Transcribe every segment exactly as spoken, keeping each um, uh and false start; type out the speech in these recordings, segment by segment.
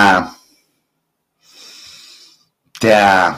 Ta, ta.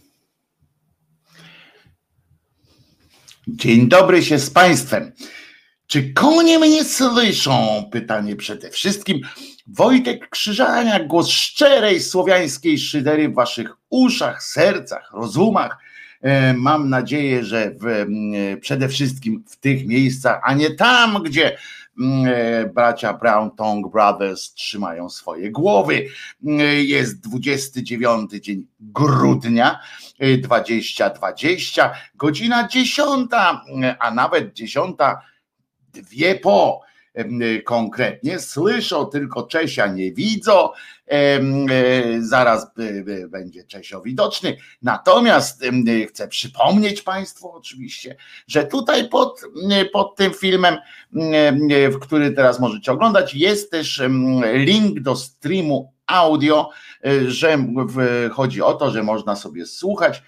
Dzień dobry się z Państwem. Czy konie mnie słyszą? Pytanie przede wszystkim. Wojtek Krzyżaniak, głos szczerej słowiańskiej szydery w waszych uszach, sercach, rozumach. Mam nadzieję, że w, przede wszystkim w tych miejscach, a nie tam, gdzie bracia Brown Tongue Brothers trzymają swoje głowy. Jest dwudziesty dziewiąty dzień grudnia dwudziestego dwudziestego, godzina dziesiąta, a nawet dziesiąta dwie po. Konkretnie słyszą, tylko Czesia nie widzą, zaraz będzie Czesio widoczny, natomiast chcę przypomnieć Państwu oczywiście, że tutaj pod, pod tym filmem, w który teraz możecie oglądać, jest też link do streamu audio, że chodzi o to, że można sobie słuchać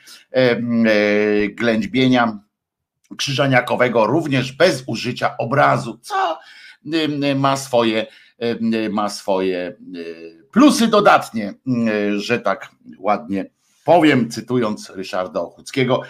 ględźbienia krzyżaniakowego również bez użycia obrazu, co ma swoje, ma swoje plusy dodatnie, że tak ładnie powiem, cytując Ryszarda Ochódzkiego.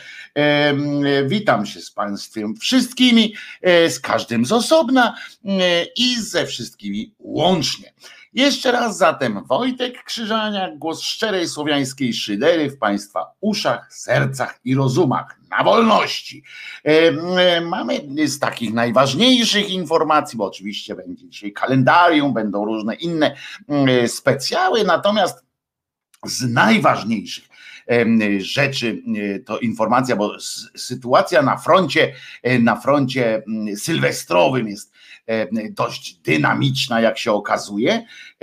Witam się z Państwem wszystkimi, z każdym z osobna i ze wszystkimi łącznie. Jeszcze raz zatem Wojtek Krzyżaniak, głos szczerej słowiańskiej szydery w Państwa uszach, sercach i rozumach, na wolności. Mamy z takich najważniejszych informacji, bo oczywiście będzie dzisiaj kalendarium, będą różne inne specjały, natomiast z najważniejszych rzeczy to informacja, bo sytuacja na froncie, na froncie sylwestrowym jest dość dynamiczna, jak się okazuje.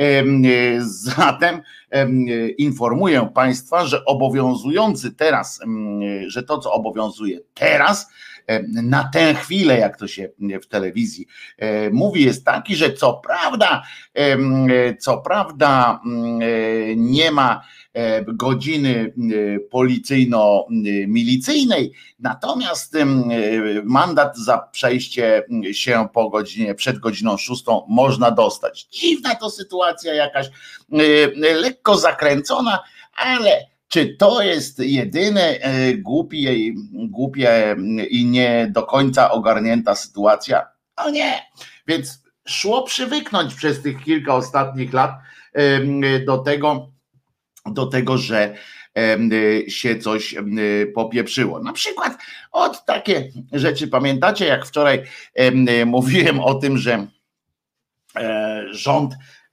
Zatem informuję Państwa, że obowiązujący teraz, że to, co obowiązuje teraz, na tę chwilę, jak to się w telewizji mówi, jest taki, że co prawda, co prawda nie ma godziny policyjno-milicyjnej, natomiast mandat za przejście się po godzinie, przed godziną szóstą można dostać. Dziwna to sytuacja jakaś, lekko zakręcona, ale czy to jest jedyne głupie, głupie i nie do końca ogarnięta sytuacja? O nie! Więc szło przywyknąć przez tych kilka ostatnich lat do tego, do tego, że się coś popieprzyło. Na przykład od takie rzeczy, pamiętacie, jak wczoraj mówiłem o tym, że rząd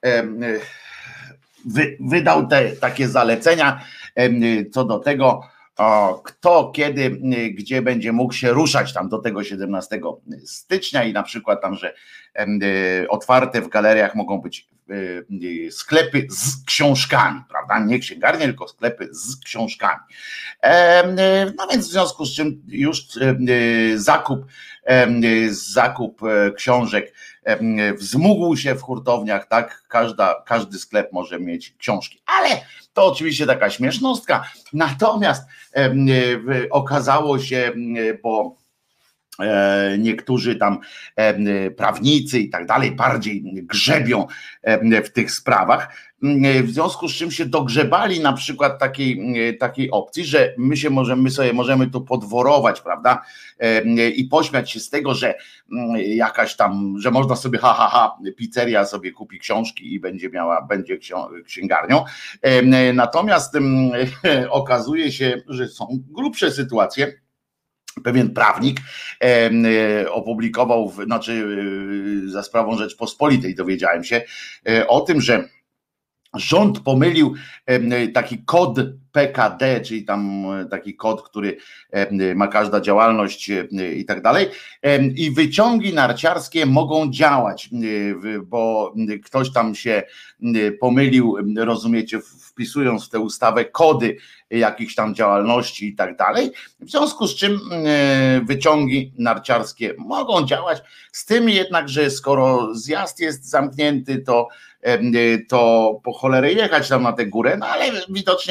wydał te takie zalecenia co do tego, kto, kiedy, gdzie będzie mógł się ruszać tam do tego siedemnastego stycznia i na przykład tam, że otwarte w galeriach mogą być sklepy z książkami, prawda? Nie księgarnie, tylko sklepy z książkami. No więc w związku z czym już zakup, zakup książek wzmógł się w hurtowniach, tak? Każda, każdy sklep może mieć książki, ale to oczywiście taka śmiesznostka. Natomiast okazało się, bo niektórzy tam prawnicy i tak dalej bardziej grzebią w tych sprawach, w związku z czym się dogrzebali na przykład takiej, takiej opcji, że my się możemy, my sobie możemy tu podworować, prawda, i pośmiać się z tego, że jakaś tam, że można sobie ha, ha, ha, pizzeria sobie kupi książki i będzie miała, będzie księgarnią, natomiast okazuje się, że są grubsze sytuacje. Pewien prawnik e, opublikował, w, znaczy e, za sprawą Rzeczpospolitej dowiedziałem się e, o tym, że rząd pomylił e, taki kod P K D, czyli tam taki kod, który e, ma każda działalność e, i tak dalej, e, i wyciągi narciarskie mogą działać, e, bo ktoś tam się pomylił, rozumiecie, wpisując w tę ustawę kody jakichś tam działalności i tak dalej, w związku z czym wyciągi narciarskie mogą działać, z tym jednak, że skoro zjazd jest zamknięty, to, to po cholerę jechać tam na tę górę, no ale widocznie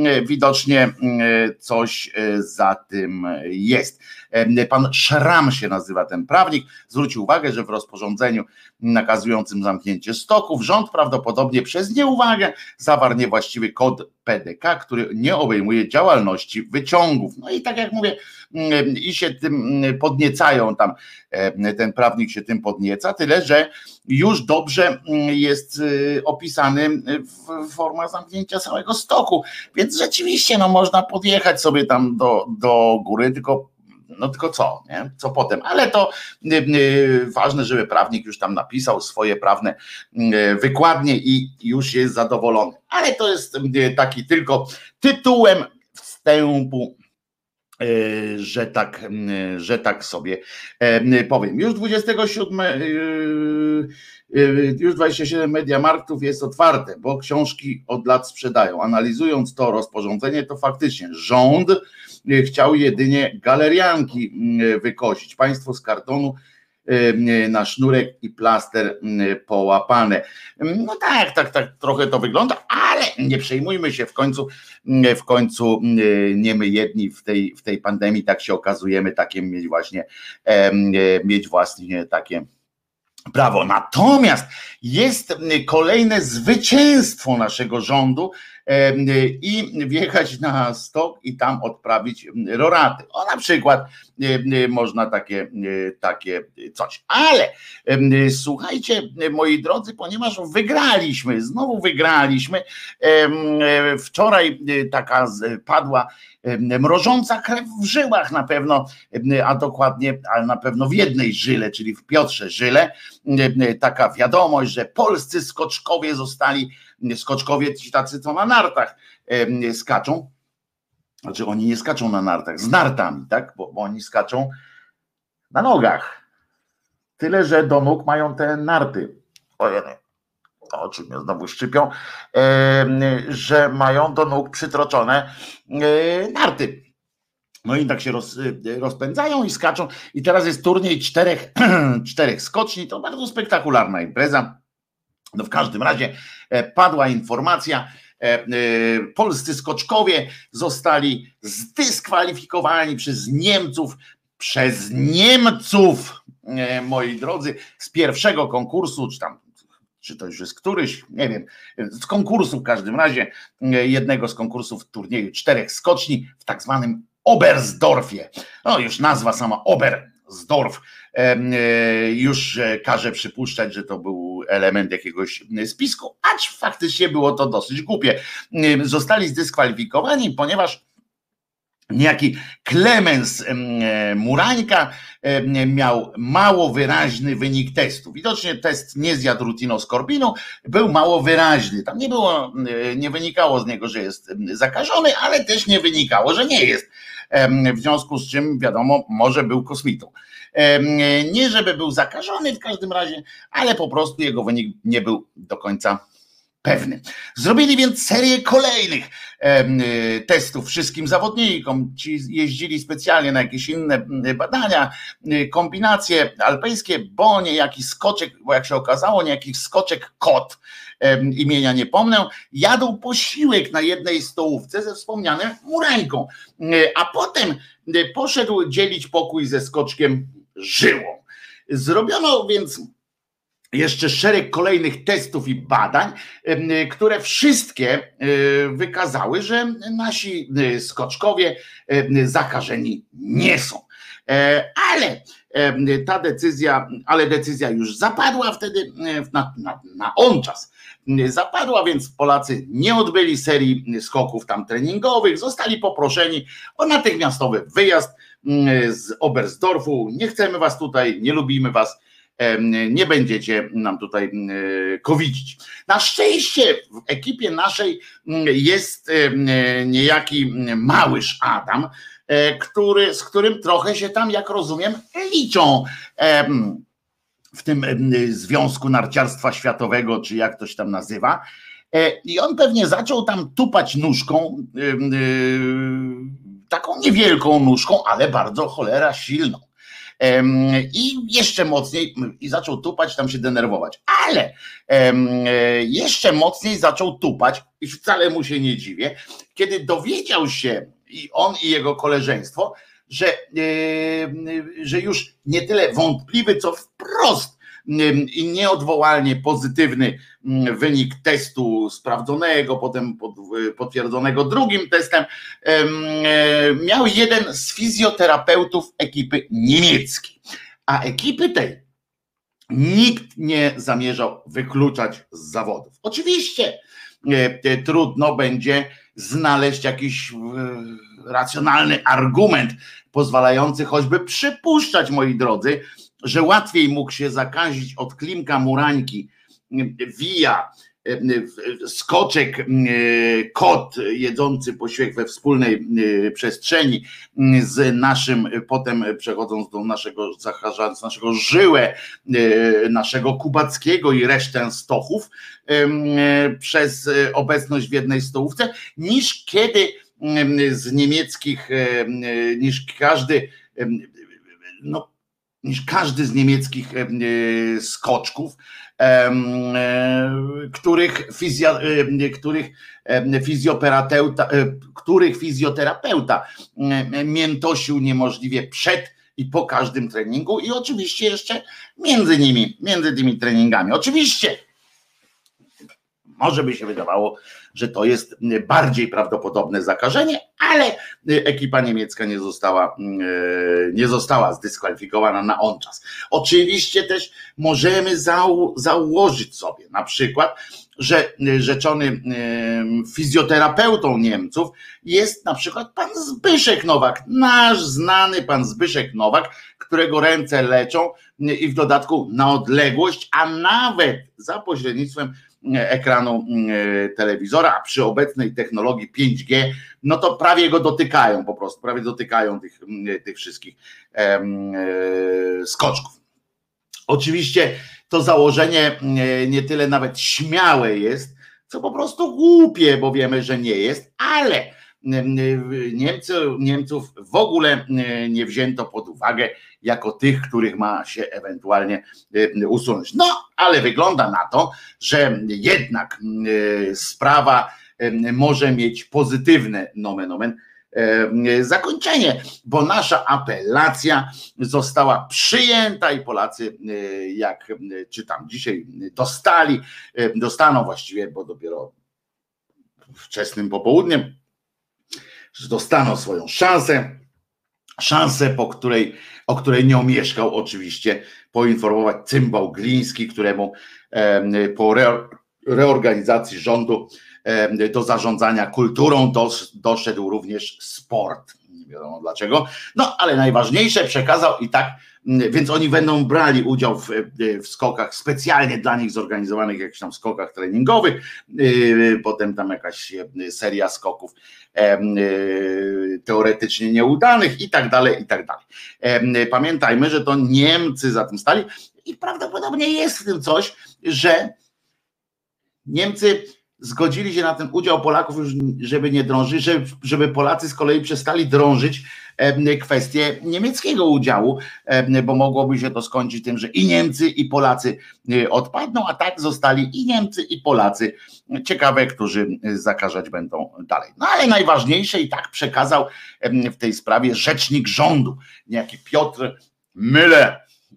widocznie coś za tym jest. Pan Szram się nazywa ten prawnik, zwrócił uwagę, że w rozporządzeniu nakazującym zamknięcie stoków rząd prawdopodobnie przez nieuwagę zawarł niewłaściwy kod P D K, który nie obejmuje działalności wyciągów. No i tak jak mówię, i się tym podniecają tam, ten prawnik się tym podnieca, tyle że już dobrze jest opisany forma zamknięcia całego stoku, więc rzeczywiście no można podjechać sobie tam do, do góry, tylko no tylko co, nie? Co potem, ale to yy, yy, ważne, żeby prawnik już tam napisał swoje prawne yy, wykładnie i już jest zadowolony, ale to jest yy, taki tylko tytułem wstępu, yy, że tak, yy, że tak sobie yy, powiem. Już dwudziestego siódmego yy, yy, już dwadzieścia siedem Mediamarktów jest otwarte, bo książki od lat sprzedają. Analizując to rozporządzenie, to faktycznie rząd chciał jedynie galerianki wykosić. Państwo z kartonu na sznurek i plaster połapane. No tak, tak, tak trochę to wygląda, ale nie przejmujmy się, w końcu, w końcu nie my jedni w tej, w tej pandemii tak się okazujemy, takie mieć właśnie, mieć właśnie takie prawo. Natomiast jest kolejne zwycięstwo naszego rządu i wjechać na stok i tam odprawić roraty. O, na przykład można takie, takie coś. Ale słuchajcie, moi drodzy, ponieważ wygraliśmy, znowu wygraliśmy, wczoraj taka padła mrożąca krew w żyłach na pewno, a dokładnie, ale na pewno w jednej żyle, czyli w Piotrze Żyle, taka wiadomość, że polscy skoczkowie zostali, skoczkowie ci tacy co na nartach skaczą, znaczy oni nie skaczą na nartach, z nartami, tak, bo, bo oni skaczą na nogach, tyle, że do nóg mają te narty, ojej, oczy mnie znowu szczypią, że mają do nóg przytroczone narty. No i tak się roz, rozpędzają i skaczą. I teraz jest turniej czterech, czterech skoczni. To bardzo spektakularna impreza. No w każdym razie padła informacja, polscy skoczkowie zostali zdyskwalifikowani przez Niemców, przez Niemców, moi drodzy, z pierwszego konkursu, czy tam czy to już jest któryś, nie wiem, z konkursu w każdym razie, jednego z konkursów turnieju czterech skoczni w tak zwanym Oberstdorfie. No już nazwa sama Oberstdorf już każe przypuszczać, że to był element jakiegoś spisku, acz faktycznie było to dosyć głupie. Zostali zdyskwalifikowani, ponieważ niejaki Klemens Murańka miał mało wyraźny wynik testu. Widocznie test nie zjadł rutinoskorbinu, był mało wyraźny. Tam nie było, nie wynikało z niego, że jest zakażony, ale też nie wynikało, że nie jest. W związku z czym wiadomo, może był kosmitą. Nie żeby był zakażony w każdym razie, ale po prostu jego wynik nie był do końca pewny. Zrobili więc serię kolejnych e, testów wszystkim zawodnikom. Ci jeździli specjalnie na jakieś inne badania, kombinacje alpejskie, bo niejaki skoczek, bo jak się okazało, niejaki skoczek kot, e, imienia nie pomnę, jadł posiłek na jednej stołówce ze wspomnianym Murańką, e, a potem poszedł dzielić pokój ze skoczkiem Żyłą. Zrobiono więc jeszcze szereg kolejnych testów i badań, które wszystkie wykazały, że nasi skoczkowie zakażeni nie są. Ale ta decyzja, ale decyzja już zapadła wtedy na, na, na on czas. Zapadła, więc Polacy nie odbyli serii skoków tam treningowych, zostali poproszeni o natychmiastowy wyjazd z Oberstdorfu. Nie chcemy was tutaj, nie lubimy was, nie będziecie nam tutaj covidzić. Na szczęście w ekipie naszej jest niejaki Małysz Adam, który, z którym trochę się tam, jak rozumiem, liczą w tym Związku Narciarstwa Światowego, czy jak to się tam nazywa. I on pewnie zaczął tam tupać nóżką, taką niewielką nóżką, ale bardzo cholera silną. i jeszcze mocniej, i zaczął tupać, tam się denerwować, ale jeszcze mocniej zaczął tupać i wcale mu się nie dziwię, kiedy dowiedział się i on i jego koleżeństwo, że, że już nie tyle wątpliwy, co wprost i nieodwołalnie pozytywny wynik testu sprawdzonego, potem potwierdzonego drugim testem, miał jeden z fizjoterapeutów ekipy niemieckiej. A ekipy tej nikt nie zamierzał wykluczać z zawodów. Oczywiście trudno będzie znaleźć jakiś racjonalny argument pozwalający choćby przypuszczać, moi drodzy, że łatwiej mógł się zakazić od Klimka Murańki via skoczek kot jedzący posiłek we wspólnej przestrzeni z naszym, potem przechodząc do naszego, zaharzając naszego Żyłę, naszego Kubackiego i resztę stochów przez obecność w jednej stołówce, niż kiedy z niemieckich, niż każdy no niż każdy z niemieckich skoczków, których, fizjo, których fizjoterapeuta, których fizjoterapeuta miętosił niemożliwie przed i po każdym treningu i oczywiście jeszcze między nimi, między tymi treningami. Oczywiście może by się wydawało, że to jest bardziej prawdopodobne zakażenie, ale ekipa niemiecka nie została, nie została zdyskwalifikowana na on czas. Oczywiście też możemy zau- założyć sobie na przykład, że rzeczony fizjoterapeutą Niemców jest na przykład pan Zbyszek Nowak, nasz znany pan Zbyszek Nowak, którego ręce leczą i w dodatku na odległość, a nawet za pośrednictwem ekranu telewizora, a przy obecnej technologii pięć G, no to prawie go dotykają po prostu, prawie dotykają tych, tych wszystkich em, skoczków. Oczywiście to założenie nie tyle nawet śmiałe jest, co po prostu głupie, bo wiemy, że nie jest, ale Niemcy, Niemców w ogóle nie wzięto pod uwagę jako tych, których ma się ewentualnie usunąć. No, ale wygląda na to, że jednak sprawa może mieć pozytywne nomen omen zakończenie, bo nasza apelacja została przyjęta i Polacy, jak czytam dzisiaj, dostali, dostaną właściwie, bo dopiero wczesnym popołudniem, że dostaną swoją szansę, szansę, po której, o której nie omieszkał oczywiście poinformować Cymbał Gliński, któremu po reorganizacji rządu do zarządzania kulturą doszedł również sport. Nie wiadomo dlaczego. No ale najważniejsze przekazał i tak, więc oni będą brali udział w, w skokach specjalnie dla nich zorganizowanych, jakichś tam skokach treningowych, potem tam jakaś seria skoków teoretycznie nieudanych i tak dalej, i tak dalej. Pamiętajmy, że to Niemcy za tym stali i prawdopodobnie jest w tym coś, że Niemcy zgodzili się na ten udział Polaków już, żeby nie drążyć, żeby, żeby Polacy z kolei przestali drążyć kwestię niemieckiego udziału, bo mogłoby się to skończyć tym, że i Niemcy, i Polacy odpadną, a tak zostali i Niemcy, i Polacy. Ciekawe, którzy zakażać będą dalej. No ale najważniejsze i tak przekazał w tej sprawie rzecznik rządu, niejaki Piotr Müller.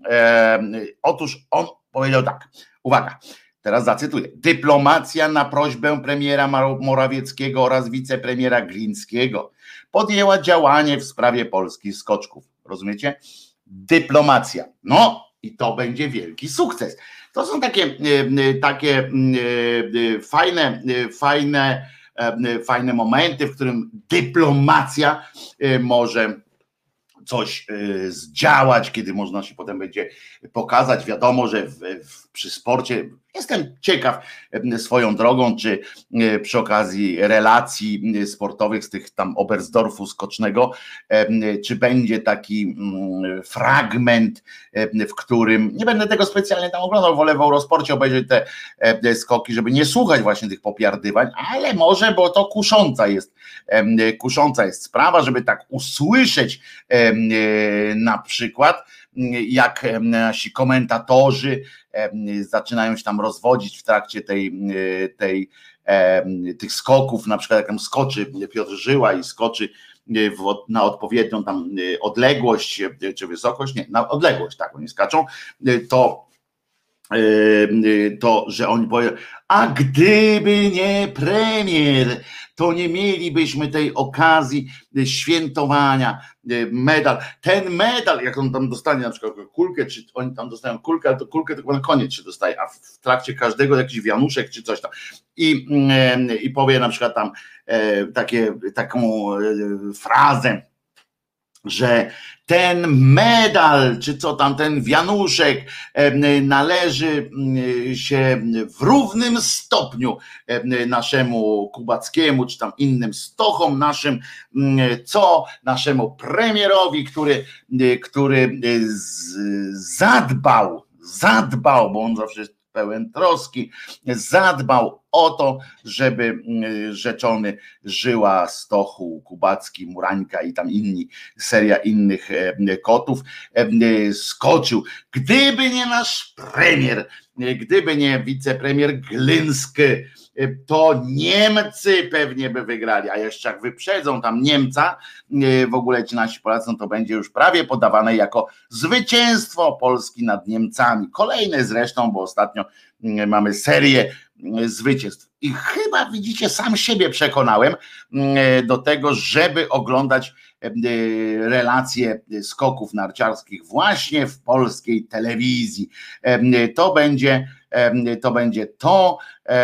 Otóż on powiedział tak, uwaga, teraz zacytuję. Dyplomacja na prośbę premiera Morawieckiego oraz wicepremiera Glińskiego podjęła działanie w sprawie polskich skoczków. Rozumiecie? Dyplomacja. No i to będzie wielki sukces. To są takie, takie fajne, fajne, fajne momenty, w którym dyplomacja może coś zdziałać, kiedy można się potem będzie pokazać. Wiadomo, że w, w, przy sporcie jestem ciekaw swoją drogą, czy przy okazji relacji sportowych z tych tam Oberstdorfu skocznego, czy będzie taki fragment, w którym, nie będę tego specjalnie tam oglądał, wolę w Eurosporcie obejrzeć te, te skoki, żeby nie słuchać właśnie tych popiardywań, ale może, bo to kusząca jest, kusząca jest sprawa, żeby tak usłyszeć na przykład jak nasi komentatorzy zaczynają się tam rozwodzić w trakcie tej, tej, tych skoków, na przykład jak tam skoczy Piotr Żyła i skoczy na odpowiednią tam odległość czy wysokość, nie, na odległość, tak oni skaczą, to to, że oni powiedzą, a gdyby nie premier, to nie mielibyśmy tej okazji świętowania, medal, ten medal, jak on tam dostanie na przykład kulkę, czy oni tam dostają kulkę, ale to kulkę tylko na koniec się dostaje, a w trakcie każdego jakiś wianuszek czy coś tam i, i powie na przykład tam takie, taką frazę, że ten medal, czy co tam, ten wianuszek należy się w równym stopniu naszemu Kubackiemu, czy tam innym stochom naszym, co naszemu premierowi, który, który zadbał, zadbał, bo on zawsze jest pełen troski, zadbał o to, żeby rzeczony Żyła, Stochu, Kubacki, Murańka i tam inni, seria innych kotów skoczył. Gdyby nie nasz premier, gdyby nie wicepremier Glinski, to Niemcy pewnie by wygrali, a jeszcze jak wyprzedzą tam Niemca, w ogóle ci nasi Polacy, no to będzie już prawie podawane jako zwycięstwo Polski nad Niemcami. Kolejne zresztą, bo ostatnio mamy serię zwycięstw. I chyba widzicie, sam siebie przekonałem do tego, żeby oglądać relacje skoków narciarskich właśnie w polskiej telewizji. To będzie to będzie to,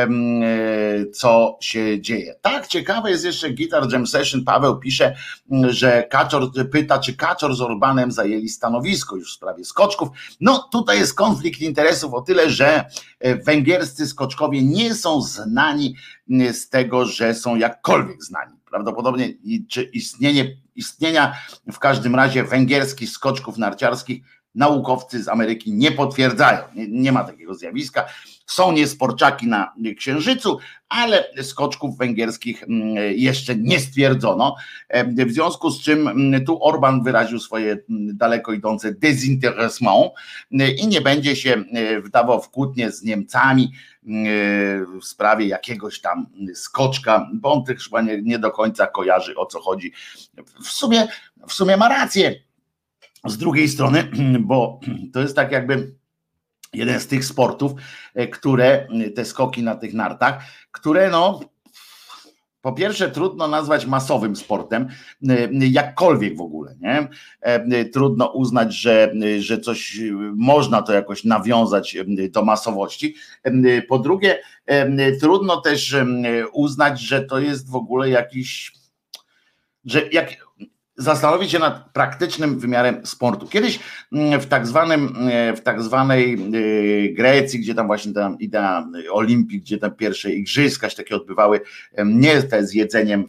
co się dzieje. Tak, ciekawe jest jeszcze Guitar Jam Session. Paweł pisze, że Kaczor pyta, czy Kaczor z Orbanem zajęli stanowisko już w sprawie skoczków. No tutaj jest konflikt interesów o tyle, że węgierscy skoczkowie nie są znani z tego, że są jakkolwiek znani. Prawdopodobnie czy istnienie, istnienia w każdym razie węgierskich skoczków narciarskich naukowcy z Ameryki nie potwierdzają. Nie, nie ma takiego zjawiska. Są niesporczaki na Księżycu, ale skoczków węgierskich jeszcze nie stwierdzono. W związku z czym tu Orban wyraził swoje daleko idące dezinteresement i nie będzie się wdawał w kłótnię z Niemcami w sprawie jakiegoś tam skoczka, bo on też chyba nie, nie do końca kojarzy, o co chodzi. W sumie, w sumie ma rację. Z drugiej strony, bo to jest tak jakby jeden z tych sportów, które, te skoki na tych nartach, które no, po pierwsze trudno nazwać masowym sportem, jakkolwiek w ogóle, nie? Trudno uznać, że, że coś można to jakoś nawiązać do masowości. Po drugie, trudno też uznać, że to jest w ogóle jakiś, że jak zastanowić się nad praktycznym wymiarem sportu. Kiedyś w tak zwanym, w tak zwanej Grecji, gdzie tam właśnie ta idea olimpii, gdzie tam pierwsze igrzyska się takie odbywały, nie te z jedzeniem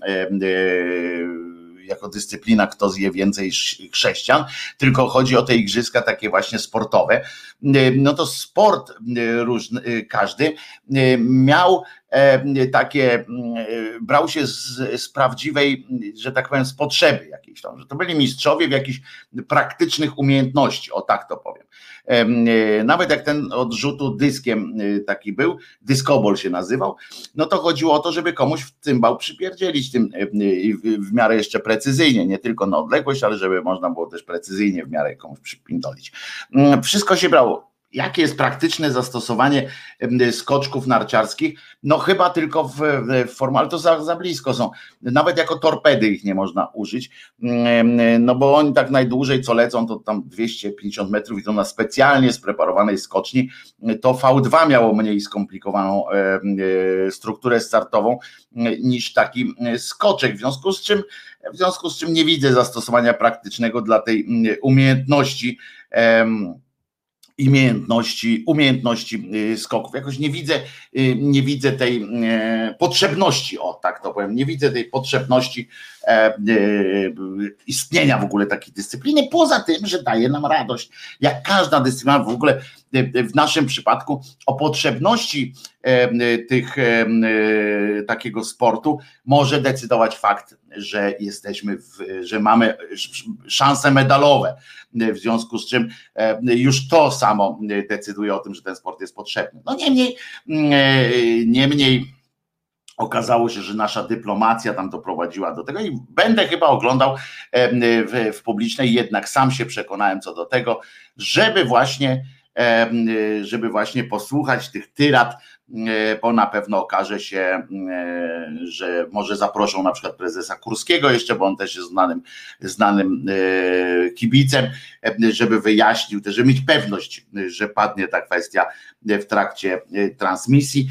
jako dyscyplina, kto zje więcej chrześcijan, tylko chodzi o te igrzyska takie właśnie sportowe. No to sport różny, każdy miał takie, brał się z, z prawdziwej, że tak powiem, z potrzeby jakiejś tam, że to byli mistrzowie w jakichś praktycznych umiejętności, o tak to powiem. Nawet jak ten od rzutu dyskiem taki był, dyskobol się nazywał, no to chodziło o to, żeby komuś w cymbał przypierdzielić tym w miarę jeszcze precyzyjnie, nie tylko na odległość, ale żeby można było też precyzyjnie w miarę komuś przypindolić. Wszystko się brało. Jakie jest praktyczne zastosowanie skoczków narciarskich? No chyba tylko w, w formie, ale to za, za blisko są. Nawet jako torpedy ich nie można użyć, no bo oni tak najdłużej co lecą, to tam dwieście pięćdziesiąt metrów i to na specjalnie spreparowanej skoczni. To V dwa miało mniej skomplikowaną strukturę startową niż taki skoczek, w związku z czym, w związku z czym nie widzę zastosowania praktycznego dla tej umiejętności umiejętności, umiejętności skoków. Jakoś nie widzę, nie widzę tej potrzebności o tak to powiem, nie widzę tej potrzebności e, e, istnienia w ogóle takiej dyscypliny, poza tym, że daje nam radość. Jak każda dyscyplina w ogóle e, w naszym przypadku o potrzebności e, tych e, takiego sportu może decydować fakt, że jesteśmy, w, że mamy szanse medalowe, w związku z czym już to samo decyduje o tym, że ten sport jest potrzebny. No niemniej, niemniej okazało się, że nasza dyplomacja tam doprowadziła do tego i będę chyba oglądał w, w publicznej, jednak sam się przekonałem co do tego, żeby właśnie żeby właśnie posłuchać tych tyrad, bo na pewno okaże się, że może zaproszą na przykład prezesa Kurskiego jeszcze, bo on też jest znanym, znanym kibicem, żeby wyjaśnił, też, żeby mieć pewność, że padnie ta kwestia w trakcie transmisji.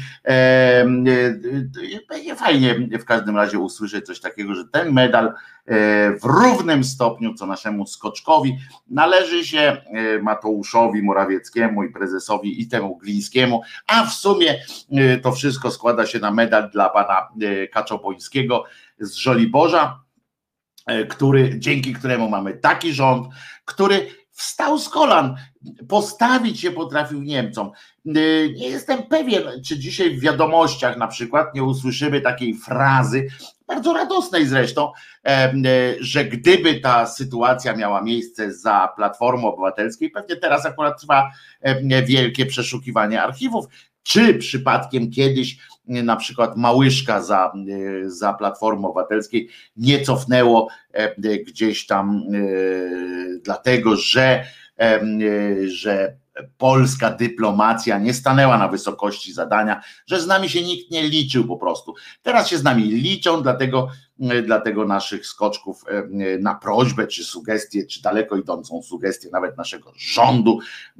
Będzie fajnie w każdym razie usłyszeć coś takiego, że ten medal w równym stopniu co naszemu skoczkowi należy się Mateuszowi Morawieckiemu i prezesowi i temu Glińskiemu, a w sumie to wszystko składa się na medal dla pana Kaczobońskiego z Żoliborza, który, dzięki któremu mamy taki rząd, który wstał z kolan, postawić się potrafił Niemcom. Nie jestem pewien, czy dzisiaj w wiadomościach na przykład nie usłyszymy takiej frazy, bardzo radosnej zresztą, że gdyby ta sytuacja miała miejsce za Platformą Obywatelskiej, pewnie teraz akurat trwa wielkie przeszukiwanie archiwów, czy przypadkiem kiedyś na przykład Małyszka za, za Platformą Obywatelskiej nie cofnęło gdzieś tam dlatego, że, że polska dyplomacja nie stanęła na wysokości zadania, że z nami się nikt nie liczył po prostu. Teraz się z nami liczą, dlatego, dlatego naszych skoczków na prośbę, czy sugestię, czy daleko idącą sugestię nawet naszego rządu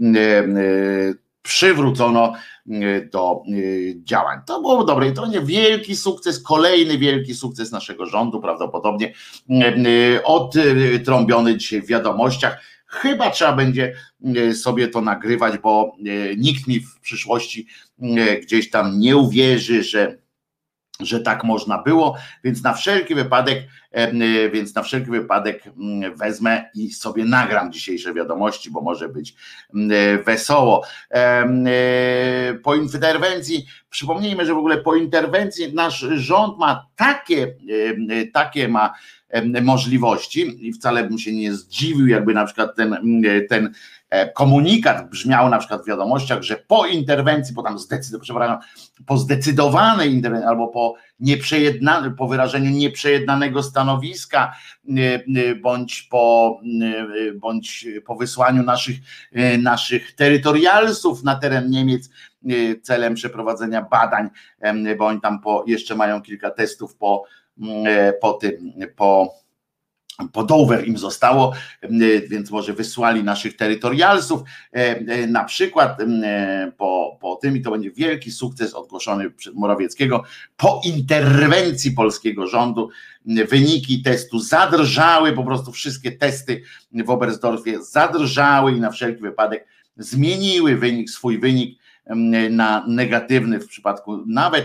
przywrócono do działań. To było dobre i to nie wielki sukces, kolejny wielki sukces naszego rządu, prawdopodobnie odtrąbiony dzisiaj w wiadomościach. Chyba trzeba będzie sobie to nagrywać, bo nikt mi w przyszłości gdzieś tam nie uwierzy, że że tak można było, więc na wszelki wypadek, więc na wszelki wypadek wezmę i sobie nagram dzisiejsze wiadomości, bo może być wesoło. Po interwencji, przypomnijmy, że w ogóle po interwencji nasz rząd ma takie, takie ma możliwości i wcale bym się nie zdziwił, jakby na przykład ten, ten komunikat brzmiał na przykład w wiadomościach, że po interwencji, po tam zdecydowanej, po zdecydowanej interwencji albo po nieprzejednanym, po wyrażeniu nieprzejednanego stanowiska, bądź po, bądź po wysłaniu naszych, naszych terytorialsów na teren Niemiec celem przeprowadzenia badań, bo oni tam po, jeszcze mają kilka testów po, po tym, po po Dover im zostało, więc może wysłali naszych terytorialsów na przykład po, po tym i to będzie wielki sukces ogłoszony przez Morawieckiego. Po interwencji polskiego rządu wyniki testu zadrżały, po prostu wszystkie testy w Oberstdorfie zadrżały i na wszelki wypadek zmieniły wynik, swój wynik na negatywny w przypadku nawet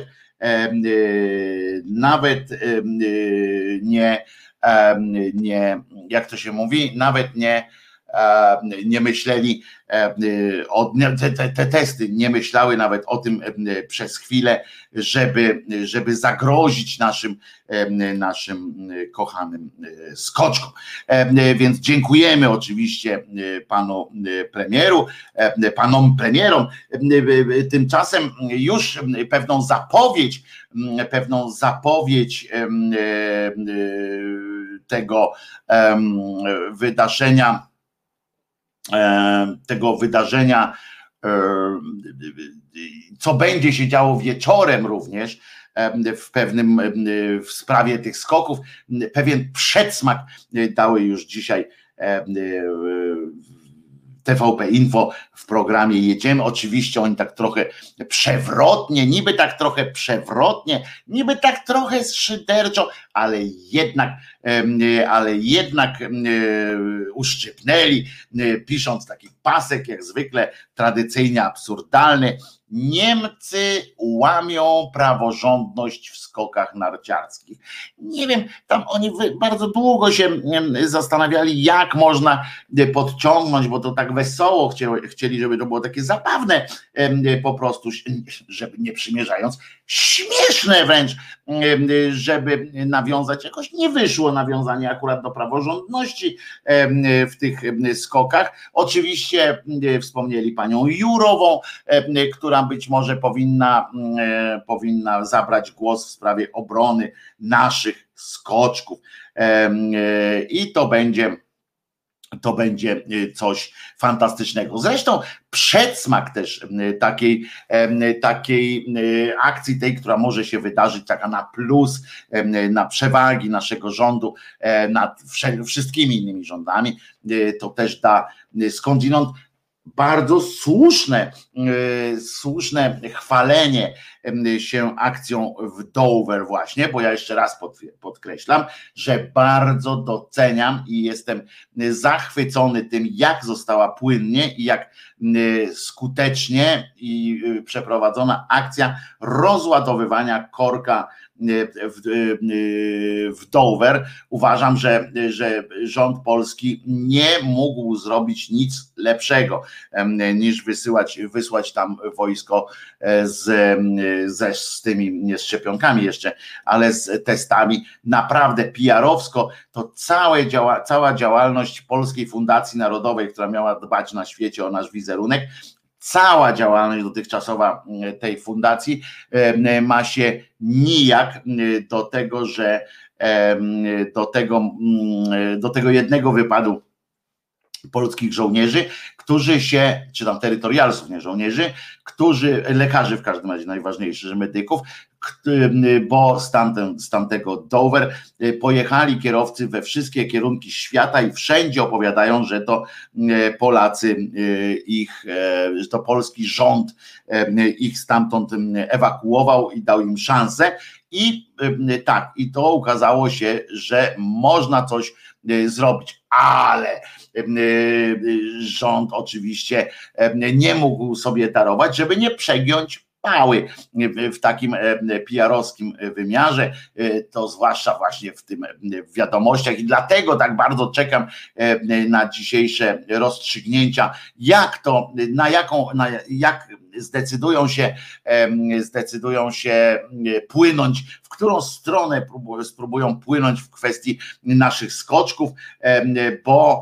nawet nie nie, jak to się mówi, nawet nie, nie myśleli, te, te, te testy nie myślały nawet o tym przez chwilę, żeby, żeby zagrozić naszym, naszym kochanym skoczkom. Więc dziękujemy oczywiście panu premieru, panom premierom. Tymczasem już pewną zapowiedź, pewną zapowiedź tego wydarzenia, tego wydarzenia, co będzie się działo wieczorem również w pewnym, w sprawie tych skoków, pewien przedsmak dały już dzisiaj T V P Info w programie Jedziemy. Oczywiście oni tak trochę przewrotnie, niby tak trochę przewrotnie, niby tak trochę szyderczo, ale jednak, ale jednak uszczypnęli, pisząc taki pasek jak zwykle tradycyjnie absurdalny. Niemcy łamią praworządność w skokach narciarskich. Nie wiem, tam oni bardzo długo się zastanawiali, jak można podciągnąć, bo to tak wesoło chcieli, żeby to było takie zabawne, po prostu, żeby nie przymierzając, śmieszne wręcz, żeby nawiązać, jakoś nie wyszło nawiązanie akurat do praworządności w tych skokach. Oczywiście wspomnieli panią Jurową, która być może powinna, powinna zabrać głos w sprawie obrony naszych skoczków. I to będzie to będzie coś fantastycznego. Zresztą przedsmak też takiej, takiej akcji, tej, która może się wydarzyć, taka na plus, na przewagi naszego rządu nad wszystkimi innymi rządami, to też da skądinąd bardzo słuszne, słuszne chwalenie się akcją w Dover właśnie, bo ja jeszcze raz podkreślam, że bardzo doceniam i jestem zachwycony tym, jak została płynnie i jak skutecznie i przeprowadzona akcja rozładowywania korka w, w Dover. Uważam, że, że rząd polski nie mógł zrobić nic lepszego niż wysyłać, wysłać tam wojsko z, ze, z tymi nie szczepionkami jeszcze, ale z testami. Naprawdę P R-owsko to całe działa, cała działalność Polskiej Fundacji Narodowej, która miała dbać na świecie o nasz wizerunek, cała działalność dotychczasowa tej fundacji ma się nijak do tego, że do tego, do tego jednego wypadu polskich żołnierzy, którzy się, czy tam terytorialsów, nie żołnierzy, którzy, lekarzy w każdym razie najważniejszych, medyków, bo z, tamten, z tamtego Dover pojechali kierowcy we wszystkie kierunki świata i wszędzie opowiadają, że to Polacy ich, że to polski rząd ich stamtąd ewakuował i dał im szansę. I tak, i to okazało się, że można coś zrobić, ale rząd oczywiście nie mógł sobie darować, żeby nie przegiąć pały w takim P R-owskim wymiarze, to zwłaszcza właśnie w tym w wiadomościach i dlatego tak bardzo czekam na dzisiejsze rozstrzygnięcia, jak to, na jaką, na jak zdecydują się, zdecydują się płynąć, w którą stronę spróbują płynąć w kwestii naszych skoczków, bo,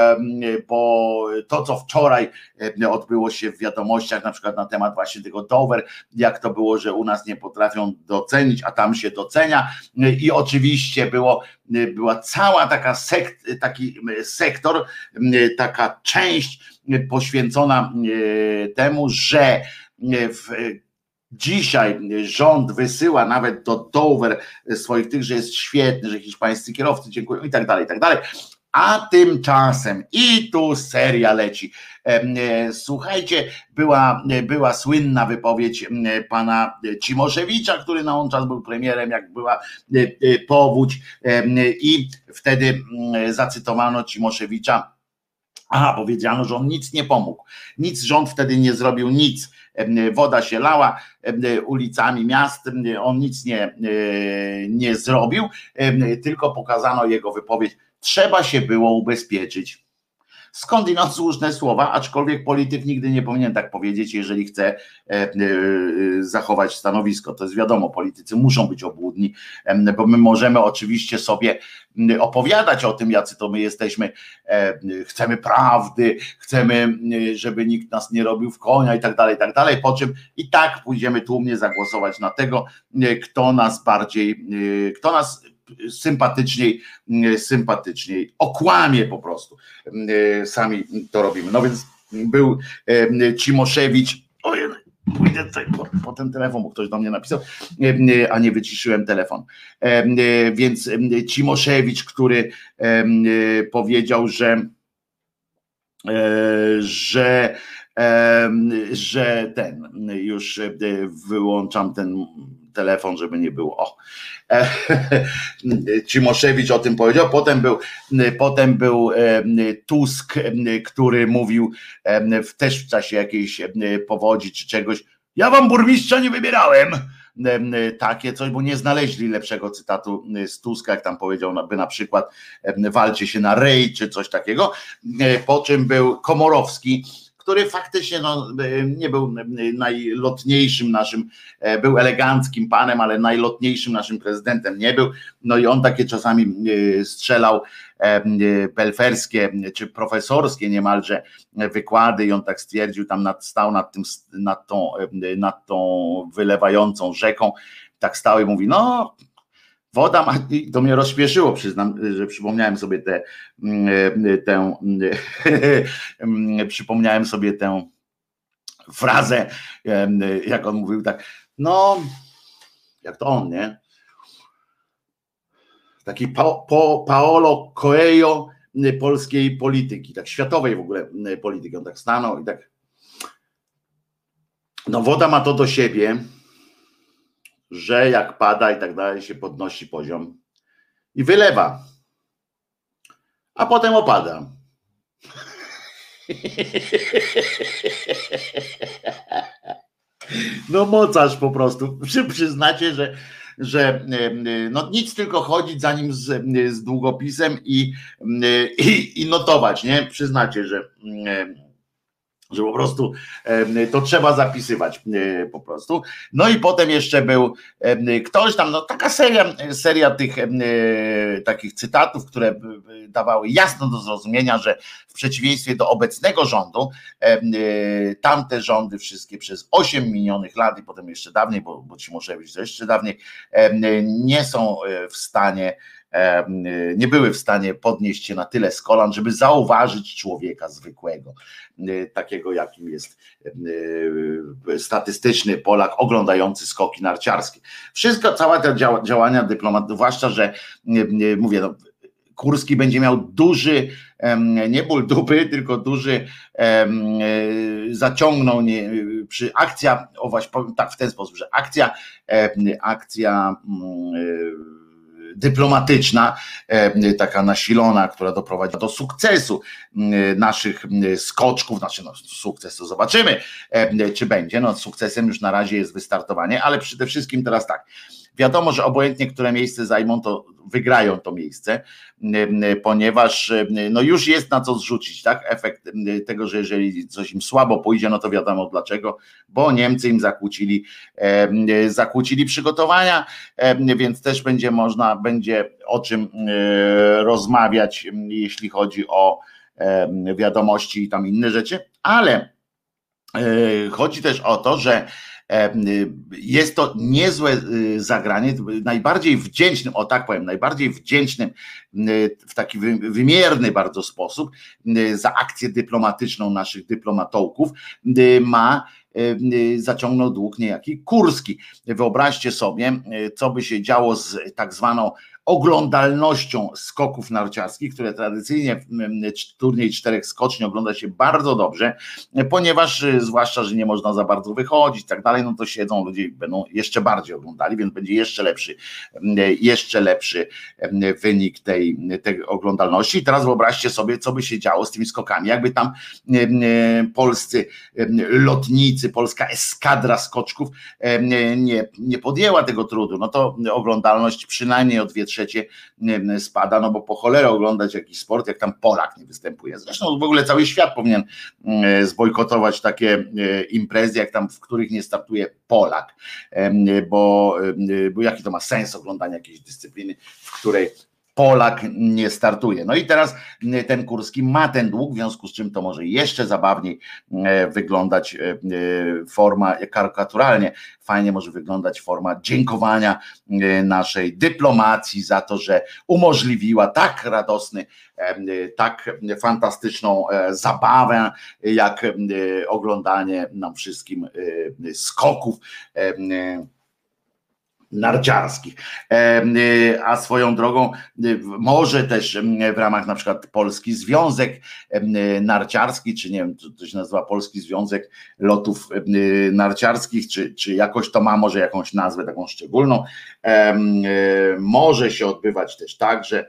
bo to, co wczoraj odbyło się w wiadomościach, na przykład na temat właśnie tego Dover, jak to było, że u nas nie potrafią docenić, a tam się docenia i oczywiście było, była cała taka sekt, taki sektor, taka część poświęcona temu, że w dzisiaj rząd wysyła nawet do Dover swoich tych, że jest świetny, że hiszpańscy kierowcy dziękują i tak dalej, i tak dalej. A tymczasem i tu seria leci. Słuchajcie, była, była słynna wypowiedź pana Cimoszewicza, który na on czas był premierem, jak była powódź i wtedy zacytowano Cimoszewicza. Aha, powiedziano, że on nic nie pomógł. Nic rząd wtedy nie zrobił, nic. Woda się lała ulicami miast, on nic nie, nie zrobił, tylko pokazano jego wypowiedź. Trzeba się było ubezpieczyć. Skądinąd słuszne słowa, aczkolwiek polityk nigdy nie powinien tak powiedzieć, jeżeli chce e, e, zachować stanowisko. To jest wiadomo, politycy muszą być obłudni, e, bo my możemy oczywiście sobie opowiadać o tym, jacy to my jesteśmy, e, chcemy prawdy, chcemy, żeby nikt nas nie robił w konia i tak dalej, i tak dalej, po czym i tak pójdziemy tłumnie zagłosować na tego, kto nas bardziej, kto nas sympatyczniej, sympatyczniej okłamie po prostu. Sami to robimy. No więc był Cimoszewicz, oj, pójdę tutaj po, po ten telefon, bo ktoś do mnie napisał, a nie wyciszyłem telefon. Więc Cimoszewicz, który powiedział, że że że ten, już wyłączam ten telefon, żeby nie było. O. Cimoszewicz o tym powiedział. Potem był, potem był Tusk, który mówił też w czasie jakiejś powodzi czy czegoś: ja wam burmistrza nie wybierałem. Takie coś, bo nie znaleźli lepszego cytatu z Tuska, jak tam powiedział, by na przykład walcie się na rej, czy coś takiego. Po czym był Komorowski, który faktycznie no, nie był najlotniejszym naszym, był eleganckim panem, ale najlotniejszym naszym prezydentem nie był. No i on takie czasami strzelał belferskie czy profesorskie niemalże wykłady i on tak stwierdził, tam nad, stał nad tym, nad tą, nad tą wylewającą rzeką, tak stał i mówi: no woda ma, i to mnie rozśmieszyło, przyznam, że przypomniałem sobie tę tę przypomniałem sobie tę frazę, jak on mówił tak, no jak to on, nie? Taki pa, po, Paolo Coelho polskiej polityki, tak światowej w ogóle polityki. On tak stanął i tak: no woda ma to do siebie, że jak pada i tak dalej, się podnosi poziom i wylewa, a potem opada. No mocarz po prostu. Przy, przyznacie, że że no nic, tylko chodzić za nim z, z długopisem i, i, i notować, nie? Przyznacie, że że po prostu to trzeba zapisywać po prostu. No i potem jeszcze był ktoś tam, no taka seria, seria tych takich cytatów, które dawały jasno do zrozumienia, że w przeciwieństwie do obecnego rządu, tamte rządy wszystkie przez osiem minionych lat i potem jeszcze dawniej, bo, bo Cimoszewicz to jeszcze dawniej, nie są w stanie nie były w stanie podnieść się na tyle z kolan, żeby zauważyć człowieka zwykłego, takiego jakim jest statystyczny Polak oglądający skoki narciarskie. Wszystko, całe te działania dyplomatyczne, zwłaszcza, że mówię, no, Kurski będzie miał duży, nie ból dupy, tylko duży, zaciągnął nie, przy akcja, o właśnie powiem tak w ten sposób, że akcja, akcja dyplomatyczna, taka nasilona, która doprowadzi do sukcesu naszych skoczków, znaczy no sukces to zobaczymy, czy będzie, no sukcesem już na razie jest wystartowanie, ale przede wszystkim teraz tak, wiadomo, że obojętnie które miejsce zajmą, to wygrają to miejsce, ponieważ no już jest na co zrzucić, tak? Efekt tego, że jeżeli coś im słabo pójdzie, no to wiadomo dlaczego, bo Niemcy im zakłócili, zakłócili przygotowania, więc też będzie można, będzie o czym rozmawiać, jeśli chodzi o wiadomości i tam inne rzeczy, ale chodzi też o to, że jest to niezłe zagranie, najbardziej wdzięcznym, o tak powiem, najbardziej wdzięcznym w taki wymierny bardzo sposób za akcję dyplomatyczną naszych dyplomatołków ma zaciągnął dług niejaki Kurski. Wyobraźcie sobie, co by się działo z tak zwaną oglądalnością skoków narciarskich, które tradycyjnie w turniej czterech skoczni ogląda się bardzo dobrze, ponieważ zwłaszcza, że nie można za bardzo wychodzić i tak dalej, no to siedzą ludzie i będą jeszcze bardziej oglądali, więc będzie jeszcze lepszy, jeszcze lepszy wynik tej, tej oglądalności. I teraz wyobraźcie sobie, co by się działo z tymi skokami, jakby tam polscy lotnicy, polska eskadra skoczków nie, nie podjęła tego trudu, no to oglądalność przynajmniej o dwie trzecie spada, no bo po cholerę oglądać jakiś sport, jak tam Polak nie występuje. Zresztą w ogóle cały świat powinien zbojkotować takie imprezy, jak tam, w których nie startuje Polak, bo, bo jaki to ma sens oglądania jakiejś dyscypliny, w której Polak nie startuje. No i teraz ten Kurski ma ten dług, w związku z czym to może jeszcze zabawniej wyglądać forma, karykaturalnie fajnie może wyglądać forma dziękowania naszej dyplomacji za to, że umożliwiła tak radosny, tak fantastyczną zabawę, jak oglądanie nam wszystkim skoków narciarskich, a swoją drogą może też w ramach na przykład Polski Związek Narciarski, czy nie wiem, to się nazywa Polski Związek Lotów Narciarskich, czy, czy jakoś to ma może jakąś nazwę taką szczególną, może się odbywać też tak, że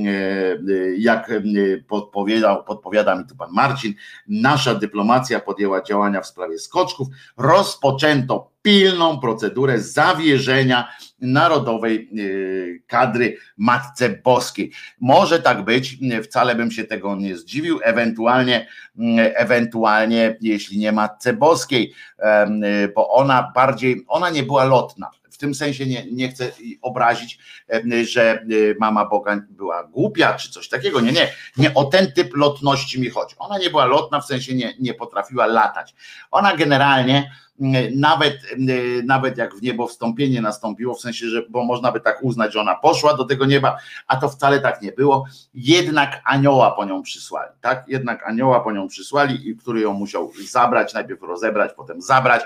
jak podpowiadał, podpowiada mi tu pan Marcin, nasza dyplomacja podjęła działania w sprawie skoczków, rozpoczęto pilną procedurę zawierzenia narodowej kadry Matce Boskiej. Może tak być, wcale bym się tego nie zdziwił, ewentualnie, ewentualnie jeśli nie Matce Boskiej, bo ona bardziej, ona nie była lotna. W tym sensie nie, nie chcę obrazić, że mama Boga była głupia czy coś takiego. Nie, nie, nie o ten typ lotności mi chodzi. Ona nie była lotna, w sensie nie, nie potrafiła latać. Ona generalnie nawet, nawet jak w niebo wstąpienie nastąpiło, w sensie, że bo można by tak uznać, że ona poszła do tego nieba, a to wcale tak nie było. Jednak anioła po nią przysłali, tak? Jednak anioła po nią przysłali, który ją musiał zabrać, najpierw rozebrać, potem zabrać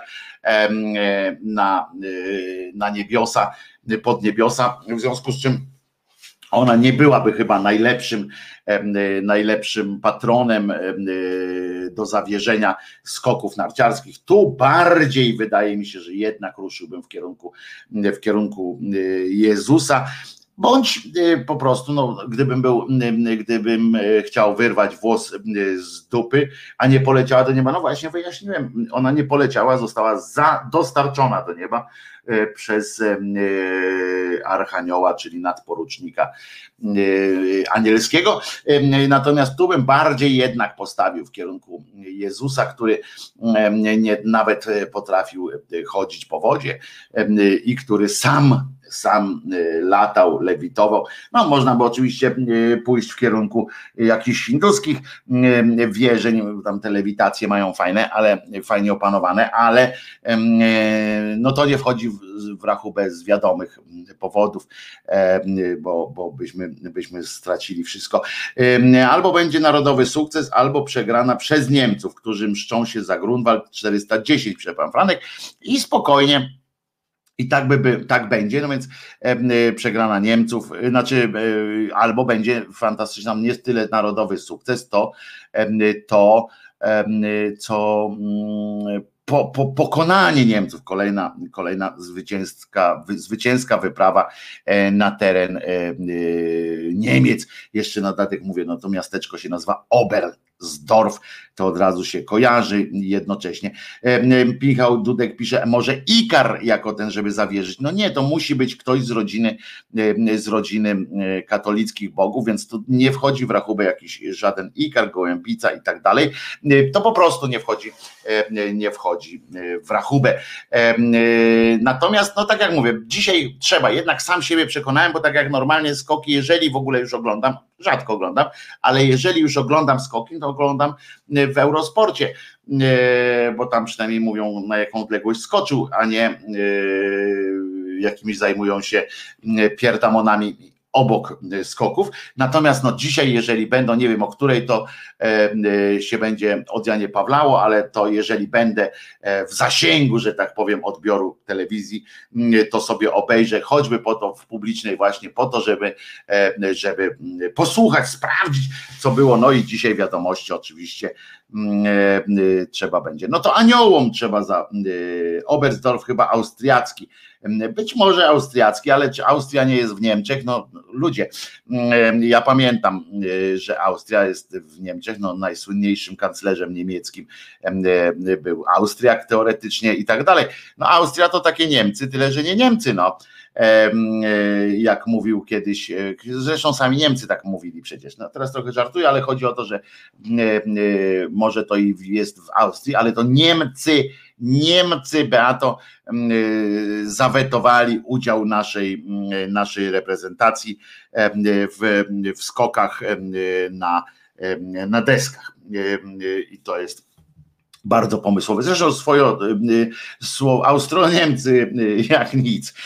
na, na niebiosa, pod niebiosa, w związku z czym ona nie byłaby chyba najlepszym, najlepszym patronem do zawierzenia skoków narciarskich. Tu bardziej wydaje mi się, że jednak ruszyłbym w kierunku, w kierunku Jezusa. Bądź po prostu, no, gdybym był, gdybym chciał wyrwać włos z dupy, a nie poleciała do nieba, no właśnie wyjaśniłem, ona nie poleciała, została za, dostarczona do nieba przez archanioła, czyli nadporucznika anielskiego. Natomiast tu bym bardziej jednak postawił w kierunku Jezusa, który nie, nawet potrafił chodzić po wodzie i który sam sam latał, lewitował. No można by oczywiście pójść w kierunku jakichś hinduskich wierzeń, tam te lewitacje mają fajne, ale fajnie opanowane, ale no to nie wchodzi w, w rachubę z wiadomych powodów, bo, bo byśmy, byśmy stracili wszystko. Albo będzie narodowy sukces, albo przegrana przez Niemców, którzy mszczą się za Grunwald czterysta dziesięć, przepraszam, Franek, i spokojnie. I tak by, by tak będzie, no więc e, przegrana Niemców, znaczy e, albo będzie fantastyczna, nie tyle narodowy sukces, to, e, to e, co mm, po, po, pokonanie Niemców, kolejna, kolejna zwycięska, wy, zwycięska wyprawa e, na teren e, e, Niemiec. Jeszcze na dodatek mówię, no to miasteczko się nazywa Oberstdorf, to od razu się kojarzy jednocześnie. Michał Dudek pisze, może Ikar jako ten, żeby zawierzyć. No nie, to musi być ktoś z rodziny, z rodziny katolickich bogów, więc tu nie wchodzi w rachubę jakiś żaden Ikar, gołębica i tak dalej. To po prostu nie wchodzi, nie wchodzi w rachubę. Natomiast, no tak jak mówię, dzisiaj trzeba, jednak sam siebie przekonałem, bo tak jak normalnie skoki, jeżeli w ogóle już oglądam, rzadko oglądam, ale jeżeli już oglądam skoki, to oglądam w Eurosporcie, bo tam przynajmniej mówią, na jaką odległość skoczył, a nie jakimiś zajmują się pierdamonami obok skoków. Natomiast no dzisiaj, jeżeli będą, nie wiem o której to e, się będzie od Janie Pawlało, ale to jeżeli będę w zasięgu, że tak powiem, odbioru telewizji, to sobie obejrzę, choćby po to w publicznej właśnie, po to, żeby, e, żeby posłuchać, sprawdzić, co było. No i dzisiaj wiadomości oczywiście e, trzeba będzie. No to aniołom trzeba za e, Oberstdorf, chyba austriacki. Być może austriacki, ale czy Austria nie jest w Niemczech? No ludzie, ja pamiętam, że Austria jest w Niemczech, no najsłynniejszym kanclerzem niemieckim był Austriak teoretycznie i tak dalej. No Austria to takie Niemcy, tyle że nie Niemcy, no. Jak mówił kiedyś, zresztą sami Niemcy tak mówili przecież, no teraz trochę żartuję, ale chodzi o to, że może to i jest w Austrii, ale to Niemcy, Niemcy, Beato, zawetowali udział naszej, naszej reprezentacji w, w skokach na, na deskach i to jest bardzo pomysłowe. Zresztą swoją, Austro-Niemcy jak nic,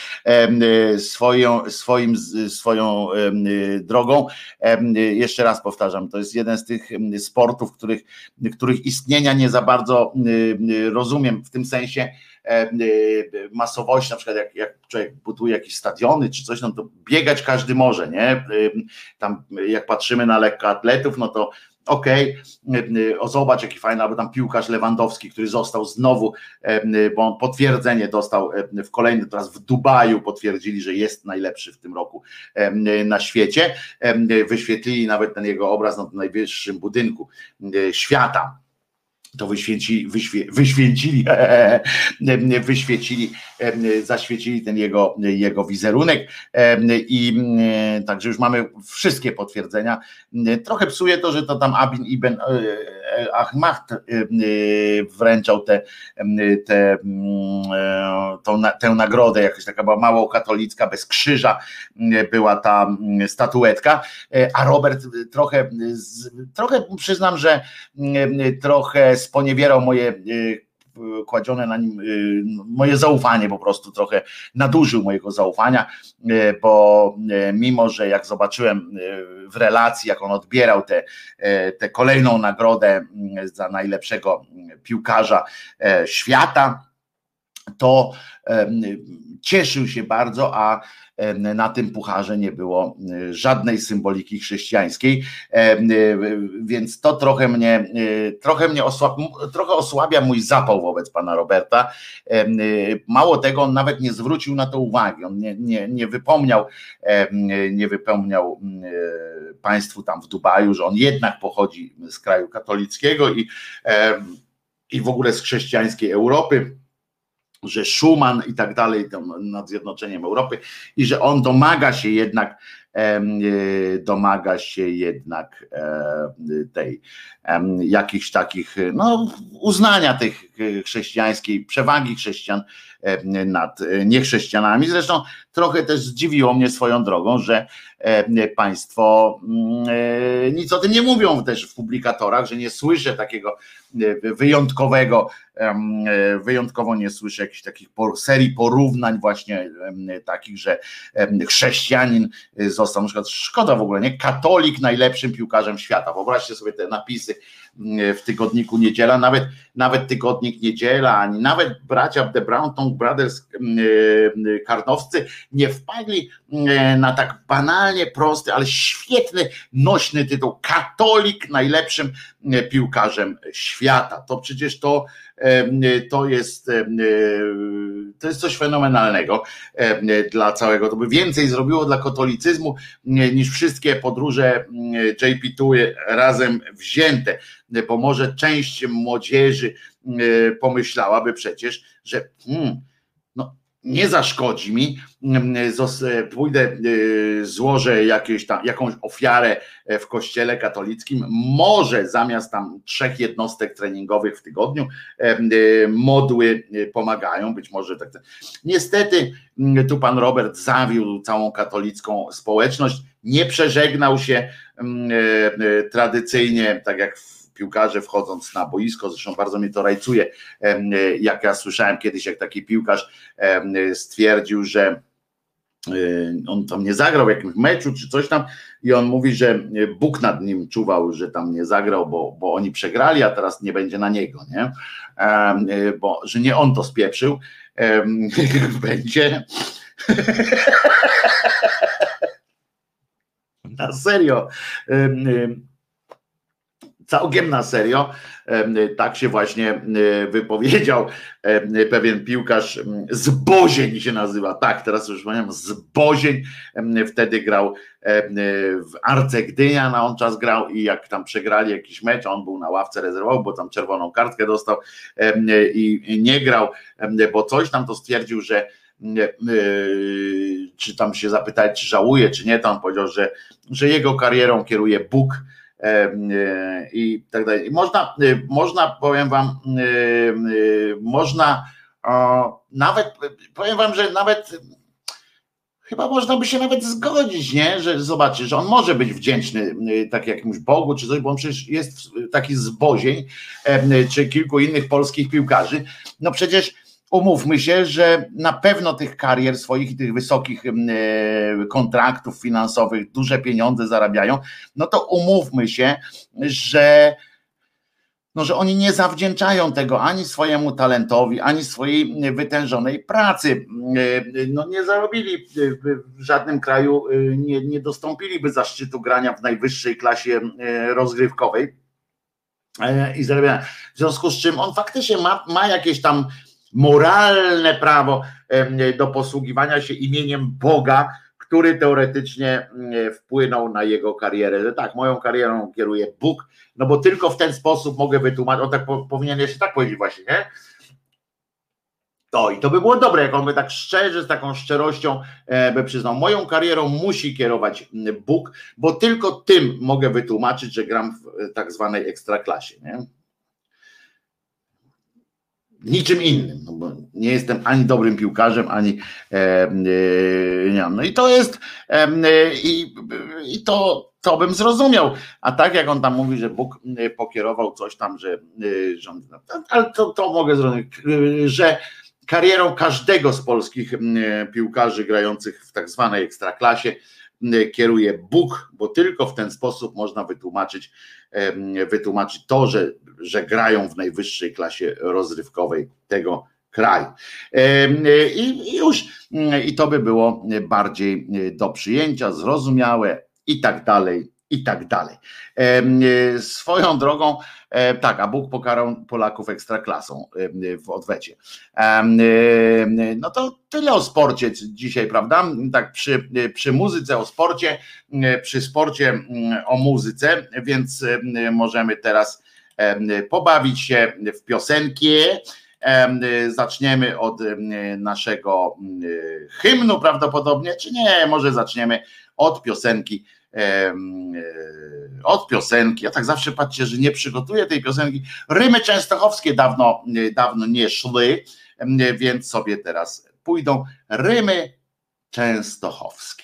swoją, swoim, swoją drogą. Jeszcze raz powtarzam, to jest jeden z tych sportów, których, których istnienia nie za bardzo rozumiem, w tym sensie masowości, na przykład jak, jak człowiek buduje jakieś stadiony czy coś, no to biegać każdy może, nie? Tam jak patrzymy na lekkoatletów, no to okej, okay, o zobacz jaki fajny, albo tam piłkarz Lewandowski, który został znowu, bo on potwierdzenie dostał w kolejnym, teraz w Dubaju potwierdzili, że jest najlepszy w tym roku na świecie, wyświetlili nawet ten jego obraz na tym najwyższym budynku świata. To wyświęci, wyświe, wyświęcili, wyświecili, zaświecili ten jego, jego wizerunek i także już mamy wszystkie potwierdzenia. Trochę psuje to, że to tam Abin Ibn Ahmad wręczał te, te, tą, tę nagrodę, jakaś taka była mało katolicka, bez krzyża była ta statuetka, a Robert trochę, trochę przyznam, że trochę sponiewierał moje kładzione na nim moje zaufanie, po prostu trochę nadużył mojego zaufania, bo mimo, że jak zobaczyłem w relacji, jak on odbierał tę te, te kolejną nagrodę za najlepszego piłkarza świata, to cieszył się bardzo, a na tym pucharze nie było żadnej symboliki chrześcijańskiej, więc to trochę mnie, trochę mnie osłabia, trochę osłabia mój zapał wobec pana Roberta. Mało tego, on nawet nie zwrócił na to uwagi, on nie, nie, nie wypomniał, nie wypomniał państwu tam w Dubaju, że on jednak pochodzi z kraju katolickiego i, i w ogóle z chrześcijańskiej Europy, że Schuman i tak dalej, nad zjednoczeniem Europy, i że on domaga się jednak, domaga się jednak tej jakichś takich, no, uznania tych chrześcijańskiej, przewagi chrześcijan nad niechrześcijanami. Zresztą trochę też zdziwiło mnie swoją drogą, że państwo nic o tym nie mówią też w publikatorach, że nie słyszę takiego wyjątkowego, wyjątkowo nie słyszę jakichś takich serii porównań właśnie takich, że chrześcijanin został, na przykład, szkoda w ogóle, nie? Katolik najlepszym piłkarzem świata. Wyobraźcie sobie te napisy w tygodniku Niedziela, nawet, nawet tygodnik Niedziela, ani nawet bracia The Brownton Brothers Karnowscy nie wpadli na tak banalnie prosty, ale świetny, nośny tytuł: Katolik najlepszym piłkarzem świata. To przecież to to jest to jest coś fenomenalnego dla całego, to by więcej zrobiło dla katolicyzmu niż wszystkie podróże J P Tuły razem wzięte, bo może część młodzieży pomyślałaby przecież, że hmm, no, nie zaszkodzi mi, pójdę, złożę jakieś tam, jakąś ofiarę w kościele katolickim, może zamiast tam trzech jednostek treningowych w tygodniu modły pomagają, być może tak. Niestety tu pan Robert zawiódł całą katolicką społeczność, nie przeżegnał się tradycyjnie, tak jak piłkarze wchodząc na boisko, zresztą bardzo mnie to rajcuje, jak ja słyszałem kiedyś, jak taki piłkarz stwierdził, że on tam nie zagrał w jakimś meczu czy coś tam i on mówi, że Bóg nad nim czuwał, że tam nie zagrał, bo, bo oni przegrali, a teraz nie będzie na niego, nie? Bo, że nie on to spieprzył, będzie na serio, całkiem na serio, tak się właśnie wypowiedział pewien piłkarz, Zbozień się nazywa, tak, teraz już pamiętam, Zbozień, wtedy grał w Arce Gdynia, na on czas grał i jak tam przegrali jakiś mecz, on był na ławce rezerwowej, bo tam czerwoną kartkę dostał i nie grał, bo coś tam, to stwierdził, że czy tam się zapytać, czy żałuje, czy nie, to on powiedział, że, że jego karierą kieruje Bóg, i tak dalej. Można, można, powiem wam, można nawet, powiem wam, że nawet chyba można by się nawet zgodzić, nie? Że zobaczysz, że on może być wdzięczny tak jakimś Bogu czy coś, bo on przecież jest taki Zbozień, czy kilku innych polskich piłkarzy. No przecież umówmy się, że na pewno tych karier swoich, tych wysokich kontraktów finansowych, duże pieniądze zarabiają, no to umówmy się, że no, że oni nie zawdzięczają tego ani swojemu talentowi, ani swojej wytężonej pracy. No, nie zarobili w żadnym kraju, nie, nie dostąpiliby zaszczytu grania w najwyższej klasie rozgrywkowej i zarabiania. W związku z czym on faktycznie ma, ma jakieś tam moralne prawo do posługiwania się imieniem Boga, który teoretycznie wpłynął na jego karierę, że tak, moją karierą kieruje Bóg, no bo tylko w ten sposób mogę wytłumaczyć, on tak po, powinien jeszcze tak powiedzieć właśnie, nie? To i to by było dobre, jak on by tak szczerze, z taką szczerością e, by przyznał, moją karierą musi kierować Bóg, bo tylko tym mogę wytłumaczyć, że gram w tak zwanej ekstraklasie, nie? Niczym innym, no bo nie jestem ani dobrym piłkarzem, ani e, e, nie. No i to jest e, i, i to, to bym zrozumiał, a tak jak on tam mówi, że Bóg pokierował coś tam, że, że on, ale to, to mogę zrozumieć, że karierą każdego z polskich piłkarzy grających w tak zwanej ekstraklasie kieruje Bóg, bo tylko w ten sposób można wytłumaczyć, wytłumaczyć to, że, że grają w najwyższej klasie rozrywkowej tego kraju. I już i to by było bardziej do przyjęcia, zrozumiałe i tak dalej, i tak dalej. Swoją drogą, tak, a Bóg pokarał Polaków ekstraklasą w odwecie. No to tyle o sporcie dzisiaj, prawda? Tak przy, przy muzyce o sporcie, przy sporcie o muzyce, więc możemy teraz pobawić się w piosenki. Zaczniemy od naszego hymnu prawdopodobnie, czy nie, może zaczniemy od piosenki od piosenki, ja tak zawsze patrzę, że nie przygotuję tej piosenki, rymy częstochowskie dawno, dawno nie szły, więc sobie teraz pójdą rymy częstochowskie.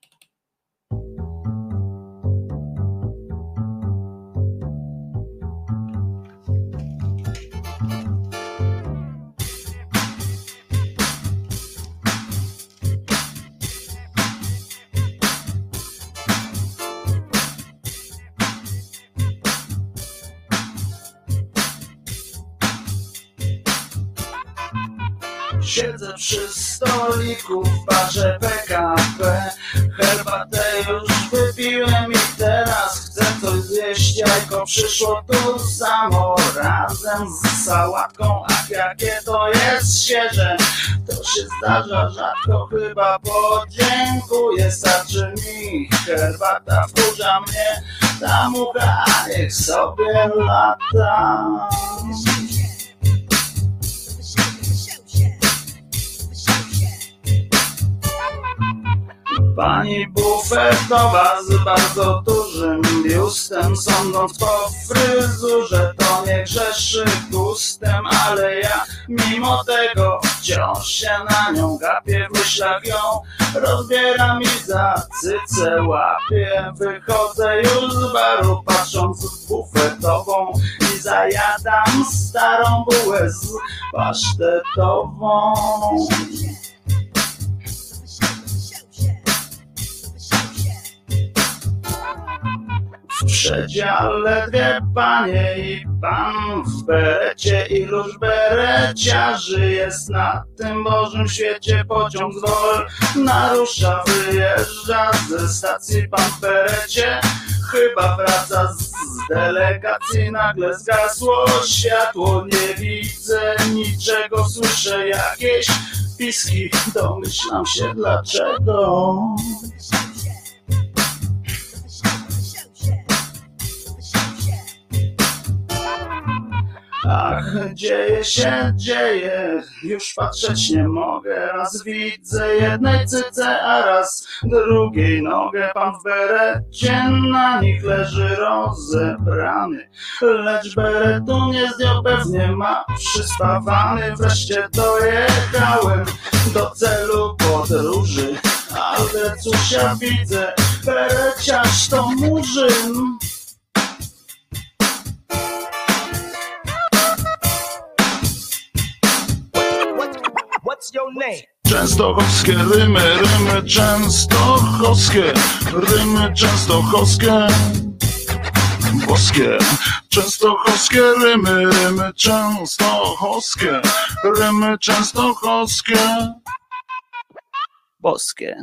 Siedzę przy stoliku w barze P K P. Herbatę już wypiłem i teraz chcę coś zjeść. Jajko przyszło tu samo razem z sałatką. Ach, jakie to jest świeże, to się zdarza rzadko. Chyba podziękuję, starczy mi. Herbata wkurza mnie, ta mucha niech sobie lata. Pani bufetowa z bardzo dużym biustem, sądząc po fryzurze, to nie grzeszy gustem, ale ja mimo tego wciąż się na nią gapię, w myślach ją rozbieram i za cycę łapię. Wychodzę już z baru, patrząc w bufetową i zajadam starą bułę z pasztetową. W przedziale dwie panie i pan w berecie. Iluż bereciarzy jest na tym Bożym świecie. Pociąg z Wol narusza, wyjeżdża ze stacji pan w berecie. Chyba wraca z delegacji, nagle zgasło światło. Nie widzę niczego, słyszę jakieś piski. Domyślam się dlaczego. Ach, dzieje się, dzieje, już patrzeć nie mogę. Raz widzę jednej cyce, a raz drugiej nogę. Pan w berecie na nich leży rozebrany, lecz beretu nie zdjął, pewnie ma przyspawany. Wreszcie dojechałem do celu podróży, ale cóż ja widzę, bereciarz to murzyn. Częstochowskie rymy, rymy częstochowskie, rymy częstochowskie. boskie, częstochowskie rymy, rymy częstochowskie, rymy częstochowskie, boskie.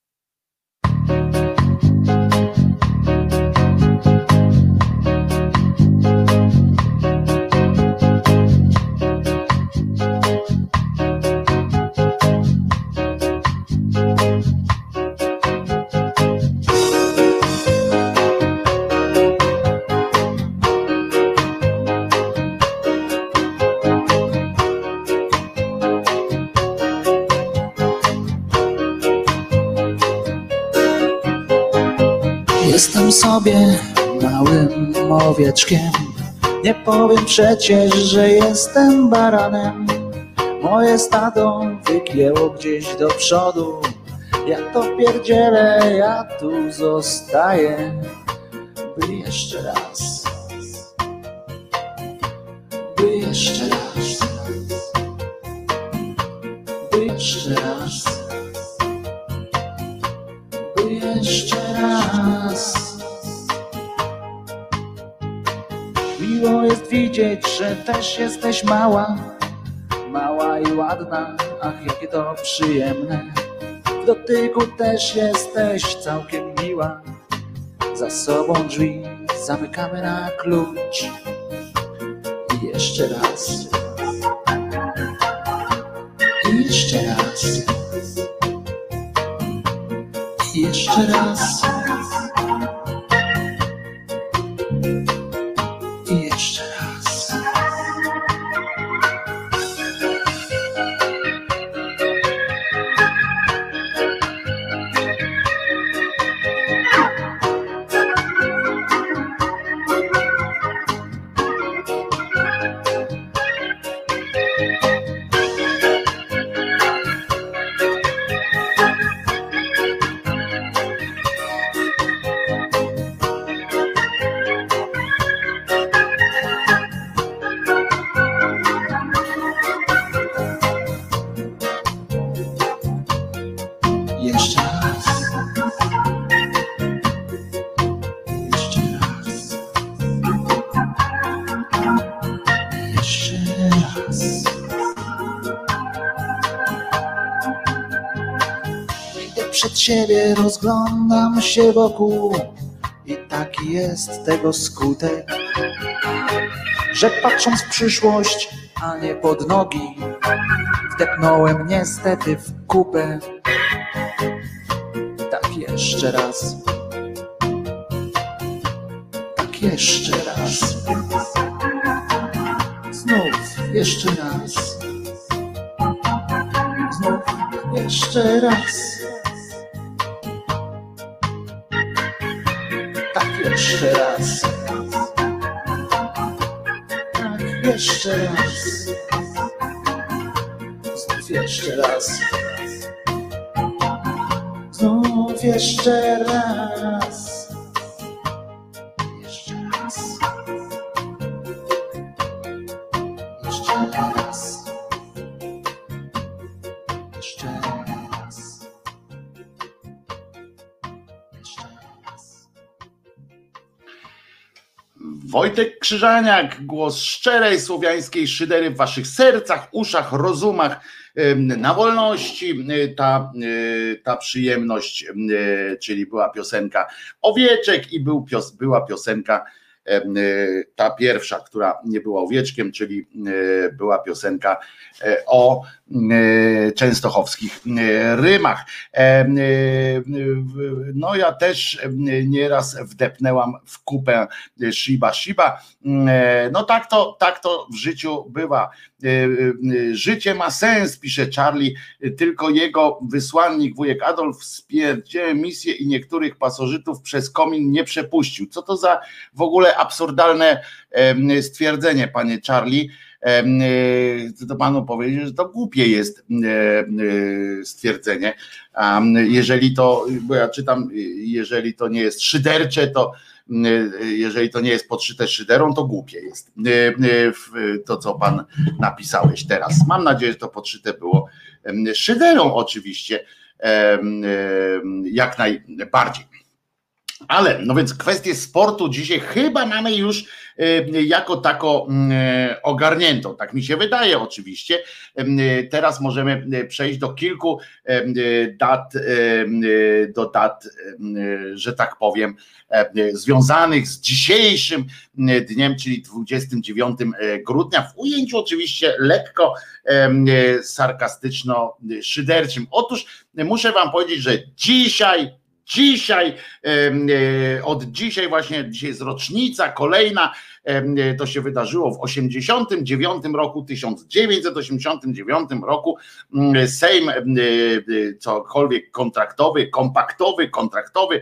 Jestem sobie małym owieczkiem, nie powiem przecież, że jestem baranem. Moje stado wygięło gdzieś do przodu, ja to pierdzielę, ja tu zostaję. By jeszcze raz, by jeszcze raz, by jeszcze raz, by jeszcze raz. Miło jest widzieć, że też jesteś mała, mała i ładna, ach jakie to przyjemne. W dotyku też jesteś całkiem miła, za sobą drzwi zamykamy na klucz. I jeszcze raz, i jeszcze raz, i jeszcze raz, i jeszcze raz. Jeszcze raz, jeszcze raz, jeszcze raz. Idę przed siebie, rozglądam się wokół i taki jest tego skutek, że patrząc w przyszłość, a nie pod nogi, wdepnąłem niestety w kupę. Tak jeszcze raz, tak jeszcze raz, znów jeszcze raz, znów jeszcze raz, tak jeszcze raz, tak jeszcze raz, znów jeszcze raz. Znów jeszcze raz, jeszcze raz, jeszcze raz, jeszcze raz, jeszcze raz. Wojtek Krzyżaniak, głos szczerej słowiańskiej szydery w waszych sercach, uszach, rozumach, na wolności. Ta, ta przyjemność, czyli była piosenka Owieczek i był pios, była piosenka ta pierwsza, która nie była owieczkiem, czyli była piosenka o częstochowskich rymach. No ja też nieraz wdepnęłam w kupę Shiba Shiba. No tak to, tak to w życiu bywa. Życie ma sens, pisze Charlie, tylko jego wysłannik wujek Adolf spierdział misję i niektórych pasożytów przez komin nie przepuścił. Co to za w ogóle absurdalne stwierdzenie, panie Charlie? To panu powiedzieć, że to głupie jest stwierdzenie. Jeżeli to, bo ja czytam, jeżeli to nie jest szydercze, to jeżeli to nie jest podszyte szyderą, to głupie jest to, co pan napisałeś teraz. Mam nadzieję, że to podszyte było szyderą oczywiście, jak najbardziej. Ale, no więc kwestię sportu dzisiaj chyba mamy już jako tako ogarniętą, tak mi się wydaje oczywiście. Teraz możemy przejść do kilku dat, do dat, że tak powiem, związanych z dzisiejszym dniem, czyli dwudziestego dziewiątego grudnia, w ujęciu oczywiście lekko sarkastyczno-szyderczym. Otóż muszę wam powiedzieć, że dzisiaj Dzisiaj, od dzisiaj właśnie, dzisiaj jest rocznica kolejna, to się wydarzyło w osiemdziesiątym dziewiątym roku, tysiąc dziewięćset osiemdziesiątym dziewiątym roku Sejm, cokolwiek kontraktowy, kompaktowy, kontraktowy,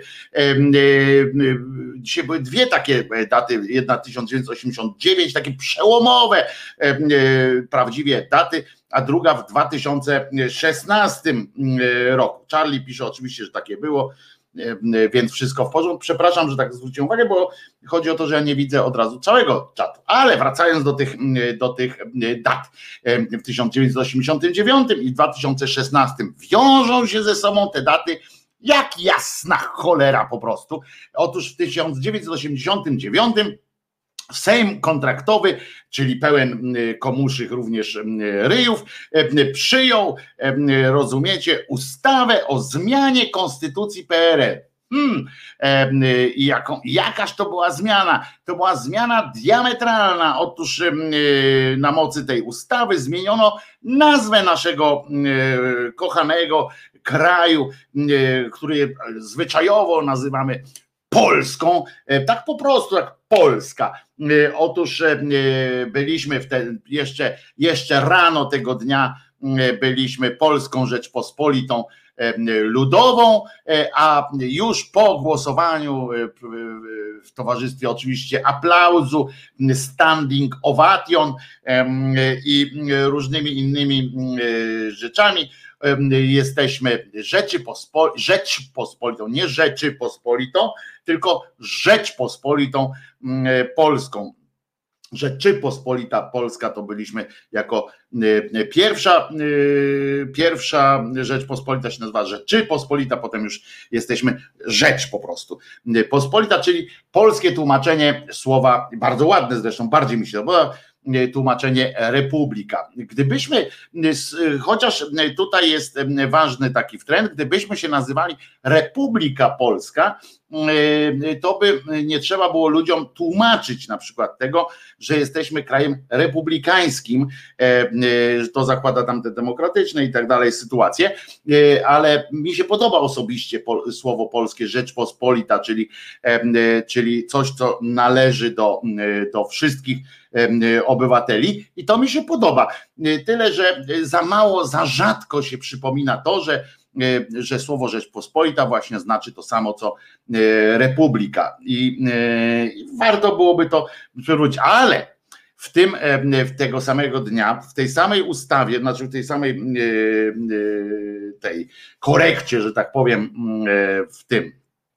dzisiaj były dwie takie daty, jedna tysiąc dziewięćset osiemdziesiąt dziewięć, takie przełomowe prawdziwie daty, a druga w dwa tysiące szesnastym roku. Charlie pisze oczywiście, że takie było, więc wszystko w porządku. Przepraszam, że tak zwróciłem uwagę, bo chodzi o to, że ja nie widzę od razu całego czatu. Ale wracając do tych, do tych dat, w tysiąc dziewięćset osiemdziesiątym dziewiątym i dwa tysiące szesnastym wiążą się ze sobą te daty jak jasna cholera po prostu. Otóż w tysiąc dziewięćset osiemdziesiątym dziewiątym Sejm kontraktowy, czyli pełen komuszych również ryjów, przyjął, rozumiecie, ustawę o zmianie konstytucji P R L. Hmm. I jaką, jakaż to była zmiana? To była zmiana diametralna. Otóż na mocy tej ustawy zmieniono nazwę naszego kochanego kraju, który zwyczajowo nazywamy Polską, tak po prostu, jak Polska. Otóż byliśmy wtedy, jeszcze, jeszcze rano tego dnia byliśmy Polską Rzeczpospolitą Ludową, a już po głosowaniu w towarzystwie oczywiście aplauzu, standing ovation i różnymi innymi rzeczami jesteśmy Rzeczypospo, Rzeczpospolitą, nie Rzeczypospolitą, tylko Rzeczpospolitą Polską. Rzeczypospolita Polska to byliśmy jako pierwsza, pierwsza Rzeczpospolita się nazywa Rzeczypospolita, potem już jesteśmy Rzecz po prostu Pospolita, czyli polskie tłumaczenie słowa, bardzo ładne zresztą, bardziej mi się podoba, tłumaczenie republika. Gdybyśmy, chociaż tutaj jest ważny taki trend, gdybyśmy się nazywali Republika Polska, to by nie trzeba było ludziom tłumaczyć na przykład tego, że jesteśmy krajem republikańskim, to zakłada tam te demokratyczne i tak dalej sytuacje, ale mi się podoba osobiście słowo polskie Rzeczpospolita, czyli, czyli coś, co należy do, do wszystkich obywateli i to mi się podoba. Tyle, że za mało, za rzadko się przypomina to, że że słowo Rzeczpospolita właśnie znaczy to samo co republika i warto byłoby to przywrócić, ale w tym, w tego samego dnia, w tej samej ustawie, znaczy w tej samej tej korekcie, że tak powiem, w tym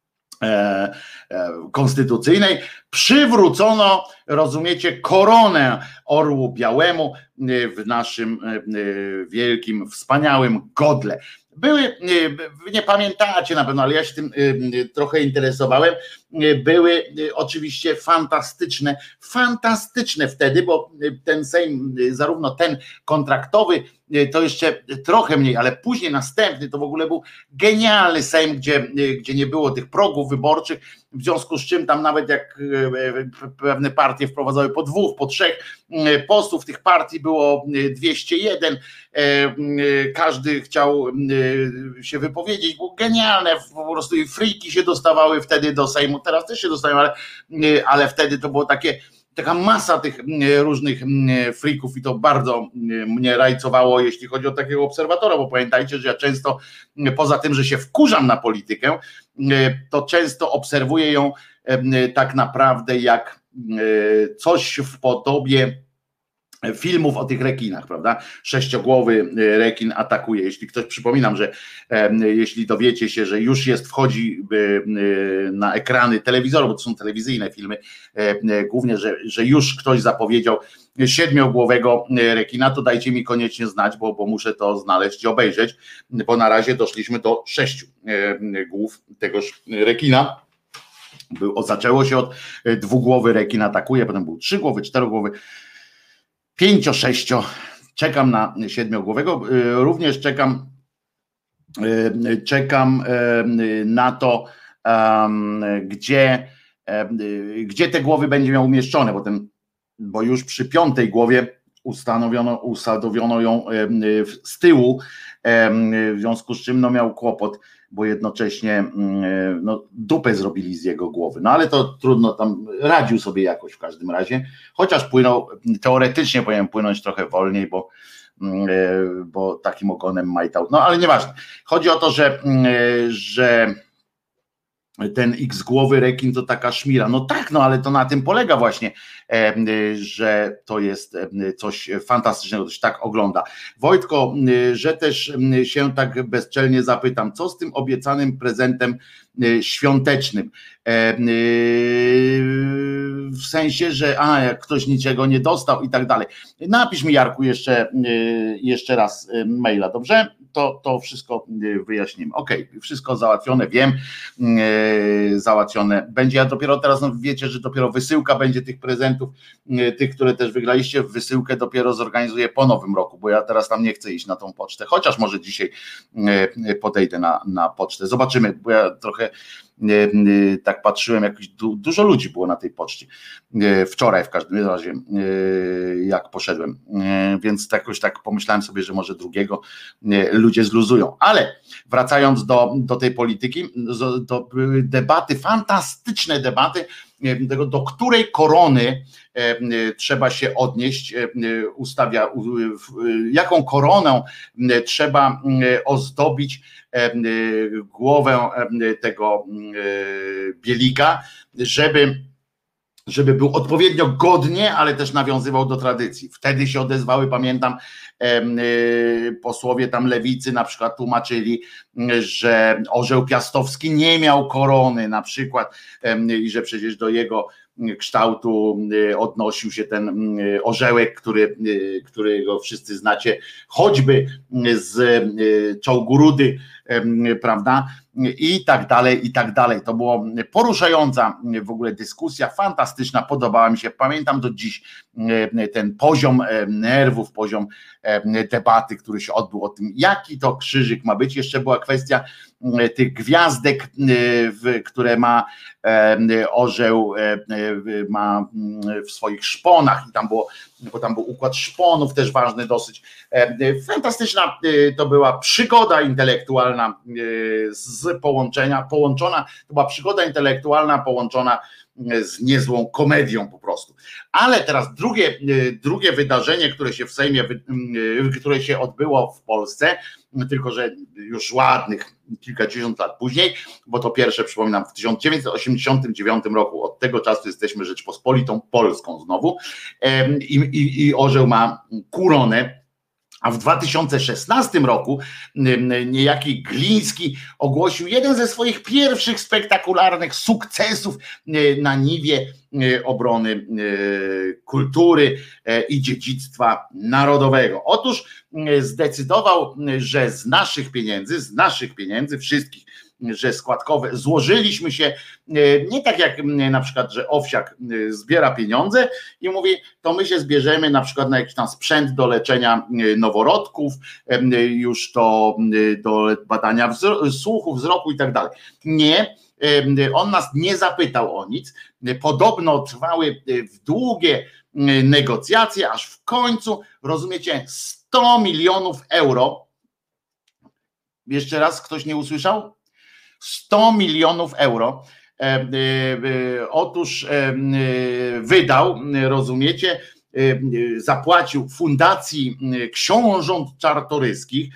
konstytucyjnej przywrócono, rozumiecie, koronę orłu białemu w naszym wielkim, wspaniałym godle. Były, nie pamiętacie na pewno, ale ja się tym trochę interesowałem, były oczywiście fantastyczne, fantastyczne wtedy, bo ten Sejm, zarówno ten kontraktowy, to jeszcze trochę mniej, ale później następny to w ogóle był genialny Sejm, gdzie, gdzie nie było tych progów wyborczych, w związku z czym tam nawet jak pewne partie wprowadzały po dwóch, po trzech posłów, tych partii było dwieście jeden, każdy chciał się wypowiedzieć, było genialne, po prostu i friki się dostawały wtedy do Sejmu, teraz też się dostają, ale, ale wtedy to było takie, taka masa tych różnych frików i to bardzo mnie rajcowało, jeśli chodzi o takiego obserwatora, bo pamiętajcie, że ja często, poza tym, że się wkurzam na politykę, to często obserwuję ją tak naprawdę jak coś w podobie filmów o tych rekinach, prawda? Sześciogłowy rekin atakuje. Jeśli ktoś, przypominam, że e, jeśli dowiecie się, że już jest, wchodzi e, na ekrany telewizorów, bo to są telewizyjne filmy, e, głównie, że, że już ktoś zapowiedział siedmiogłowego rekina, to dajcie mi koniecznie znać, bo, bo muszę to znaleźć i obejrzeć, bo na razie doszliśmy do sześciu e, głów tegoż rekina. Był, zaczęło się od dwugłowy rekin atakuje, potem był trzygłowy, czterogłowy, pięcio, sześcio. Czekam na siedmiogłowego. Również czekam, czekam na to, gdzie, gdzie te głowy będzie miał umieszczone, bo, ten, bo już przy piątej głowie ustanowiono, usadowiono ją z tyłu, w związku z czym no miał kłopot, bo jednocześnie no, dupę zrobili z jego głowy. No ale to trudno, tam radził sobie jakoś w każdym razie, chociaż płynął, teoretycznie powinien płynąć trochę wolniej, bo, bo takim ogonem majtał. No ale nieważne. Chodzi o to, że, że ten X-głowy rekin to taka szmira. No tak, no ale to na tym polega właśnie, że to jest coś fantastycznego, to się tak ogląda. Wojtko, że też się tak bezczelnie zapytam, co z tym obiecanym prezentem świątecznym? W sensie, że a, jak ktoś niczego nie dostał i tak dalej. Napisz mi, Jarku, jeszcze, jeszcze raz maila, dobrze? To, to wszystko wyjaśnimy. Okej, okay, wszystko załatwione, wiem, załatwione będzie. Ja dopiero teraz, no wiecie, że dopiero wysyłka będzie tych prezentów, tych, które też wygraliście, wysyłkę dopiero zorganizuję po nowym roku, bo ja teraz tam nie chcę iść na tą pocztę, chociaż może dzisiaj podejdę na, na pocztę. Zobaczymy, bo ja trochę tak patrzyłem, jakoś du, dużo ludzi było na tej poczcie wczoraj w każdym razie, jak poszedłem, więc jakoś tak pomyślałem sobie, że może drugiego ludzie zluzują, ale wracając do, do tej polityki, to były debaty, fantastyczne debaty, do, do której korony trzeba się odnieść, ustawia, jaką koroną trzeba ozdobić głowę tego Bielika, żeby żeby był odpowiednio godnie, ale też nawiązywał do tradycji. Wtedy się odezwały, pamiętam, posłowie tam lewicy na przykład tłumaczyli, że orzeł piastowski nie miał korony na przykład i że przecież do jego kształtu odnosił się ten orzełek, który, którego wszyscy znacie, choćby z czołgu Rudy, prawda, i tak dalej, i tak dalej. To było poruszająca w ogóle dyskusja, fantastyczna, podobała mi się, pamiętam do dziś ten poziom nerwów, poziom debaty, który się odbył o tym, jaki to krzyżyk ma być. Jeszcze była kwestia tych gwiazdek, które ma orzeł, ma w swoich szponach i tam było, bo tam był układ szponów też ważny dosyć. Fantastyczna to była przygoda intelektualna z połączenia, połączona, to była przygoda intelektualna połączona z niezłą komedią po prostu. Ale teraz drugie, drugie wydarzenie, które się w Sejmie, które się odbyło w Polsce, tylko że już ładnych kilkadziesiąt lat później, bo to pierwsze, przypominam, w tysiąc dziewięćset osiemdziesiątym dziewiątym roku, od tego czasu jesteśmy Rzeczpospolitą Polską znowu i, i, i orzeł ma koronę. A w dwa tysiące szesnastym roku niejaki Gliński ogłosił jeden ze swoich pierwszych spektakularnych sukcesów na niwie obrony kultury i dziedzictwa narodowego. Otóż zdecydował, że z naszych pieniędzy, z naszych pieniędzy wszystkich, że składkowe, złożyliśmy się, nie tak jak na przykład, że Owsiak zbiera pieniądze i mówi, to my się zbierzemy na przykład na jakiś tam sprzęt do leczenia noworodków, już to do badania wzro- słuchu, wzroku i tak dalej. Nie, on nas nie zapytał o nic, podobno trwały długie negocjacje, aż w końcu, rozumiecie, sto milionów euro, jeszcze raz ktoś nie usłyszał? sto milionów euro. Otóż wydał, rozumiecie, zapłacił Fundacji Książąt Czartoryskich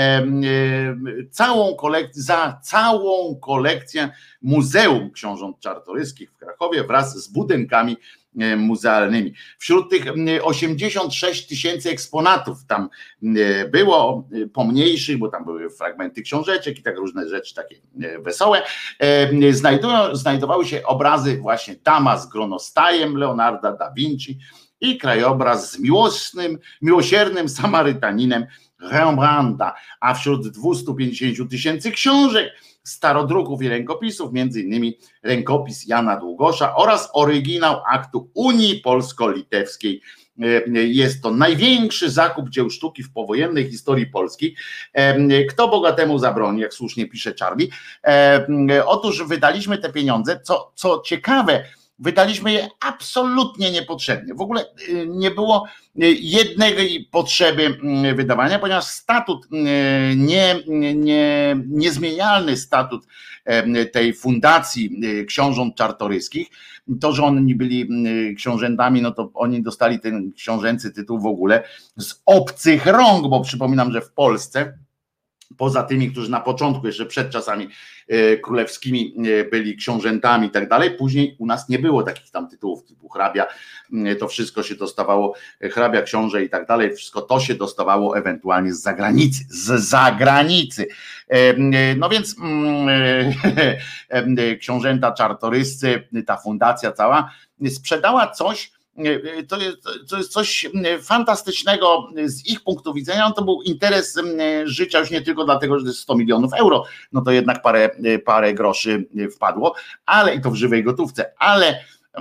całą kolekcję, za całą kolekcję Muzeum Książąt Czartoryskich w Krakowie wraz z budynkami muzealnymi. Wśród tych osiemdziesiąt sześć tysięcy eksponatów tam było, pomniejszych, bo tam były fragmenty książeczek i tak różne rzeczy takie wesołe. Znajdują, znajdowały się obrazy właśnie Dama z gronostajem Leonarda da Vinci i krajobraz z miłosnym, miłosiernym Samarytaninem Rembrandta, a wśród dwustu pięćdziesięciu tysięcy książek starodruków i rękopisów, między innymi rękopis Jana Długosza oraz oryginał aktu Unii Polsko-Litewskiej. Jest to największy zakup dzieł sztuki w powojennej historii Polski. Kto bogatemu zabroni, jak słusznie pisze Charlie. Otóż wydaliśmy te pieniądze, co, co ciekawe, wydaliśmy je absolutnie niepotrzebnie. W ogóle nie było jednej potrzeby wydawania, ponieważ statut, nie, nie, niezmienialny statut tej fundacji książąt Czartoryskich, to, że oni byli książętami, no to oni dostali ten książęcy tytuł w ogóle z obcych rąk, bo przypominam, że w Polsce poza tymi, którzy na początku, jeszcze przed czasami królewskimi byli książętami i tak dalej, później u nas nie było takich tam tytułów typu hrabia, to wszystko się dostawało, hrabia, książę i tak dalej, wszystko to się dostawało ewentualnie z zagranicy, z zagranicy. No więc książęta czartoryscy, ta fundacja cała sprzedała coś, To jest, to jest coś fantastycznego z ich punktu widzenia. To był interes życia już nie tylko dlatego, że to jest sto milionów euro, no to jednak parę, parę groszy wpadło, ale i to w żywej gotówce, ale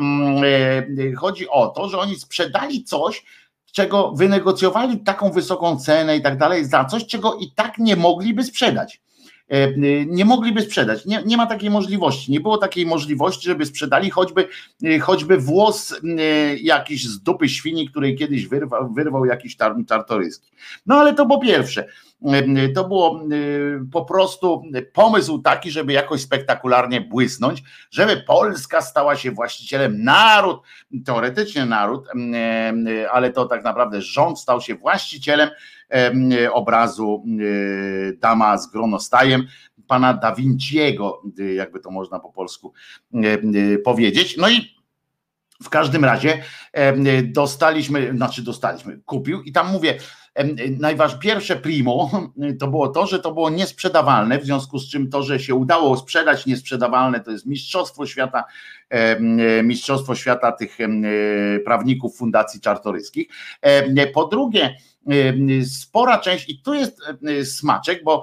chodzi o to, że oni sprzedali coś, czego wynegocjowali taką wysoką cenę i tak dalej, za coś, czego i tak nie mogliby sprzedać. Nie mogliby sprzedać, nie, nie ma takiej możliwości, nie było takiej możliwości, żeby sprzedali choćby, choćby włos jakiś z dupy świni, której kiedyś wyrwał, wyrwał jakiś Czartoryski. No ale to po pierwsze, to było po prostu pomysł taki, żeby jakoś spektakularnie błysnąć, żeby Polska stała się właścicielem, naród, teoretycznie naród, ale to tak naprawdę rząd stał się właścicielem obrazu Dama z gronostajem pana Da Vinciego, jakby to można po polsku powiedzieć. No i w każdym razie dostaliśmy, znaczy dostaliśmy, kupił i tam mówię, najważniejsze, pierwsze primo to było to, że to było niesprzedawalne, w związku z czym to, że się udało sprzedać niesprzedawalne, to jest mistrzostwo świata, mistrzostwo świata tych prawników Fundacji Czartoryskich. Po drugie, spora część, i tu jest smaczek, bo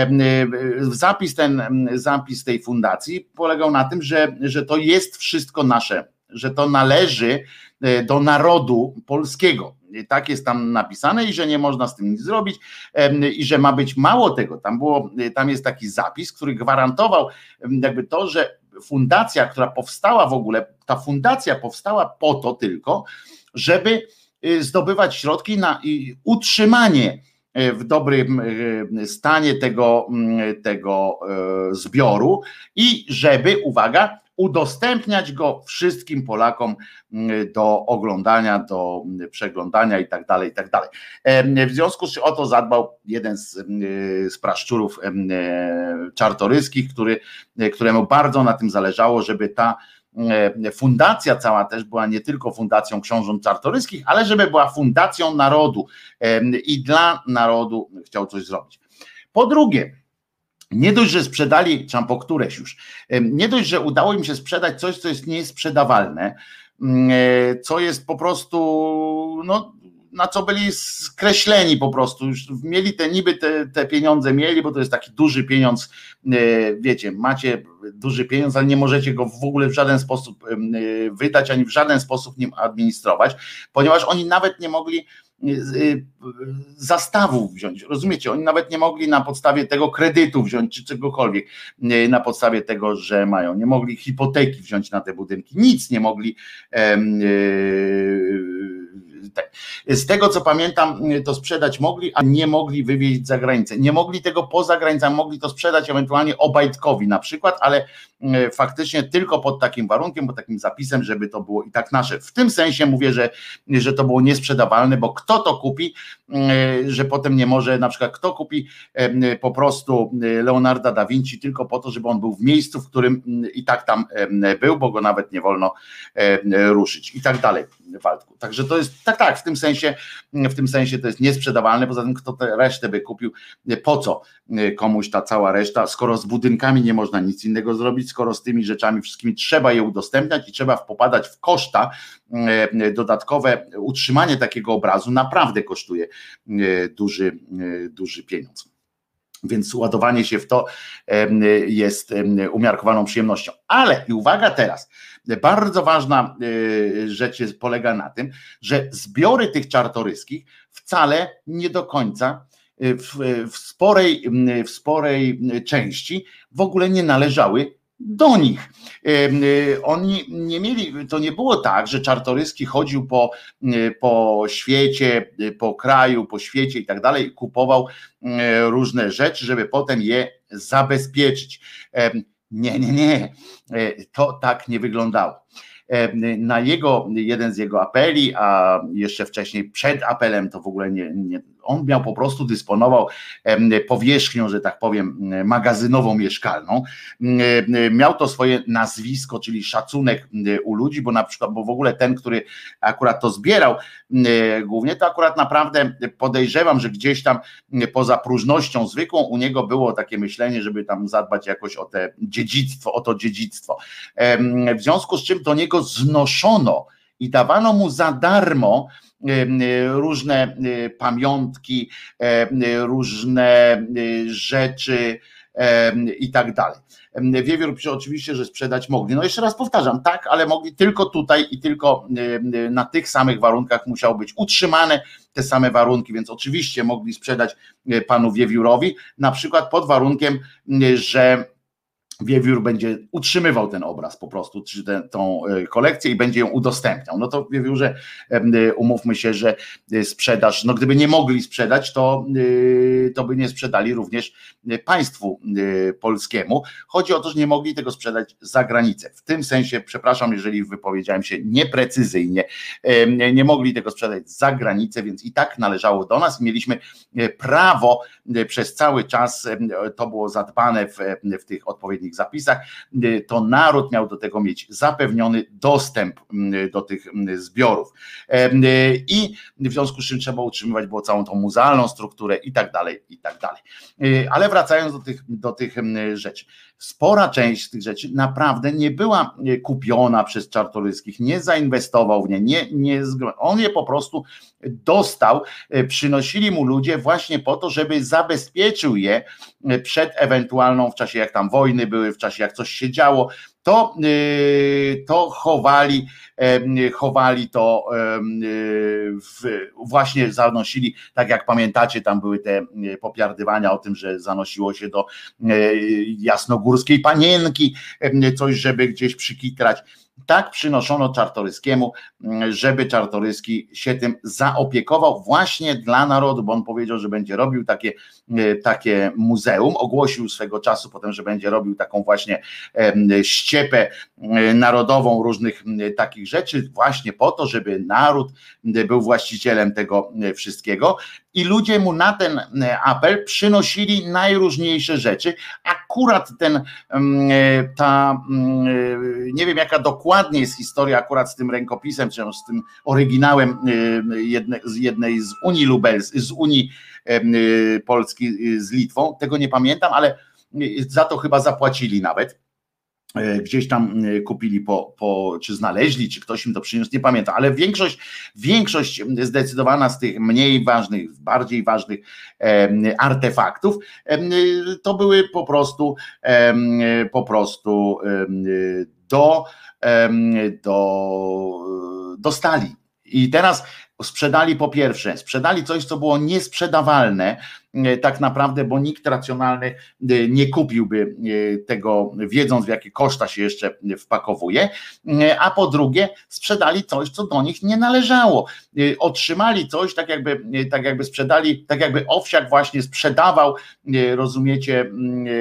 zapis ten, zapis tej fundacji polegał na tym, że, że to jest wszystko nasze, że to należy do narodu polskiego. Tak jest tam napisane i że nie można z tym nic zrobić i że ma być mało tego. Tam było, tam jest taki zapis, który gwarantował jakby to, że fundacja, która powstała w ogóle, ta fundacja powstała po to tylko, żeby zdobywać środki na utrzymanie w dobrym stanie tego, tego zbioru i żeby, uwaga, udostępniać go wszystkim Polakom do oglądania, do przeglądania i tak dalej, i tak dalej. W związku z czym o to zadbał jeden z, z praszczurów czartoryskich, który, któremu bardzo na tym zależało, żeby ta fundacja cała też była nie tylko fundacją książąt czartoryskich, ale żeby była fundacją narodu i dla narodu chciał coś zrobić. Po drugie, nie dość, że sprzedali, czy po któreś już, nie dość, że udało im się sprzedać coś, co jest niesprzedawalne, co jest po prostu, no, na co byli skreśleni po prostu, już mieli te niby te, te pieniądze mieli, bo to jest taki duży pieniądz, wiecie, macie duży pieniądz, ale nie możecie go w ogóle w żaden sposób wydać, ani w żaden sposób nim administrować, ponieważ oni nawet nie mogli zastawów wziąć, rozumiecie, oni nawet nie mogli na podstawie tego kredytu wziąć, czy czegokolwiek, na podstawie tego, że mają, nie mogli hipoteki wziąć na te budynki, nic nie mogli. Z tego co pamiętam, to sprzedać mogli, a nie mogli wywieźć za granicę. Nie mogli tego poza granicami, mogli to sprzedać ewentualnie Obajtkowi na przykład, ale faktycznie tylko pod takim warunkiem, pod takim zapisem, żeby to było i tak nasze. W tym sensie mówię, że, że to było niesprzedawalne, bo kto to kupi, że potem nie może, na przykład kto kupi po prostu Leonarda da Vinci tylko po to, żeby on był w miejscu, w którym i tak tam był, bo go nawet nie wolno ruszyć i tak dalej, Waldku. Także to jest, tak, tak, w tym sensie, w tym sensie to jest niesprzedawalne, poza tym kto tę resztę by kupił, po co komuś ta cała reszta, skoro z budynkami nie można nic innego zrobić, skoro z tymi rzeczami wszystkimi trzeba je udostępniać i trzeba popadać w koszta dodatkowe, utrzymanie takiego obrazu naprawdę kosztuje duży, duży pieniądz. Więc ładowanie się w to jest umiarkowaną przyjemnością. Ale i uwaga teraz, bardzo ważna rzecz jest, polega na tym, że zbiory tych Czartoryskich wcale nie do końca w, w, sporej, w sporej części w ogóle nie należały do nich. Oni nie mieli, to nie było tak, że Czartoryski chodził po, po świecie, po kraju, po świecie i tak dalej, kupował różne rzeczy, żeby potem je zabezpieczyć. Nie, nie, nie, to tak nie wyglądało. Na jego, jeden z jego apeli, a jeszcze wcześniej przed apelem to w ogóle nie, nie on miał po prostu, dysponował powierzchnią, że tak powiem, magazynową, mieszkalną. Miał to swoje nazwisko, czyli szacunek u ludzi, bo na przykład, bo w ogóle ten, który akurat to zbierał głównie, to akurat naprawdę podejrzewam, że gdzieś tam poza próżnością zwykłą u niego było takie myślenie, żeby tam zadbać jakoś o te dziedzictwo, o to dziedzictwo. W związku z czym do niego znoszono i dawano mu za darmo różne pamiątki, różne rzeczy i tak dalej. Wiewiór pisze oczywiście, że sprzedać mogli. No jeszcze raz powtarzam, tak, ale mogli tylko tutaj i tylko na tych samych warunkach musiały być utrzymane te same warunki, więc oczywiście mogli sprzedać panu Wiewiórowi, na przykład pod warunkiem, że Wiewiór będzie utrzymywał ten obraz po prostu, czy tę, tą kolekcję i będzie ją udostępniał. No to Wiewiórze, umówmy się, że sprzedaż, no gdyby nie mogli sprzedać, to, to by nie sprzedali również państwu polskiemu. Chodzi o to, że nie mogli tego sprzedać za granicę. W tym sensie, przepraszam, jeżeli wypowiedziałem się nieprecyzyjnie, nie mogli tego sprzedać za granicę, więc i tak należało do nas. Mieliśmy prawo przez cały czas, to było zadbane w, w tych odpowiednich zapisach, to naród miał do tego mieć zapewniony dostęp do tych zbiorów i w związku z czym trzeba utrzymywać było całą tą muzealną strukturę i tak dalej, i tak dalej. Ale wracając do tych, do tych rzeczy, spora część z tych rzeczy naprawdę nie była kupiona przez Czartoryskich, nie zainwestował w nie, nie, nie on je po prostu dostał, przynosili mu ludzie właśnie po to, żeby zabezpieczył je przed ewentualną, w czasie jak tam wojny były, w czasie jak coś się działo, to, to chowali, chowali to w, właśnie zanosili, tak jak pamiętacie, tam były te popiardywania o tym, że zanosiło się do jasnogórskiej panienki coś, żeby gdzieś przykitrać. Tak przynoszono Czartoryskiemu, żeby Czartoryski się tym zaopiekował właśnie dla narodu, bo on powiedział, że będzie robił takie, takie muzeum, ogłosił swego czasu potem, że będzie robił taką właśnie ściepę narodową różnych takich rzeczy właśnie po to, żeby naród był właścicielem tego wszystkiego i ludzie mu na ten apel przynosili najróżniejsze rzeczy. Akurat ten, ta, nie wiem jaka dokładnie jest historia akurat z tym rękopisem, czy z tym oryginałem jednej, z jednej z Unii Lubelskiej, z Unii Polski z Litwą, tego nie pamiętam, ale za to chyba zapłacili nawet. Gdzieś tam kupili, po, po, czy znaleźli, czy ktoś im to przyniósł, nie pamiętam, ale większość, większość zdecydowana z tych mniej ważnych, bardziej ważnych e, artefaktów, e, to były po prostu e, po prostu e, do, e, do, do stali. I teraz sprzedali po pierwsze, sprzedali coś, co było niesprzedawalne tak naprawdę, bo nikt racjonalny nie kupiłby tego, wiedząc w jakie koszta się jeszcze wpakowuje, a po drugie sprzedali coś, co do nich nie należało. Otrzymali coś, tak jakby, tak jakby sprzedali, tak jakby Owsiak właśnie sprzedawał, rozumiecie,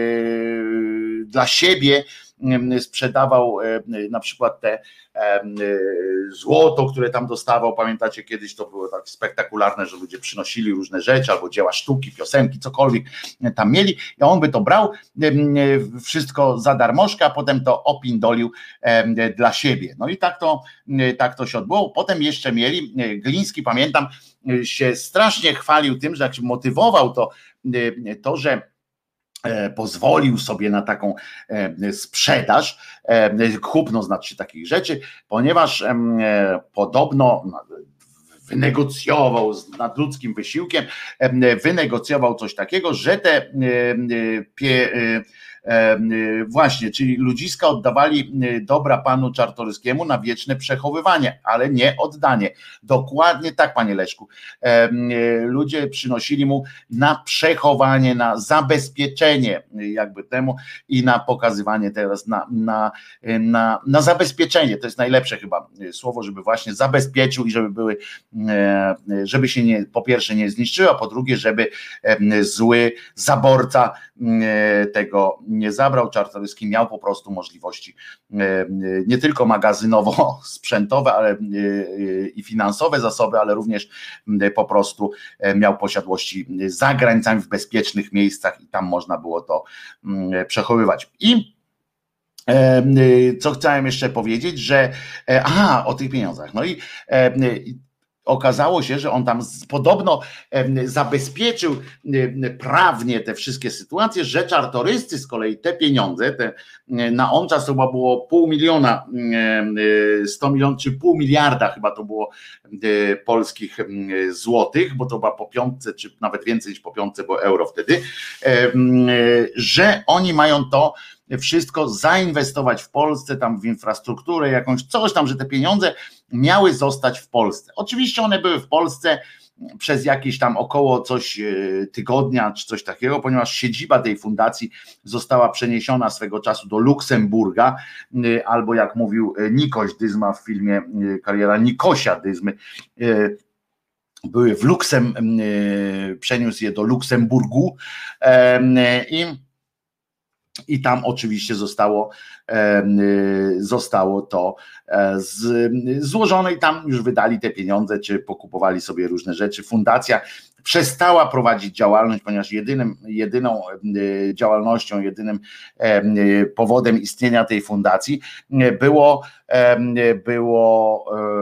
dla siebie, sprzedawał na przykład te złoto, które tam dostawał, pamiętacie kiedyś to było tak spektakularne, że ludzie przynosili różne rzeczy, albo dzieła sztuki, piosenki, cokolwiek tam mieli i on by to brał, wszystko za darmożkę, a potem to opindolił dla siebie. No i tak to, tak to się odbyło. Potem jeszcze mieli, Gliński pamiętam się strasznie chwalił tym, że jak się motywował to, to że pozwolił sobie na taką sprzedaż, kupno znaczy takich rzeczy, ponieważ podobno wynegocjował z nadludzkim wysiłkiem, wynegocjował coś takiego, że te pie, właśnie, czyli ludziska oddawali dobra panu Czartoryskiemu na wieczne przechowywanie, ale nie oddanie. Dokładnie tak, panie Leszku. Ludzie przynosili mu na przechowanie, na zabezpieczenie jakby temu i na pokazywanie teraz, na, na, na, na zabezpieczenie. To jest najlepsze chyba słowo, żeby właśnie zabezpieczył i żeby były, żeby się nie, po pierwsze nie zniszczyło, a po drugie, żeby zły zaborca tego nie zabrał. Czartoryski miał po prostu możliwości nie tylko magazynowo-sprzętowe, ale i finansowe zasoby, ale również po prostu miał posiadłości za granicami w bezpiecznych miejscach i tam można było to przechowywać. I co chciałem jeszcze powiedzieć, że aha, o tych pieniądzach. No i okazało się, że on tam podobno zabezpieczył prawnie te wszystkie sytuacje, że Czartoryscy z kolei te pieniądze, te, na on czas to chyba było pół miliona, sto milionów czy pół miliarda chyba to było polskich złotych, bo to chyba po piątce, czy nawet więcej niż po piątce, bo euro wtedy, że oni mają to wszystko zainwestować w Polsce, tam w infrastrukturę jakąś, coś tam, że te pieniądze miały zostać w Polsce. Oczywiście one były w Polsce przez jakieś tam około coś tygodnia, czy coś takiego, ponieważ siedziba tej fundacji została przeniesiona swego czasu do Luksemburga, albo jak mówił Nikoś Dyzma w filmie Kariera Nikosia Dyzmy, były w Luksem, przeniósł je do Luksemburgu i I tam oczywiście zostało, zostało to z, złożone i tam już wydali te pieniądze, czy pokupowali sobie różne rzeczy. Fundacja przestała prowadzić działalność, ponieważ jedynym, jedyną działalnością, jedynym powodem istnienia tej fundacji było, było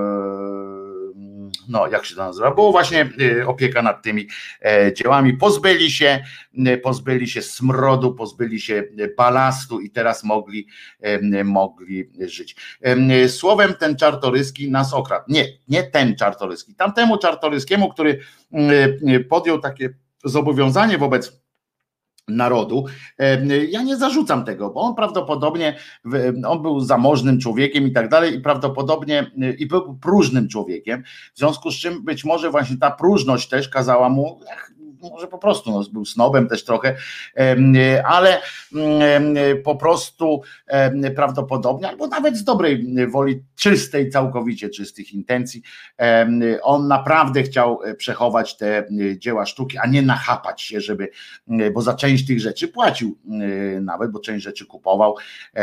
no jak się to nazywa, było właśnie opieka nad tymi dziełami. Pozbyli się, pozbyli się smrodu, pozbyli się balastu i teraz mogli, mogli żyć. Słowem ten Czartoryski nas okradł. Nie, nie ten Czartoryski, tamtemu Czartoryskiemu, który podjął takie zobowiązanie wobec narodu. Ja nie zarzucam tego, bo on prawdopodobnie, on był zamożnym człowiekiem i tak dalej i prawdopodobnie i był próżnym człowiekiem, w związku z czym być może właśnie ta próżność też kazała mu, może po prostu no, był snobem też trochę, ale po prostu prawdopodobnie, albo nawet z dobrej woli, czystej, całkowicie czystych intencji, on naprawdę chciał przechować te dzieła sztuki, a nie nachapać się, żeby, bo za część tych rzeczy płacił nawet, bo część rzeczy kupował,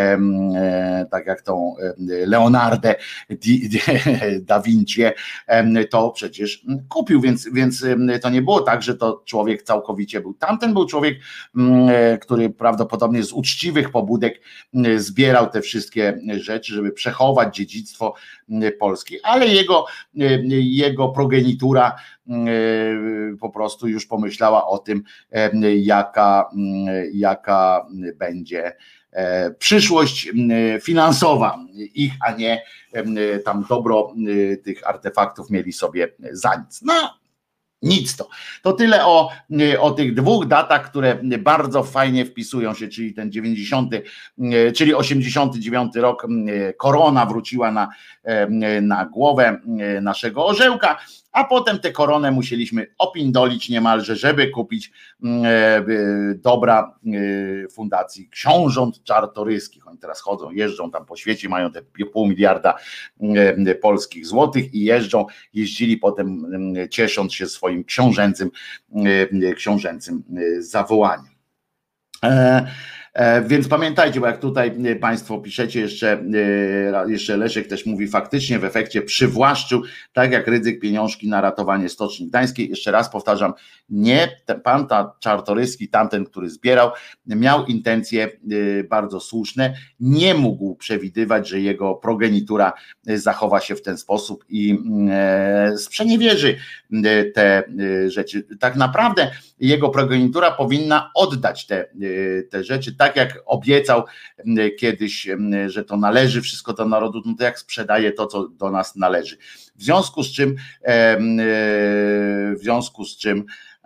tak jak tą Leonardę da Vinci, to przecież kupił, więc, więc to nie było tak, że to człowiek całkowicie był. Tamten był człowiek, który prawdopodobnie z uczciwych pobudek zbierał te wszystkie rzeczy, żeby przechować dziedzictwo Polski, ale jego, jego progenitura po prostu już pomyślała o tym, jaka, jaka będzie przyszłość finansowa ich, a nie tam dobro tych artefaktów mieli sobie za nic. No, nic to. To tyle o, o tych dwóch datach, które bardzo fajnie wpisują się, czyli ten dziewięćdziesiąty, czyli osiemdziesiąty dziewiąty rok, korona wróciła na, na głowę naszego orzełka, a potem tę koronę musieliśmy opindolić niemalże, żeby kupić dobra fundacji książąt Czartoryskich. Oni teraz chodzą, jeżdżą tam po świecie, mają te pół miliarda polskich złotych i jeżdżą, jeździli potem ciesząc się swoim książęcym, książęcym zawołaniem. Więc pamiętajcie, bo jak tutaj Państwo piszecie, jeszcze, jeszcze Leszek też mówi, faktycznie w efekcie przywłaszczył, tak jak Rydzyk, pieniążki na ratowanie Stoczni Gdańskiej. Jeszcze raz powtarzam, nie, pan ta Czartoryski, tamten, który zbierał, miał intencje bardzo słuszne, nie mógł przewidywać, że jego progenitura zachowa się w ten sposób i sprzeniewierzy te rzeczy. Tak naprawdę jego progenitura powinna oddać te, te rzeczy tak jak obiecał kiedyś, że to należy wszystko do narodu, no to jak sprzedaje to, co do nas należy. W związku z czym w związku z czym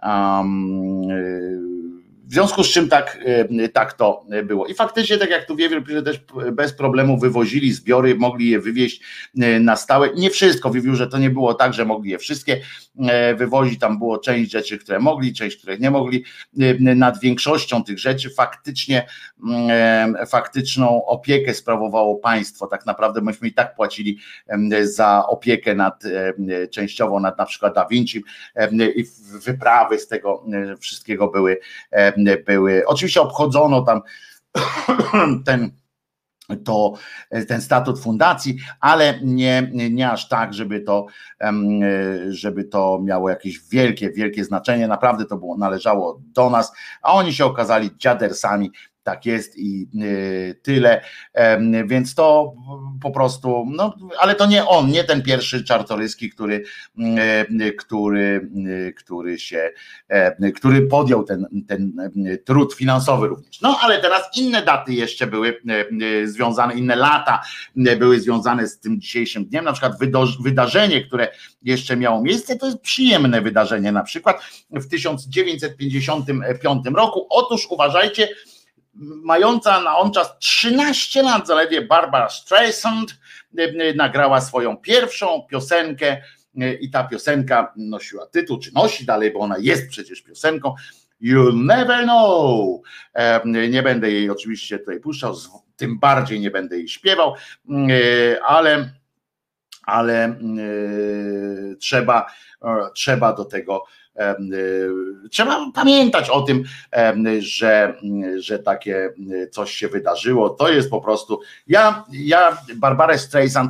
um, W związku z czym tak, tak to było. I faktycznie, tak jak tu Wiewiór pisze, też bez problemu wywozili zbiory, mogli je wywieźć na stałe. Nie wszystko, Wiewiórze, to nie było tak, że mogli je wszystkie wywozić. Tam było część rzeczy, które mogli, część, których nie mogli. Nad większością tych rzeczy faktycznie faktyczną opiekę sprawowało państwo. Tak naprawdę myśmy i tak płacili za opiekę nad częściowo nad na przykład Da Vinci i wyprawy z tego wszystkiego były były. Oczywiście obchodzono tam ten, to, ten statut fundacji, ale nie, nie aż tak, żeby to, żeby to miało jakieś wielkie, wielkie znaczenie. Naprawdę to było, należało do nas, a oni się okazali dziadersami. Tak jest i tyle, więc to po prostu, no ale to nie on, nie ten pierwszy Czartoryski, który, który, który się, który podjął ten, ten trud finansowy również. No ale teraz inne daty jeszcze były związane, inne lata były związane z tym dzisiejszym dniem, na przykład wydarzenie, które jeszcze miało miejsce, to jest przyjemne wydarzenie, na przykład w tysiąc dziewięćset pięćdziesiątym piątym roku, otóż uważajcie, mająca na on czas trzynaście lat zaledwie Barbara Streisand nagrała swoją pierwszą piosenkę i ta piosenka nosiła tytuł, czy nosi dalej, bo ona jest przecież piosenką You'll Never Know. Nie będę jej oczywiście tutaj puszczał, tym bardziej nie będę jej śpiewał, ale, ale trzeba, trzeba do tego trzeba pamiętać o tym, że, że takie coś się wydarzyło. To jest po prostu. Ja, ja Barbarę Streisand,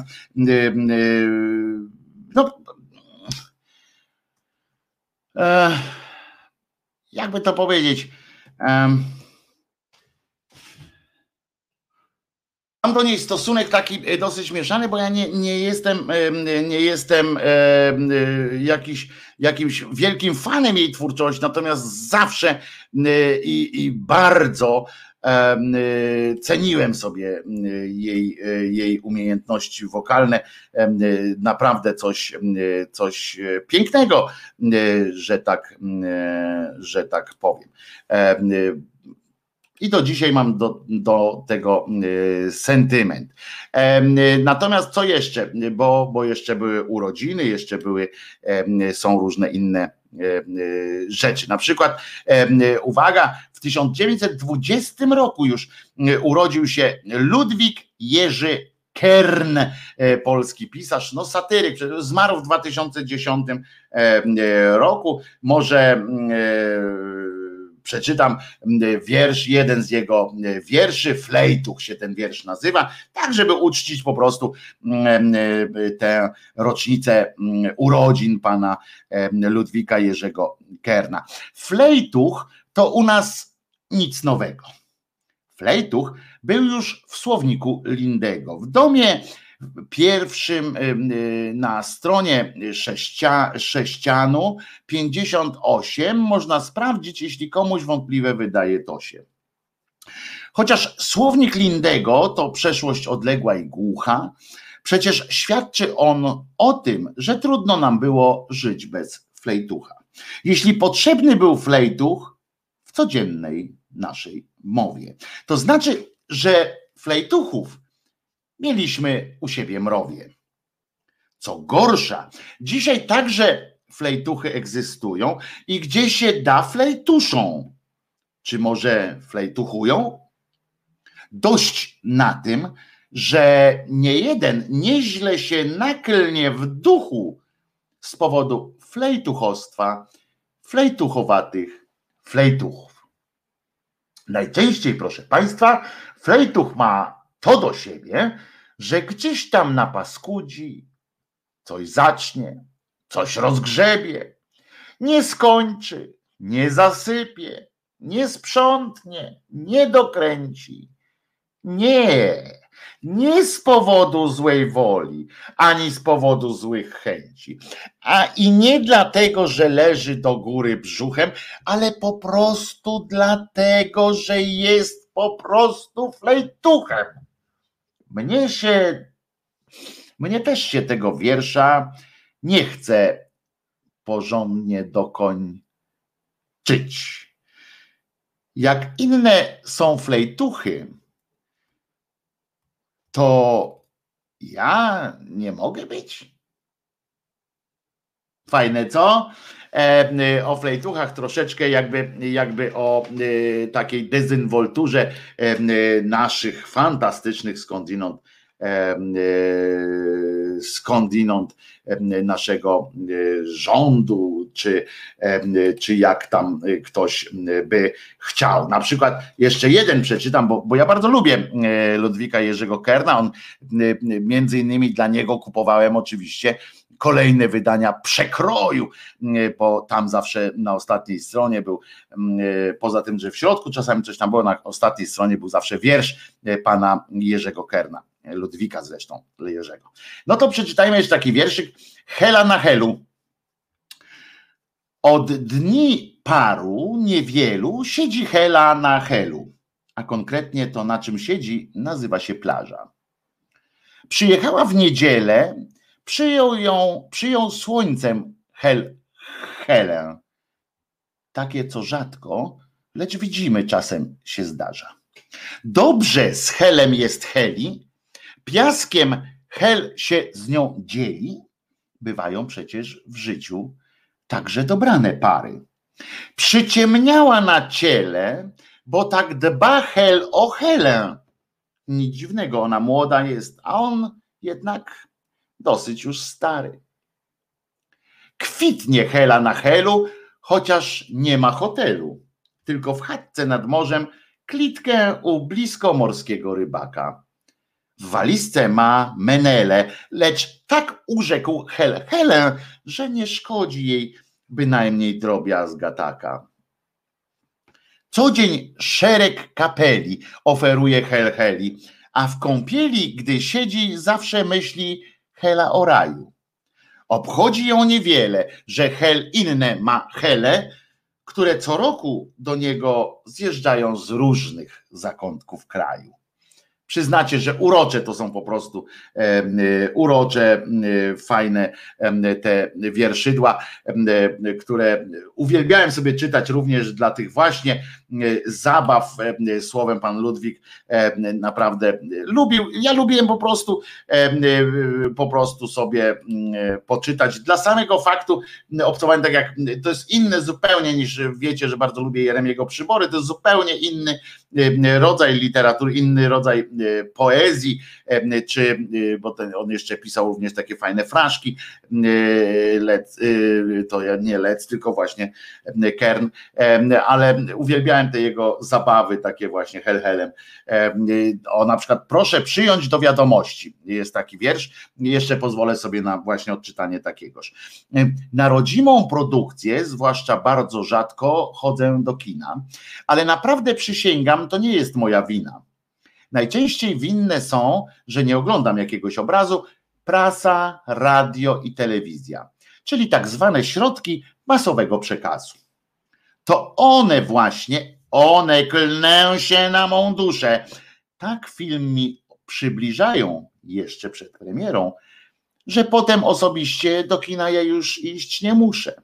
no, jakby to powiedzieć. Mam do niej stosunek taki dosyć mieszany, bo ja nie, nie jestem, nie jestem jakiś, jakimś wielkim fanem jej twórczości, natomiast zawsze i, i bardzo ceniłem sobie jej, jej umiejętności wokalne, naprawdę coś, coś pięknego, że tak, że tak powiem. I do dzisiaj mam do, do tego y, sentyment. E, natomiast co jeszcze? Bo, bo jeszcze były urodziny, jeszcze były, e, są różne inne e, rzeczy. Na przykład, e, uwaga, w tysiąc dziewięćset dwudziestym roku już urodził się Ludwik Jerzy Kern, polski pisarz, no satyryk, zmarł w dwa tysiące dziesiątym roku. Może przeczytam wiersz, jeden z jego wierszy, Flejtuch się ten wiersz nazywa, tak żeby uczcić po prostu tę rocznicę urodzin pana Ludwika Jerzego Kerna. Flejtuch to u nas nic nowego. Flejtuch był już w słowniku Lindego. W domie pierwszym na stronie sześcia, sześcianu pięćdziesiąt osiem można sprawdzić, jeśli komuś wątpliwe wydaje to się. Chociaż słownik Lindego to przeszłość odległa i głucha, przecież świadczy on o tym, że trudno nam było żyć bez flejtucha. Jeśli potrzebny był flejtuch w codziennej naszej mowie, to znaczy, że flejtuchów mieliśmy u siebie mrowie. Co gorsza, dzisiaj także flejtuchy egzystują i gdzie się da flejtuszą. Czy może flejtuchują? Dość na tym, że niejeden nieźle się naklnie w duchu z powodu flejtuchostwa, flejtuchowatych flejtuchów. Najczęściej, proszę Państwa, flejtuch ma to do siebie, że gdzieś tam napaskudzi, coś zacznie, coś rozgrzebie, nie skończy, nie zasypie, nie sprzątnie, nie dokręci. Nie, nie z powodu złej woli, ani z powodu złych chęci, a i nie dlatego, że leży do góry brzuchem, ale po prostu dlatego, że jest po prostu flejtuchem. Mnie się, mnie też się tego wiersza nie chce porządnie dokończyć. Jak inne są flejtuchy, to ja nie mogę być. Fajne, co? E, o flejtuchach troszeczkę jakby, jakby o e, takiej dezynwolturze e, naszych fantastycznych skądinąd e, skądinąd naszego rządu, czy, czy jak tam ktoś by chciał. Na przykład jeszcze jeden przeczytam, bo, bo ja bardzo lubię Ludwika Jerzego Kerna. On między innymi dla niego kupowałem oczywiście kolejne wydania Przekroju, bo tam zawsze na ostatniej stronie był, poza tym, że w środku czasami coś tam było, na ostatniej stronie był zawsze wiersz pana Jerzego Kerna, Ludwika zresztą Jerzego. No to przeczytajmy jeszcze taki wierszyk. Hela na helu. Od dni paru niewielu siedzi Hela na helu, a konkretnie to, na czym siedzi, nazywa się plaża. Przyjechała w niedzielę, przyjął ją, przyjął słońcem Hel, Helę. Takie, co rzadko, lecz widzimy, czasem się zdarza. Dobrze z Helem jest Heli, piaskiem Hel się z nią dzieli, bywają przecież w życiu także dobrane pary. Przyciemniała na ciele, bo tak dba Hel o Helę. Nic dziwnego, ona młoda jest, a on jednak dosyć już stary. Kwitnie Hela na Helu, chociaż nie ma hotelu, tylko w chatce nad morzem klitkę u blisko morskiego rybaka. W walizce ma menele, lecz tak urzekł Hel Helę, że nie szkodzi jej bynajmniej drobiazga taka. Co dzień szereg kapeli oferuje Hel Heli, a w kąpieli, gdy siedzi, zawsze myśli Hela o raju. Obchodzi ją niewiele, że Hel inne ma Hele, które co roku do niego zjeżdżają z różnych zakątków kraju. Przyznacie, że urocze to są po prostu e, urocze, e, fajne e, te wierszydła, e, które uwielbiałem sobie czytać również dla tych właśnie e, zabaw e, słowem. Pan Ludwik e, naprawdę lubił, ja lubiłem po prostu e, e, po prostu sobie e, poczytać dla samego faktu obcowania, tak jak to jest inne zupełnie niż wiecie, że bardzo lubię Jeremiego Przybory, to jest zupełnie inny e, rodzaj literatury, inny rodzaj poezji, czy, bo ten, on jeszcze pisał również takie fajne fraszki, Lec, to ja nie Lec, tylko właśnie Kern, ale uwielbiałem te jego zabawy takie właśnie Hel Helem. O, na przykład proszę przyjąć do wiadomości, jest taki wiersz, jeszcze pozwolę sobie na właśnie odczytanie takiegoż. Na rodzimą produkcję, zwłaszcza bardzo rzadko chodzę do kina, ale naprawdę przysięgam, to nie jest moja wina. Najczęściej winne są, że nie oglądam jakiegoś obrazu, prasa, radio i telewizja, czyli tak zwane środki masowego przekazu. To one właśnie, one klnę się na mą duszę. Tak film mi przybliżają jeszcze przed premierą, że potem osobiście do kina ja już iść nie muszę.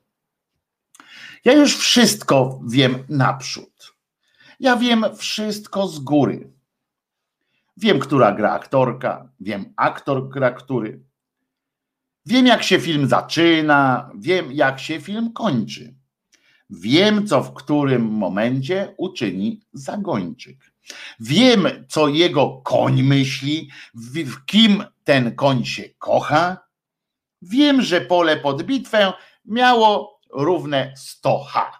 Ja już wszystko wiem naprzód. Ja wiem wszystko z góry. Wiem, która gra aktorka, wiem, aktor gra który. Wiem, jak się film zaczyna, wiem, jak się film kończy. Wiem, co w którym momencie uczyni zagończyk. Wiem, co jego koń myśli, w, w kim ten koń się kocha. Wiem, że pole pod bitwę miało równe sto ha.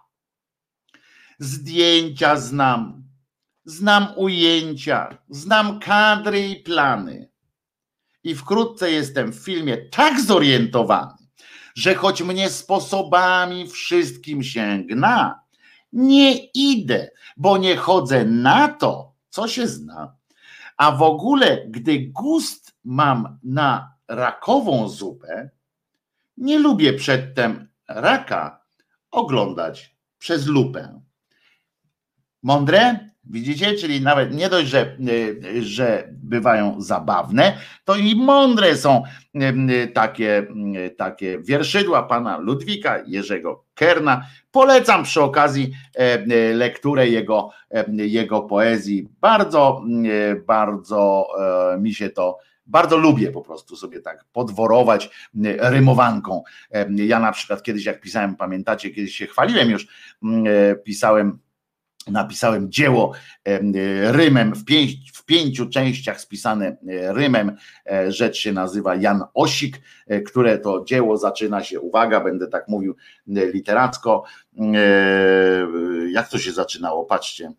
Zdjęcia znam. Znam ujęcia, znam kadry i plany i wkrótce jestem w filmie tak zorientowany, że choć mnie sposobami wszystkim się gna, nie idę, bo nie chodzę na to, co się zna. A w ogóle, gdy gust mam na rakową zupę, nie lubię przedtem raka oglądać przez lupę. Mądre? Widzicie, czyli nawet nie dość, że, że bywają zabawne, to i mądre są takie, takie wierszydła pana Ludwika Jerzego Kerna. Polecam przy okazji lekturę jego, jego poezji. Bardzo, bardzo mi się to, bardzo lubię po prostu sobie tak podworować rymowanką. Ja na przykład kiedyś jak pisałem, pamiętacie, kiedyś się chwaliłem już, pisałem Napisałem dzieło rymem, w, pięć, w pięciu częściach spisane rymem, rzecz się nazywa Jan Osik, które to dzieło zaczyna się, uwaga, będę tak mówił literacko, jak to się zaczynało, patrzcie.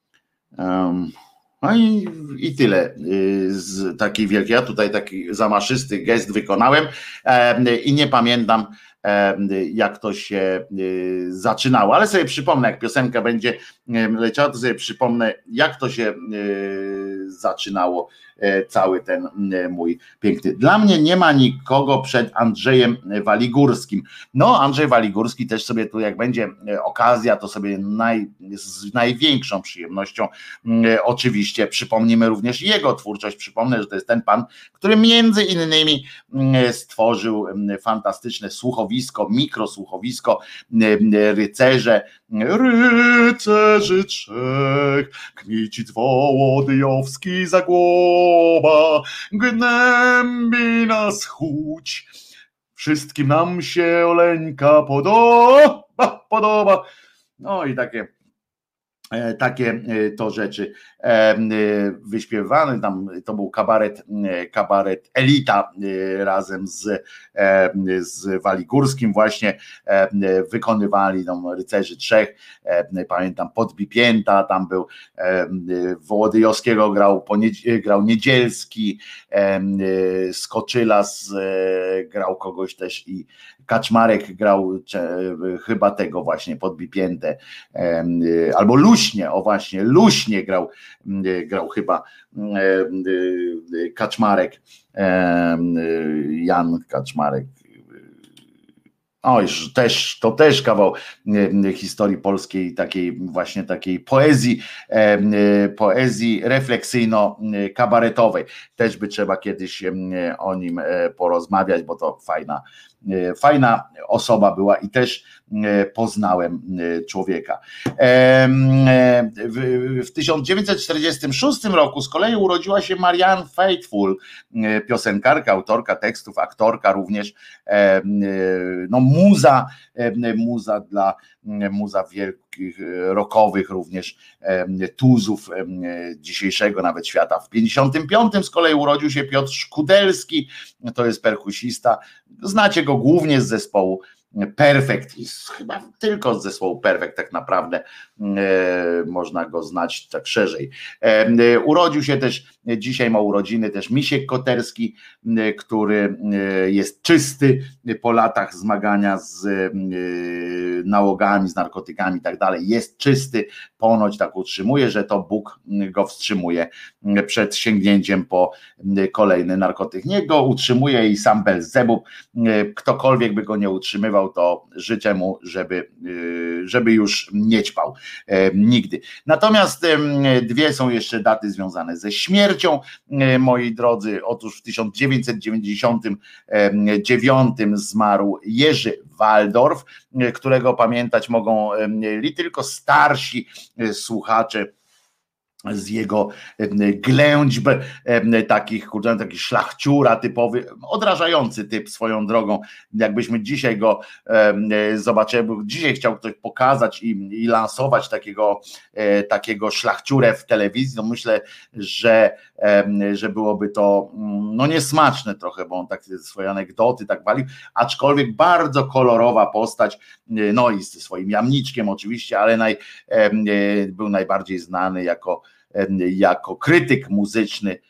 No i, i tyle z takiej wielkiej, ja tutaj taki zamaszysty gest wykonałem i nie pamiętam, jak to się zaczynało, ale sobie przypomnę, jak piosenka będzie leciała, to sobie przypomnę, jak to się zaczynało, cały ten mój piękny. Dla mnie nie ma nikogo przed Andrzejem Waligórskim. No, Andrzej Waligórski też sobie tu, jak będzie okazja, to sobie naj, z największą przyjemnością oczywiście przypomnimy również jego twórczość. Przypomnę, że to jest ten pan, który między innymi stworzył fantastyczne słuchowisko, mikrosłuchowisko Rycerze, Rycerzy trzech, Kmicic Wołodyjowski, Zagłoba, gnębi nas chuć, wszystkim nam się Oleńka podoba, podoba. No i takie takie to rzeczy wyśpiewane, tam to był kabaret, kabaret Elita razem z, z Waligórskim właśnie wykonywali tam Rycerzy Trzech, pamiętam Podbipięta, tam był Wołodyjowskiego grał, grał Niedzielski, Skoczylas grał kogoś też i Kaczmarek grał chyba tego właśnie Podbipiętę, albo Luśnie, o właśnie, Luśnie grał, grał chyba Kaczmarek, Jan Kaczmarek. Oj, też, to też kawał historii polskiej, takiej właśnie takiej poezji, poezji refleksyjno-kabaretowej. Też by trzeba kiedyś o nim porozmawiać, bo to fajna, fajna osoba była i też poznałem człowieka. W tysiąc dziewięćset czterdziestym szóstym roku z kolei urodziła się Marianne Faithfull, piosenkarka, autorka tekstów, aktorka również, no muza, muza dla muza wielkich rockowych również tuzów dzisiejszego nawet świata. W pięćdziesiątym piątym z kolei urodził się Piotr Szkudelski, to jest perkusista, znacie go głównie z zespołu Perfekt, chyba tylko z zespołu Perfekt tak naprawdę e, można go znać tak szerzej. E, urodził się też, dzisiaj ma urodziny też Misiek Koterski, e, który e, jest czysty po latach zmagania z e, nałogami, z narkotykami i tak dalej, jest czysty, ponoć tak utrzymuje, że to Bóg go wstrzymuje przed sięgnięciem po kolejny narkotyk. Nie go utrzymuje i sam Belzebub, e, ktokolwiek by go nie utrzymywał, to życzę mu, żeby, żeby już nie ćpał e, nigdy. Natomiast e, dwie są jeszcze daty związane ze śmiercią, e, moi drodzy. Otóż w tysiąc dziewięćset dziewięćdziesiątym dziewiątym zmarł Jerzy Waldorf, e, którego pamiętać mogą e, li tylko starsi e, słuchacze z jego ględźb, takich, kurczę, taki szlachciura typowy, odrażający typ swoją drogą. Jakbyśmy dzisiaj go zobaczyli, bo dzisiaj chciał ktoś pokazać i, i lansować takiego, takiego szlachciurę w telewizji, no myślę, że, że byłoby to no niesmaczne trochę, bo on tak swoje anegdoty tak walił, aczkolwiek bardzo kolorowa postać, no i z swoim jamniczkiem oczywiście, ale naj, był najbardziej znany jako jako krytyk muzyczny,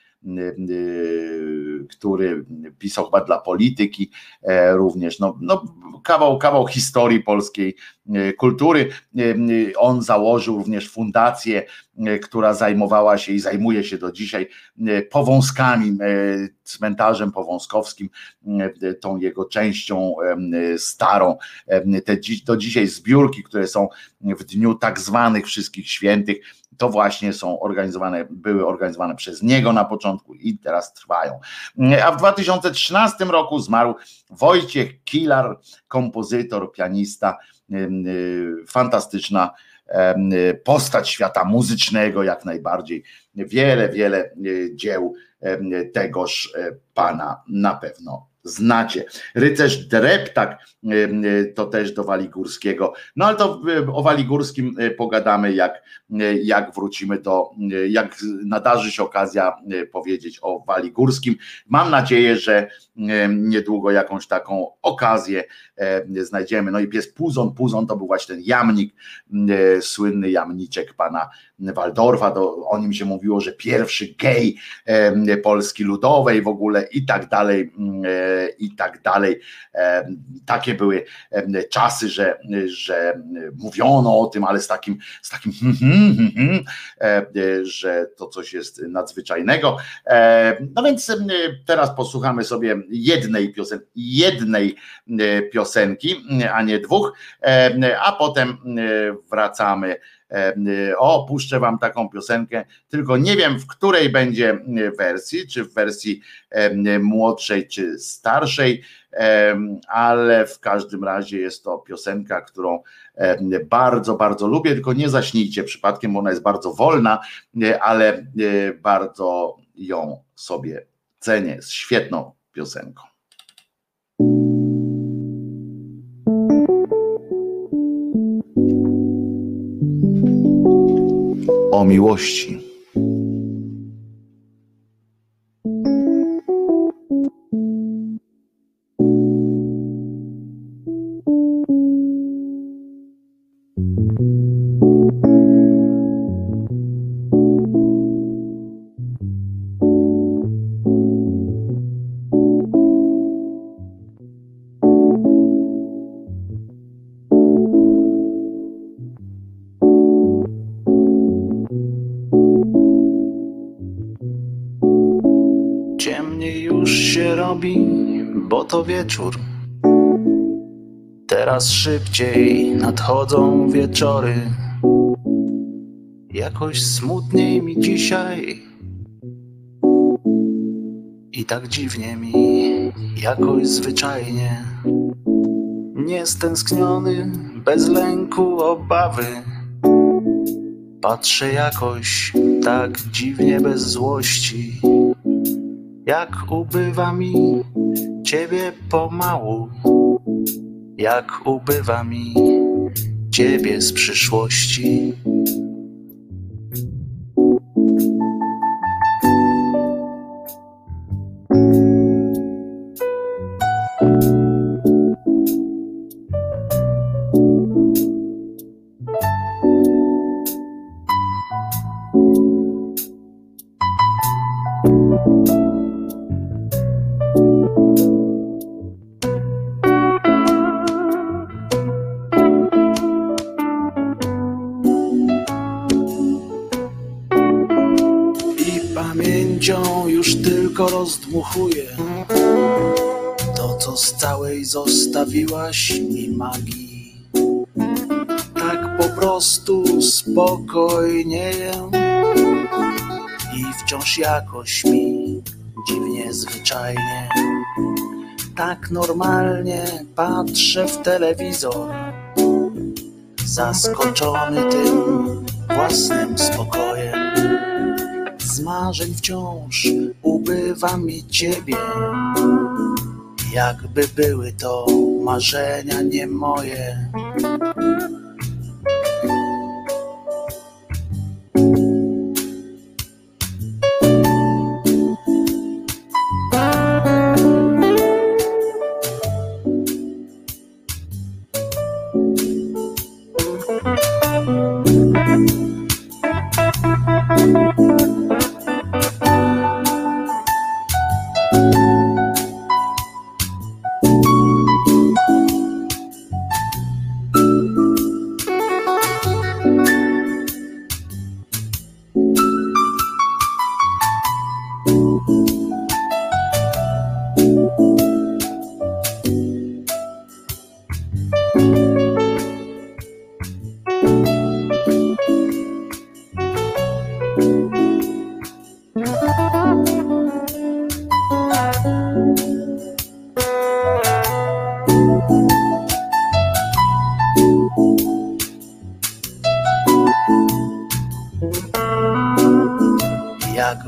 który pisał chyba dla Polityki również, no, no kawał, kawał historii polskiej kultury. On założył również fundację, która zajmowała się i zajmuje się do dzisiaj Powązkami, cmentarzem powązkowskim, tą jego częścią starą. Te do dzisiaj zbiórki, które są w dniu tak zwanych wszystkich świętych, to właśnie są organizowane, były organizowane przez niego na początku i teraz trwają. A w dwa tysiące trzynastym roku zmarł Wojciech Kilar, kompozytor, pianista, fantastyczna postać świata muzycznego, jak najbardziej. Wiele, wiele dzieł tegoż pana na pewno znacie. Rycerz Dreptak to też do Waligórskiego. No ale to o Waligórskim pogadamy, jak, jak wrócimy do, jak nadarzy się okazja powiedzieć o Waligórskim. Mam nadzieję, że niedługo jakąś taką okazję znajdziemy. No i pies Puzon, Puzon to był właśnie ten jamnik, słynny jamniczek pana Waldorfa, to o nim się mówiło, że pierwszy gej Polski Ludowej w ogóle i tak dalej, i tak dalej. Takie były czasy, że, że mówiono o tym, ale z takim, z takim że to coś jest nadzwyczajnego. No więc teraz posłuchamy sobie jednej piosenki, jednej piosenki, a nie dwóch, a potem wracamy. O, puszczę wam taką piosenkę, tylko nie wiem, w której będzie wersji, czy w wersji młodszej, czy starszej, ale w każdym razie jest to piosenka, którą bardzo, bardzo lubię, tylko nie zaśnijcie przypadkiem, bo ona jest bardzo wolna, ale bardzo ją sobie cenię, jest świetną piosenką. O miłości. Bo to wieczór. Teraz szybciej nadchodzą wieczory. Jakoś smutniej mi dzisiaj i tak dziwnie mi, jakoś zwyczajnie. Niestęskniony, bez lęku, obawy. Patrzę jakoś tak dziwnie, bez złości. Jak ubywa mi ciebie pomału, jak ubywa mi ciebie z przyszłości. Rozdmuchuję to, co z całej zostawiłaś mi magii. Tak po prostu spokojnieję i wciąż jakoś mi dziwnie, zwyczajnie. Tak normalnie patrzę w telewizor, zaskoczony tym własnym spokojem. Z marzeń wciąż ubywa mi ciebie, jakby były to marzenia nie moje.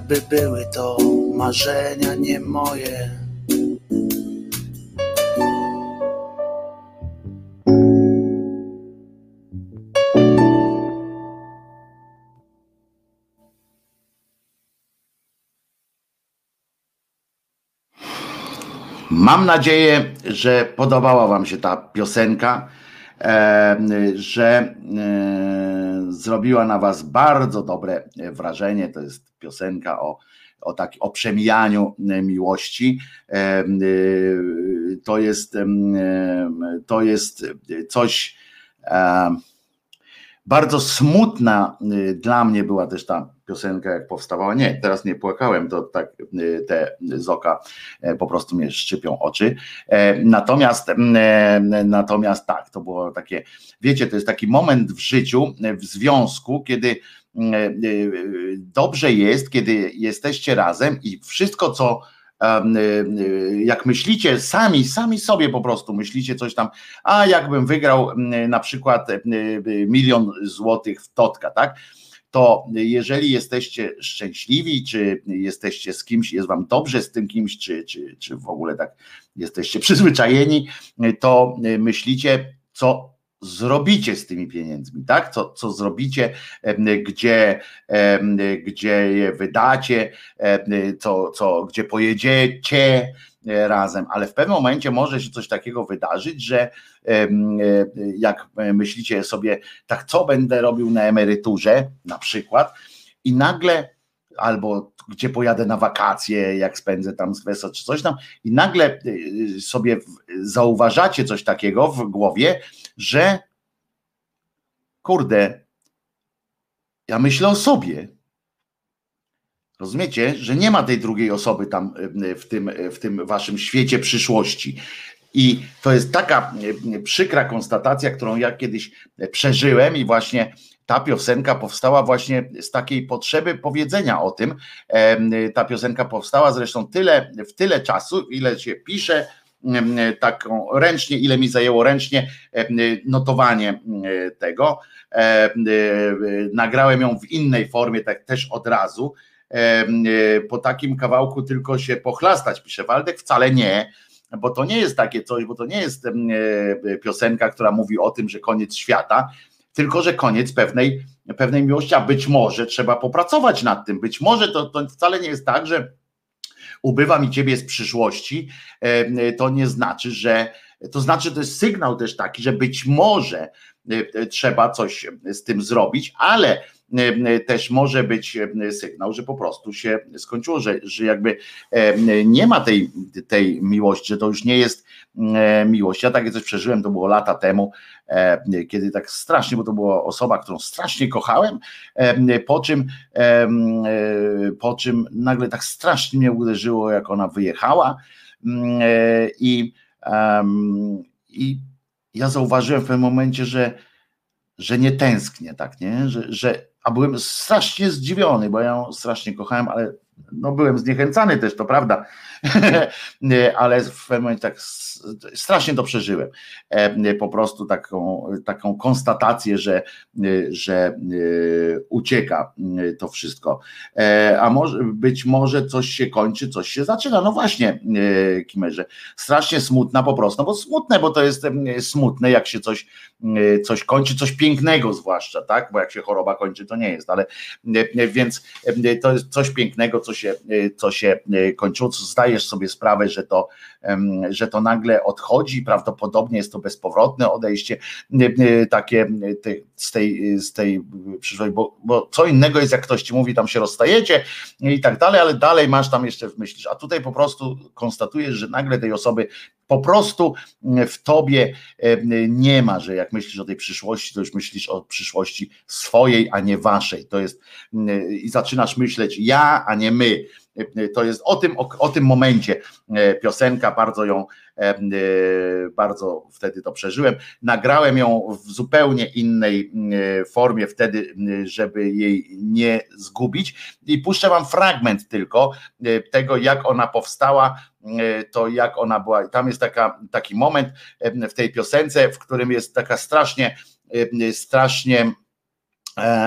by były to marzenia nie moje. Mam nadzieję, że podobała wam się ta piosenka, e, że e, zrobiła na was bardzo dobre wrażenie. To jest piosenka o, o, tak, o przemijaniu miłości. E, e, to jest, e, to jest coś e, bardzo smutna dla mnie była też ta piosenka, jak powstawała. Nie, teraz nie płakałem, to tak te z oka po prostu mnie szczypią oczy. Natomiast, natomiast tak, to było takie, wiecie, to jest taki moment w życiu, w związku, kiedy dobrze jest, kiedy jesteście razem i wszystko, co jak myślicie sami, sami sobie po prostu myślicie coś tam, a jakbym wygrał na przykład milion złotych w totka, tak? To jeżeli jesteście szczęśliwi, czy jesteście z kimś, jest wam dobrze z tym kimś, czy, czy, czy w ogóle tak jesteście przyzwyczajeni, to myślicie, co zrobicie z tymi pieniędzmi, tak? Co, co zrobicie, gdzie, gdzie je wydacie, co, co, gdzie pojedziecie razem, ale w pewnym momencie może się coś takiego wydarzyć, że jak myślicie sobie, tak co będę robił na emeryturze na przykład i nagle, albo gdzie pojadę na wakacje, jak spędzę tam z Weso czy coś tam i nagle sobie zauważacie coś takiego w głowie, że kurde, ja myślę o sobie. Rozumiecie, że nie ma tej drugiej osoby tam w tym, w tym waszym świecie przyszłości. I to jest taka przykra konstatacja, którą ja kiedyś przeżyłem i właśnie ta piosenka powstała właśnie z takiej potrzeby powiedzenia o tym. Ta piosenka powstała zresztą tyle, w tyle czasu, ile się pisze taką ręcznie, ile mi zajęło ręcznie notowanie tego. Nagrałem ją w innej formie, tak też od razu. Po takim kawałku tylko się pochlastać, pisze Waldek, wcale nie, bo to nie jest takie coś, bo to nie jest piosenka, która mówi o tym, że koniec świata, tylko że koniec pewnej, pewnej miłości, a być może trzeba popracować nad tym, być może to, to wcale nie jest tak, że ubywa mi ciebie z przyszłości, to nie znaczy, że, to znaczy to jest sygnał też taki, że być może trzeba coś z tym zrobić, ale też może być sygnał, że po prostu się skończyło, że, że jakby nie ma tej, tej miłości, że to już nie jest miłość. Ja takie coś przeżyłem, to było lata temu, kiedy tak strasznie, bo to była osoba, którą strasznie kochałem, po czym, po czym nagle tak strasznie mnie uderzyło, jak ona wyjechała i, i ja zauważyłem w pewnym momencie, że, że nie tęsknię, tak, nie? Że, że a byłem strasznie zdziwiony, bo ja ją strasznie kochałem, ale no byłem zniechęcany też, to prawda, ale w pewnym momencie tak strasznie to przeżyłem. Po prostu taką, taką konstatację, że, że ucieka to wszystko. A może, być może coś się kończy, coś się zaczyna. No właśnie, Kimerze, strasznie smutna po prostu, no bo smutne, bo to jest smutne, jak się coś, coś kończy, coś pięknego zwłaszcza, tak? Bo jak się choroba kończy, to nie jest, ale więc to jest coś pięknego, co się, co się kończyło, co zdajesz sobie sprawę, że to, że to nagle odchodzi, prawdopodobnie jest to bezpowrotne odejście takie z tej, z tej przyszłości, bo, bo co innego jest, jak ktoś ci mówi, tam się rozstajecie i tak dalej, ale dalej masz tam jeszcze myślisz, a tutaj po prostu konstatujesz, że nagle tej osoby po prostu w tobie nie ma, że jak myślisz o tej przyszłości, to już myślisz o przyszłości swojej, a nie waszej. To jest i zaczynasz myśleć ja, a nie my. To jest o tym, o, o tym momencie piosenka, bardzo ją, bardzo wtedy to przeżyłem. Nagrałem ją w zupełnie innej formie wtedy, żeby jej nie zgubić i puszczę wam fragment tylko tego, jak ona powstała, to jak ona była. Tam jest taka, taki moment w tej piosence, w którym jest taka strasznie, strasznie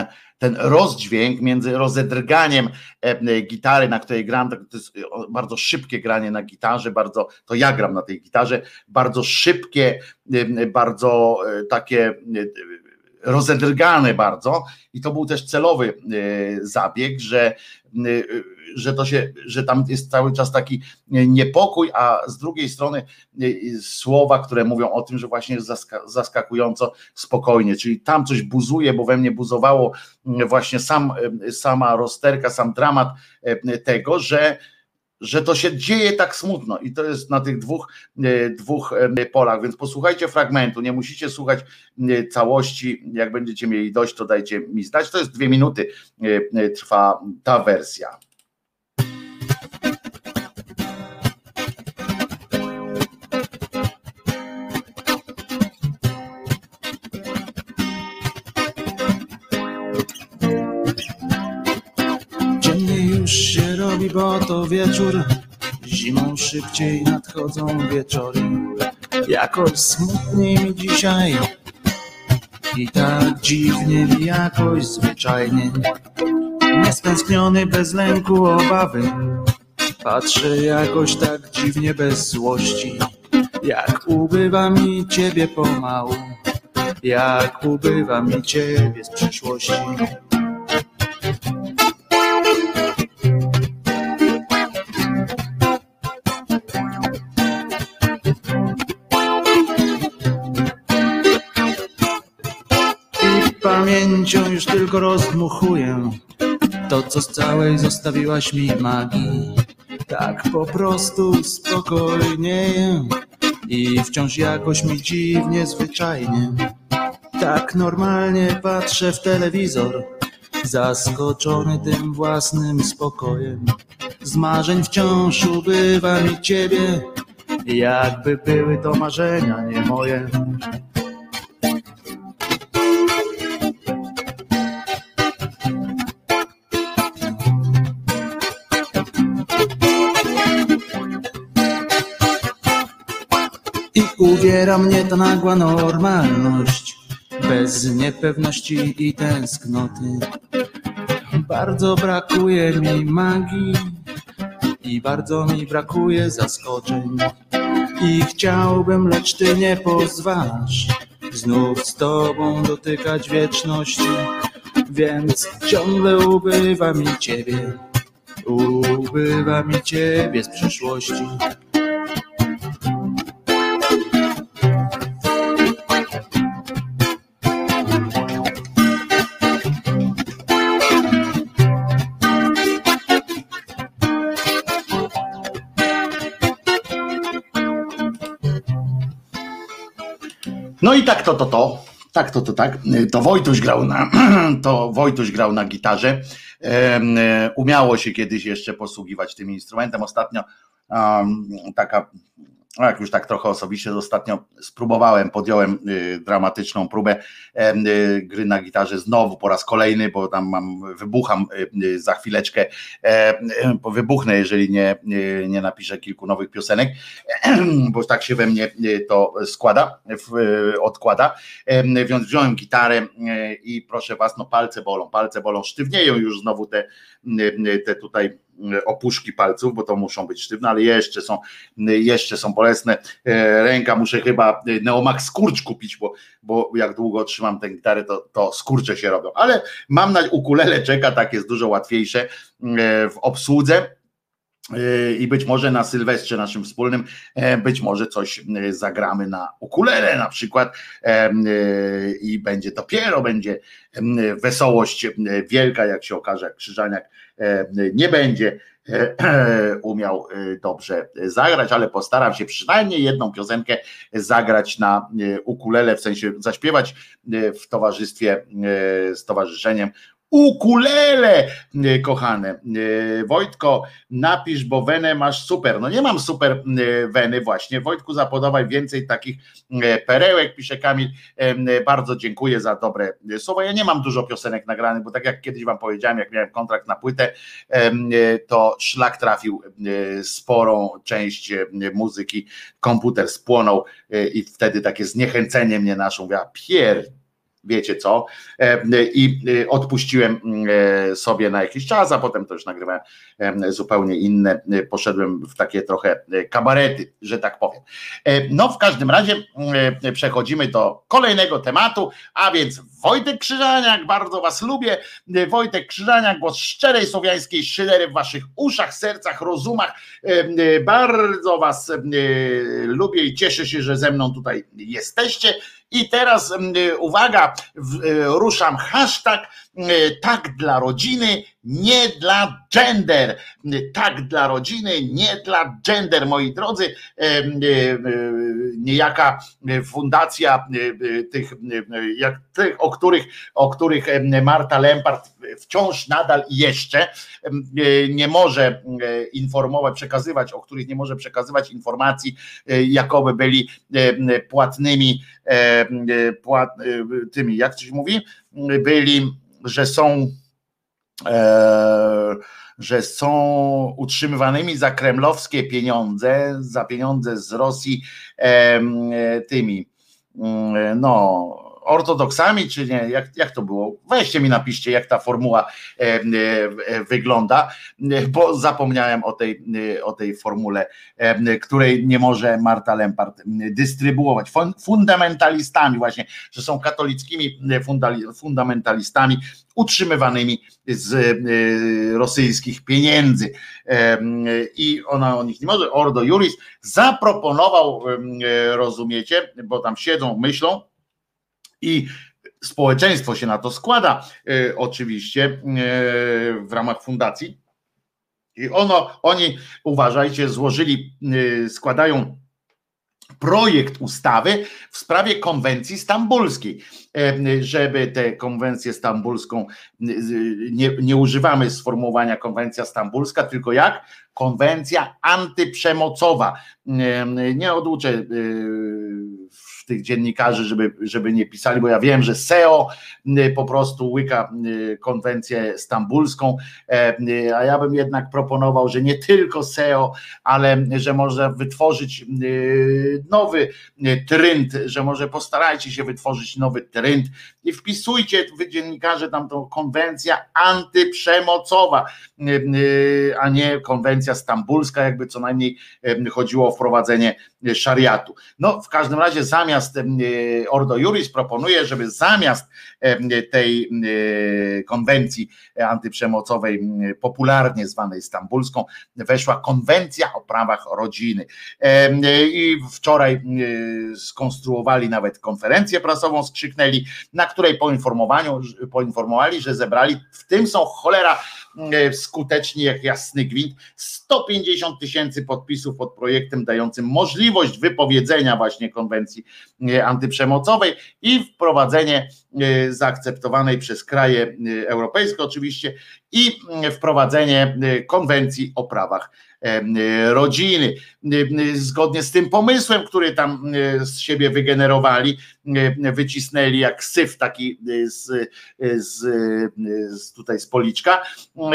ten rozdźwięk między rozedrganiem gitary, na której gram, to jest bardzo szybkie granie na gitarze, bardzo, to ja gram na tej gitarze, bardzo szybkie, bardzo takie rozedrgane bardzo i to był też celowy zabieg, że, że to się, że tam jest cały czas taki niepokój, a z drugiej strony słowa, które mówią o tym, że właśnie jest zaskakująco spokojnie, czyli tam coś buzuje, bo we mnie buzowało właśnie sam, sama rozterka, sam dramat tego, że że to się dzieje tak smutno i to jest na tych dwóch, dwóch polach, więc posłuchajcie fragmentu, nie musicie słuchać całości, jak będziecie mieli dość, to dajcie mi znać, to jest dwie minuty trwa ta wersja. Już się robi, bo to wieczór, zimą szybciej nadchodzą wieczory. Jakoś smutniej mi dzisiaj i tak dziwnie mi jakoś zwyczajnie. Niestęskniony, bez lęku, obawy, patrzę jakoś tak dziwnie bez złości. Jak ubywa mi ciebie pomału, jak ubywa mi ciebie z przyszłości. Pamięcią już tylko rozdmuchuję to, co z całej zostawiłaś mi magii. Tak po prostu spokojnieję i wciąż jakoś mi dziwnie, zwyczajnie. Tak normalnie patrzę w telewizor, zaskoczony tym własnym spokojem. Z marzeń wciąż ubywa mi ciebie, jakby były to marzenia nie moje. I uwiera mnie ta nagła normalność, bez niepewności i tęsknoty. Bardzo brakuje mi magii i bardzo mi brakuje zaskoczeń. I chciałbym, lecz ty nie pozwalasz znów z tobą dotykać wieczności. Więc ciągle ubywa mi ciebie, ubywa mi ciebie z przyszłości. No i tak to, to, to, tak to, to, tak, to Wojtuś grał na, to Wojtuś grał na gitarze, umiało się kiedyś jeszcze posługiwać tym instrumentem, ostatnio um, taka, jak już tak trochę osobiście, ostatnio spróbowałem, podjąłem y, dramatyczną próbę y, gry na gitarze znowu po raz kolejny, bo tam mam, wybucham y, za chwileczkę, y, wybuchnę, jeżeli nie, y, nie napiszę kilku nowych piosenek, y, bo tak się we mnie y, to składa, y, odkłada, y, więc wziąłem gitarę y, i proszę was, no palce bolą, palce bolą, sztywnieją już znowu te, y, te tutaj opuszki palców, bo to muszą być sztywne, ale jeszcze są, jeszcze są bolesne. Ręka, muszę chyba Neomax skurcz kupić, bo, bo jak długo trzymam tę gitarę, to, to skurcze się robią. Ale mam na ukulele czeka, tak jest dużo łatwiejsze w obsłudze. I być może na Sylwestrze naszym wspólnym, być może coś zagramy na ukulele na przykład i będzie dopiero, będzie wesołość wielka, jak się okaże, jak Krzyżaniak nie będzie umiał dobrze zagrać, ale postaram się przynajmniej jedną piosenkę zagrać na ukulele, w sensie zaśpiewać w towarzystwie, z towarzyszeniem ukulele, kochane. Wojtko, napisz, bo wenę masz super. No nie mam super weny właśnie. Wojtku, zapodawaj więcej takich perełek, pisze Kamil. Bardzo dziękuję za dobre słowa. Ja nie mam dużo piosenek nagranych, bo tak jak kiedyś wam powiedziałem, jak miałem kontrakt na płytę, to szlak trafił sporą część muzyki, komputer spłonął i wtedy takie zniechęcenie mnie naszą, mówiła, pier wiecie co, i odpuściłem sobie na jakiś czas, a potem to już nagrywałem zupełnie inne, poszedłem w takie trochę kabarety, że tak powiem. No w każdym razie przechodzimy do kolejnego tematu, a więc Wojtek Krzyżaniak, bardzo was lubię, Wojtek Krzyżaniak, głos szczerej słowiańskiej szydery w waszych uszach, sercach, rozumach, bardzo was lubię i cieszę się, że ze mną tutaj jesteście. I teraz uwaga, ruszam hashtag tak dla rodziny, nie dla gender. Tak dla rodziny, nie dla gender, moi drodzy. Niejaka fundacja tych, jak tych o których, o których Marta Lempart wciąż nadal jeszcze nie może informować, przekazywać, o których nie może przekazywać informacji, jakoby byli płatnymi, płat, tymi, jak coś mówi, byli, że są e, że są utrzymywanymi za kremlowskie pieniądze, za pieniądze z Rosji e, tymi, no ortodoksami, czy nie, jak, jak to było? Weźcie mi napiszcie, jak ta formuła e, e, wygląda, bo zapomniałem o tej, o tej formule, e, której nie może Marta Lempart dystrybuować. Fundamentalistami właśnie, że są katolickimi fundamentalistami utrzymywanymi z e, rosyjskich pieniędzy. E, I ona o nich nie może. Ordo Juris zaproponował, e, rozumiecie, bo tam siedzą, myślą, i społeczeństwo się na to składa, e, oczywiście e, w ramach fundacji. I ono, oni, uważajcie, złożyli, e, składają projekt ustawy w sprawie konwencji stambulskiej, e, żeby tę konwencję stambulską, e, nie, nie używamy sformułowania konwencja stambulska, tylko jak? Konwencja antyprzemocowa. E, nie oduczę e, tych dziennikarzy, żeby, żeby nie pisali, bo ja wiem, że S E O po prostu łyka konwencję stambulską, a ja bym jednak proponował, że nie tylko S E O, ale że można wytworzyć nowy trend, że może postarajcie się wytworzyć nowy trend i wpisujcie, wy dziennikarze, tam to konwencja antyprzemocowa, a nie konwencja stambulska, jakby co najmniej chodziło o wprowadzenie szariatu. No w każdym razie zamiast Ordo Juris proponuje, żeby zamiast tej konwencji antyprzemocowej, popularnie zwanej stambulską, weszła konwencja o prawach rodziny. I wczoraj skonstruowali nawet konferencję prasową, skrzyknęli, na której poinformowaniu, poinformowali, że zebrali, w tym są cholera skuteczni jak jasny gwint, sto pięćdziesiąt tysięcy podpisów pod projektem dającym możliwość wypowiedzenia właśnie konwencji antyprzemocowej i wprowadzenie zaakceptowanej przez kraje europejskie oczywiście i wprowadzenie konwencji o prawach rodziny. Zgodnie z tym pomysłem, który tam z siebie wygenerowali, wycisnęli jak syf taki z, z, z tutaj z policzka,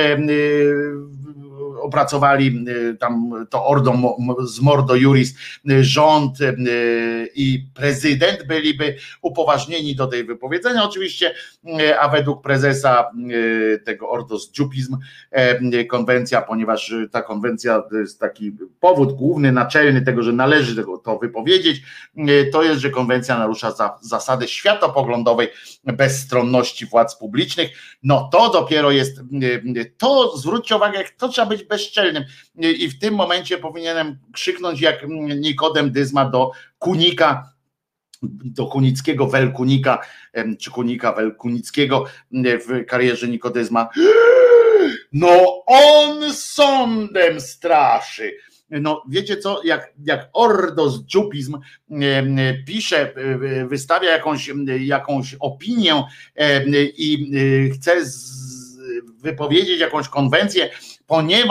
opracowali tam to Ordo z Mordo Juris, rząd i prezydent byliby upoważnieni do tej wypowiedzenia oczywiście, a według prezesa tego Ordo z Dziupizm konwencja, ponieważ ta konwencja to jest taki powód główny, naczelny tego, że należy to wypowiedzieć, to jest, że konwencja narusza za, zasady światopoglądowej bezstronności władz publicznych. No to dopiero jest, to zwróćcie uwagę, jak to trzeba być bezczelnym i w tym momencie powinienem krzyknąć jak Nikodem Dyzma do Kunika, do kunickiego Welkunika, czy Kunika Welkunickiego w karierze Nikodyzma. No on sądem straszy. No wiecie co, jak, jak Ordo z Dziupizm pisze, wystawia jakąś, jakąś opinię i chce z, wypowiedzieć jakąś konwencję, ponieważ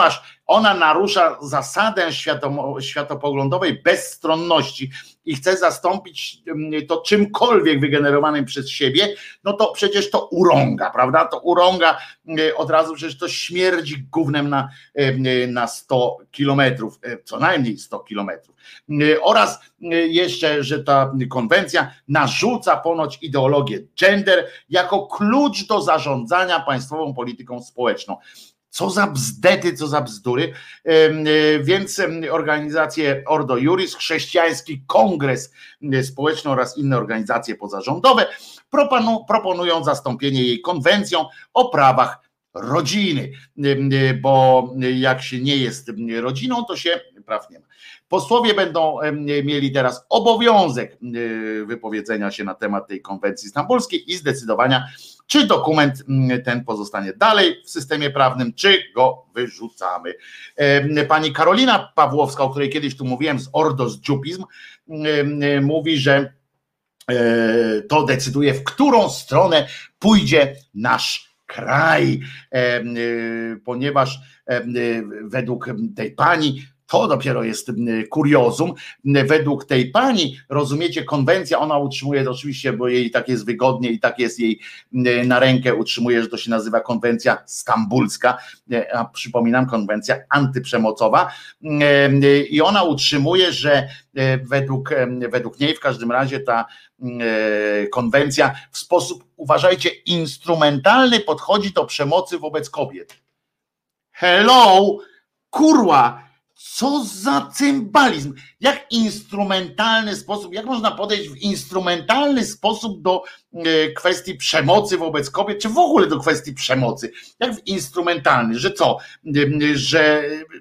ona narusza zasadę światopoglądowej bezstronności i chce zastąpić to czymkolwiek wygenerowanym przez siebie, no to przecież to urąga, prawda? To urąga od razu, przecież to śmierdzi gównem na, na sto kilometrów, co najmniej sto kilometrów. Oraz jeszcze, że ta konwencja narzuca ponoć ideologię gender jako klucz do zarządzania państwową polityką społeczną. Co za bzdety, co za bzdury. Więc organizacje Ordo Iuris, Chrześcijański Kongres Społeczny oraz inne organizacje pozarządowe proponują zastąpienie jej konwencją o prawach rodziny, bo jak się nie jest rodziną, to się praw nie ma. Posłowie będą mieli teraz obowiązek wypowiedzenia się na temat tej konwencji stambulskiej i zdecydowania, czy dokument ten pozostanie dalej w systemie prawnym, czy go wyrzucamy. Pani Karolina Pawłowska, o której kiedyś tu mówiłem, z Ordo z Dziupizm, mówi, że to decyduje, w którą stronę pójdzie nasz kraj, ponieważ według tej pani, to dopiero jest kuriozum, według tej pani, rozumiecie, konwencja, ona utrzymuje to oczywiście, bo jej tak jest wygodnie i tak jest jej na rękę, utrzymuje, że to się nazywa konwencja stambulska, a przypominam, konwencja antyprzemocowa, i ona utrzymuje, że według, według niej w każdym razie ta konwencja w sposób, uważajcie, instrumentalny podchodzi do przemocy wobec kobiet. Hello, kurwa, co za cymbalizm, jak instrumentalny sposób, jak można podejść w instrumentalny sposób do kwestii przemocy wobec kobiet, czy w ogóle do kwestii przemocy, jak w instrumentalny, że co, że,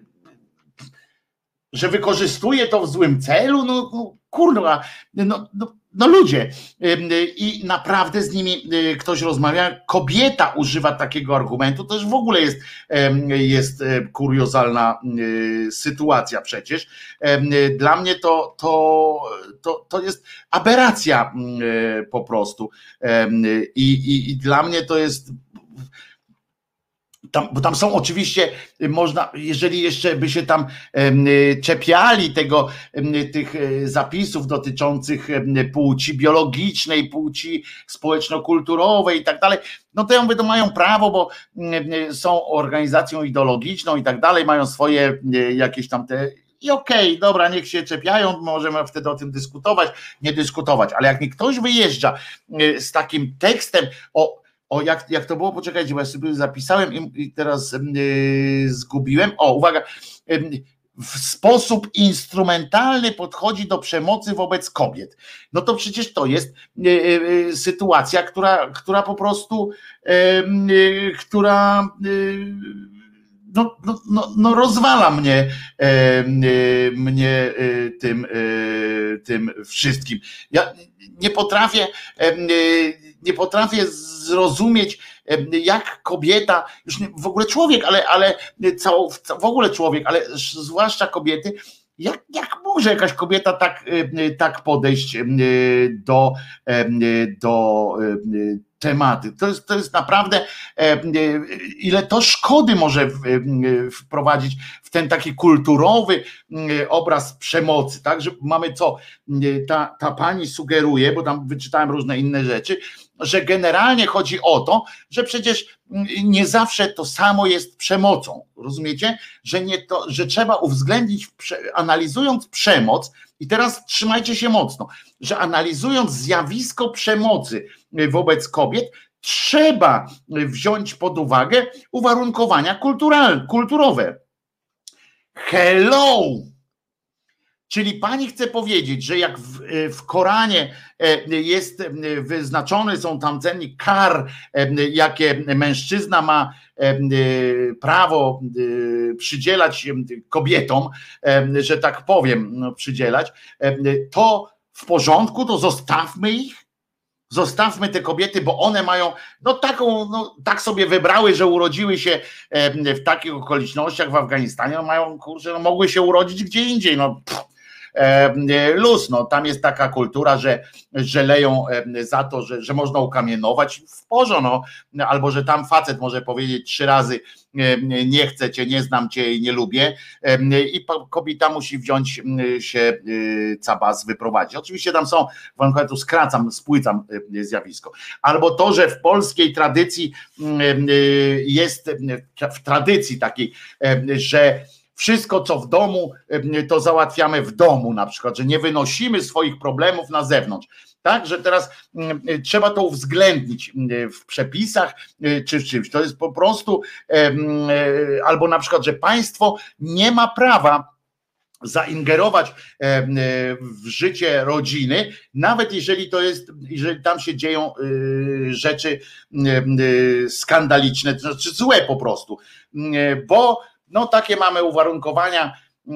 że wykorzystuje to w złym celu, no, no kurwa, no, no, no ludzie, i naprawdę z nimi ktoś rozmawia, kobieta używa takiego argumentu, to już w ogóle jest, jest kuriozalna sytuacja przecież. Dla mnie to, to, to, to jest aberracja po prostu i, i, i dla mnie to jest... Tam, bo tam są oczywiście, można, jeżeli jeszcze by się tam czepiali tego, tych zapisów dotyczących płci biologicznej, płci społeczno-kulturowej i tak dalej, no to ja mówię, to mają prawo, bo są organizacją ideologiczną i tak dalej, mają swoje jakieś tam te... I okej, okay, dobra, niech się czepiają, możemy wtedy o tym dyskutować, nie dyskutować, ale jak mi ktoś wyjeżdża z takim tekstem o O, jak, jak to było? Poczekajcie, bo ja sobie zapisałem i, i teraz yy, zgubiłem. O, uwaga, yy, w sposób instrumentalny podchodzi do przemocy wobec kobiet. No to przecież to jest yy, yy, sytuacja, która, która po prostu, yy, yy, która yy, no, no, no, no rozwala mnie, yy, mnie yy, tym, yy, tym wszystkim. Ja nie potrafię yy, nie potrafię zrozumieć, jak kobieta, już nie, w ogóle człowiek, ale, ale cało, w ogóle człowiek, ale zwłaszcza kobiety, jak, jak może jakaś kobieta tak, tak podejść do, do tematy. To jest, to jest naprawdę, ile to szkody może wprowadzić w ten taki kulturowy obraz przemocy, tak, że mamy co, ta, ta pani sugeruje, bo tam wyczytałem różne inne rzeczy, że generalnie chodzi o to, że przecież nie zawsze to samo jest przemocą, rozumiecie? Że, nie to, że trzeba uwzględnić, analizując przemoc, i teraz trzymajcie się mocno, że analizując zjawisko przemocy wobec kobiet, trzeba wziąć pod uwagę uwarunkowania kulturalne, kulturowe. Hello! Czyli pani chce powiedzieć, że jak w, w Koranie jest wyznaczony, są tam cennik kar, jakie mężczyzna ma prawo przydzielać kobietom, że tak powiem, no, przydzielać, to w porządku, to zostawmy ich, zostawmy te kobiety, bo one mają, no taką, no, tak sobie wybrały, że urodziły się w takich okolicznościach w Afganistanie, no mają, kurczę, no mogły się urodzić gdzie indziej, no pff. luz, no tam jest taka kultura, że, że leją za to, że, że można ukamienować w porządku, no, albo że tam facet może powiedzieć trzy razy nie chcę cię, nie znam cię i nie lubię i kobieta musi wziąć się cabas wyprowadzić. Oczywiście tam są, ja tu skracam, spłycam zjawisko. Albo to, że w polskiej tradycji jest, w tradycji takiej, że wszystko co w domu to załatwiamy w domu, na przykład, że nie wynosimy swoich problemów na zewnątrz. Tak, że teraz trzeba to uwzględnić w przepisach czy w czymś. To jest po prostu, albo na przykład, że państwo nie ma prawa zaingerować w życie rodziny, nawet jeżeli to jest, jeżeli tam się dzieją rzeczy skandaliczne, to znaczy złe po prostu, bo no takie mamy uwarunkowania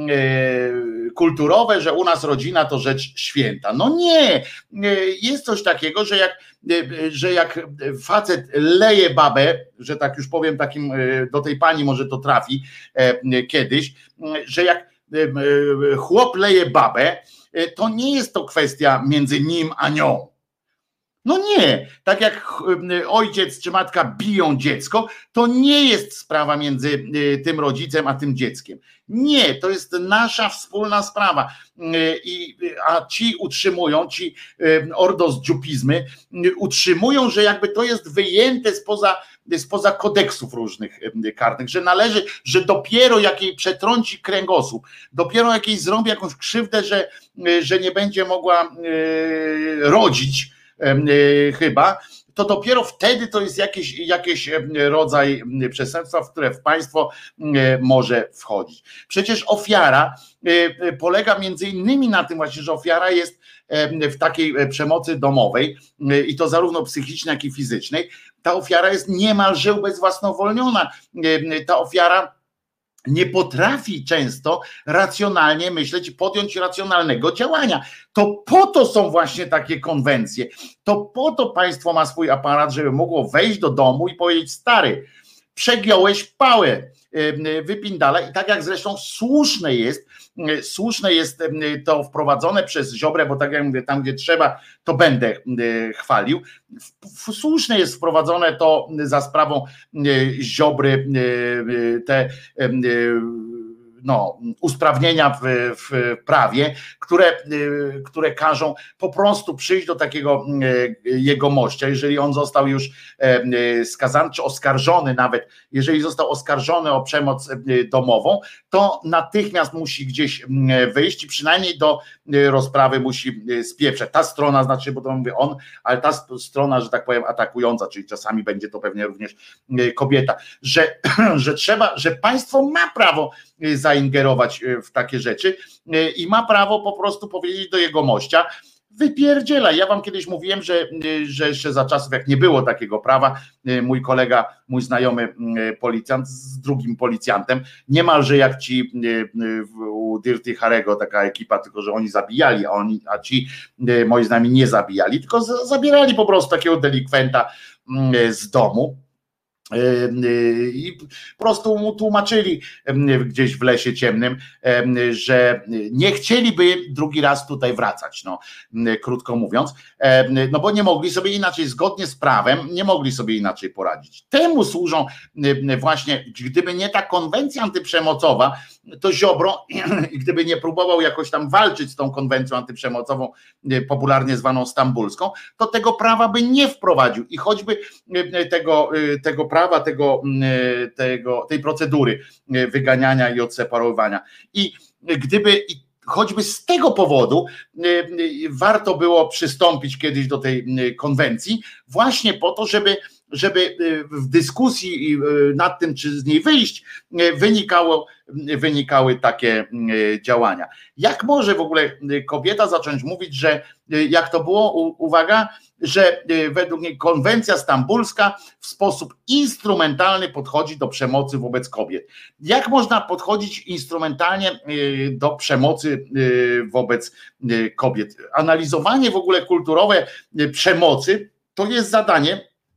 kulturowe, że u nas rodzina to rzecz święta. No nie, jest coś takiego, że jak, że jak facet leje babę, że tak już powiem takim, do tej pani może to trafi kiedyś, że jak chłop leje babę, to nie jest to kwestia między nim a nią. No nie, tak jak ojciec czy matka biją dziecko, to nie jest sprawa między tym rodzicem a tym dzieckiem. Nie, to jest nasza wspólna sprawa. I, a ci utrzymują, ci ordosdziupizmy utrzymują, że jakby to jest wyjęte spoza, spoza kodeksów różnych karnych, że należy, że dopiero jak jej przetrąci kręgosłup, dopiero jak jej zrobi jakąś krzywdę, że, że nie będzie mogła rodzić, chyba, to dopiero wtedy to jest jakiś, jakiś rodzaj przestępstwa, w które w państwo może wchodzić. Przecież ofiara polega między innymi na tym właśnie, że ofiara jest w takiej przemocy domowej i to zarówno psychicznej, jak i fizycznej. Ta ofiara jest niemalże ubezwłasnowolniona. Ta ofiara nie potrafi często racjonalnie myśleć, podjąć racjonalnego działania. To po to są właśnie takie konwencje. To po to państwo ma swój aparat, żeby mogło wejść do domu i powiedzieć: stary, przegiąłeś pałę, wypindala. I tak jak zresztą słuszne jest, słuszne jest to wprowadzone przez Ziobrę, bo tak jak mówię, tam gdzie trzeba, to będę chwalił. Słuszne jest wprowadzone to za sprawą Ziobry, te no, usprawnienia w, w prawie, które, które każą po prostu przyjść do takiego jegomościa, jeżeli on został już skazany, czy oskarżony nawet, jeżeli został oskarżony o przemoc domową, to natychmiast musi gdzieś wyjść i przynajmniej do rozprawy musi spieprzać. Ta strona, znaczy, bo to mówię on, ale ta strona, że tak powiem, atakująca, czyli czasami będzie to pewnie również kobieta, że, że trzeba, że państwo ma prawo zaingerować w takie rzeczy i ma prawo po prostu powiedzieć do jegomościa: wypierdzielaj. Ja wam kiedyś mówiłem, że, że jeszcze za czasów, jak nie było takiego prawa, mój kolega, mój znajomy policjant z drugim policjantem, niemalże jak ci u Dirty Harry'ego, taka ekipa, tylko że oni zabijali, a, oni, a ci moi znajomi nie zabijali, tylko zabierali po prostu takiego delikwenta z domu. I po prostu mu tłumaczyli gdzieś w lesie ciemnym, że nie chcieliby drugi raz tutaj wracać, no, krótko mówiąc, no bo nie mogli sobie inaczej, zgodnie z prawem, nie mogli sobie inaczej poradzić. Temu służą właśnie, gdyby nie ta konwencja antyprzemocowa, to Ziobro, gdyby nie próbował jakoś tam walczyć z tą konwencją antyprzemocową, popularnie zwaną stambulską, to tego prawa by nie wprowadził i choćby tego, tego prawa, tego, tego, tej procedury wyganiania i odseparowania. I gdyby choćby z tego powodu warto było przystąpić kiedyś do tej konwencji, właśnie po to, żeby żeby w dyskusji nad tym, czy z niej wyjść, wynikało, wynikały takie działania. Jak może w ogóle kobieta zacząć mówić, że jak to było, uwaga, że według niej konwencja stambulska w sposób instrumentalny podchodzi do przemocy wobec kobiet. Jak można podchodzić instrumentalnie do przemocy wobec kobiet? Analizowanie w ogóle kulturowe przemocy to jest zadanie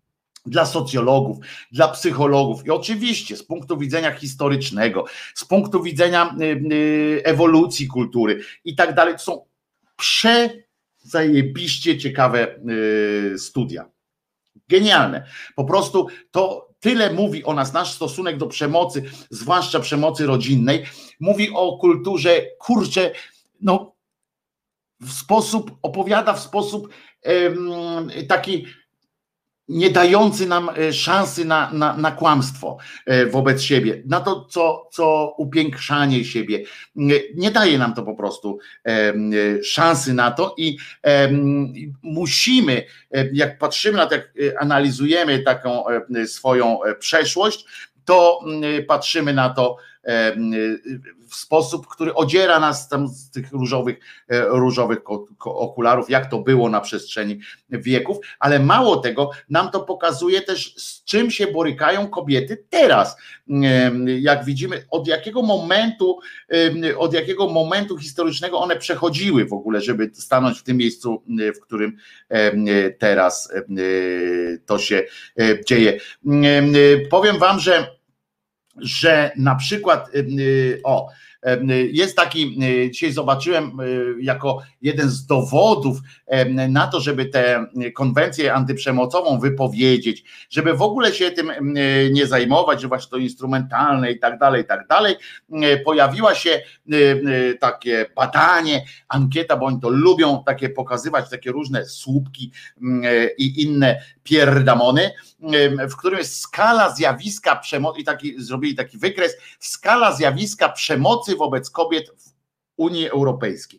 dla socjologów, dla psychologów i oczywiście z punktu widzenia historycznego, z punktu widzenia ewolucji kultury i tak dalej. To są przezajebiście ciekawe studia. Genialne. Po prostu to tyle mówi o nas, nasz stosunek do przemocy, zwłaszcza przemocy rodzinnej, mówi o kulturze, kurczę, no w sposób, opowiada w sposób um, taki nie dający nam szansy na, na, na kłamstwo wobec siebie, na to, co, co upiększanie siebie. Nie daje nam to po prostu szansy na to i musimy, jak patrzymy na to, jak analizujemy taką swoją przeszłość, to patrzymy na to w sposób, który odziera nas tam z tych różowych, różowych okularów, jak to było na przestrzeni wieków, ale mało tego, nam to pokazuje też, z czym się borykają kobiety teraz. Jak widzimy, od jakiego momentu, od jakiego momentu historycznego one przechodziły w ogóle, żeby stanąć w tym miejscu, w którym teraz to się dzieje. Powiem wam, że że na przykład o, jest taki, dzisiaj zobaczyłem jako jeden z dowodów na to, żeby tę konwencję antyprzemocową wypowiedzieć, żeby w ogóle się tym nie zajmować, że właśnie to instrumentalne i tak dalej, i tak dalej, pojawiła się takie badanie, ankieta, bo oni to lubią takie pokazywać, takie różne słupki i inne pierdamony, w którym jest skala zjawiska przemocy, i taki, zrobili taki wykres, skala zjawiska przemocy wobec kobiet w Unii Europejskiej.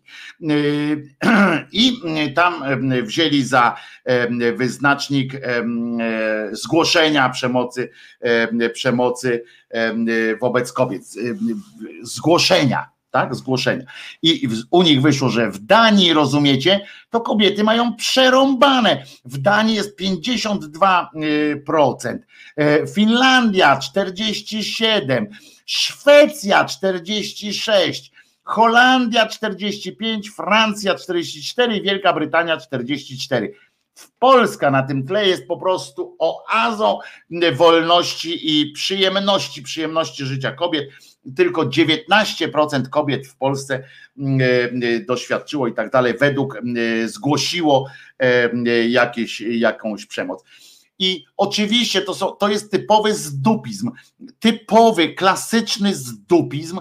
I tam wzięli za wyznacznik zgłoszenia przemocy, przemocy wobec kobiet. Zgłoszenia. Tak, zgłoszenia. I u nich wyszło, że w Danii, rozumiecie, to kobiety mają przerąbane. W Danii jest pięćdziesiąt dwa procent, Finlandia czterdzieści siedem procent, Szwecja czterdzieści sześć procent, Holandia czterdzieści pięć procent, Francja czterdzieści cztery procent, Wielka Brytania czterdzieści cztery procent. Polska na tym tle jest po prostu oazą wolności i przyjemności, przyjemności życia kobiet. Tylko dziewiętnaście procent kobiet w Polsce doświadczyło i tak dalej, według zgłosiło jakieś, jakąś przemoc. I oczywiście to, są, to jest typowy zdupizm, typowy, klasyczny zdupizm,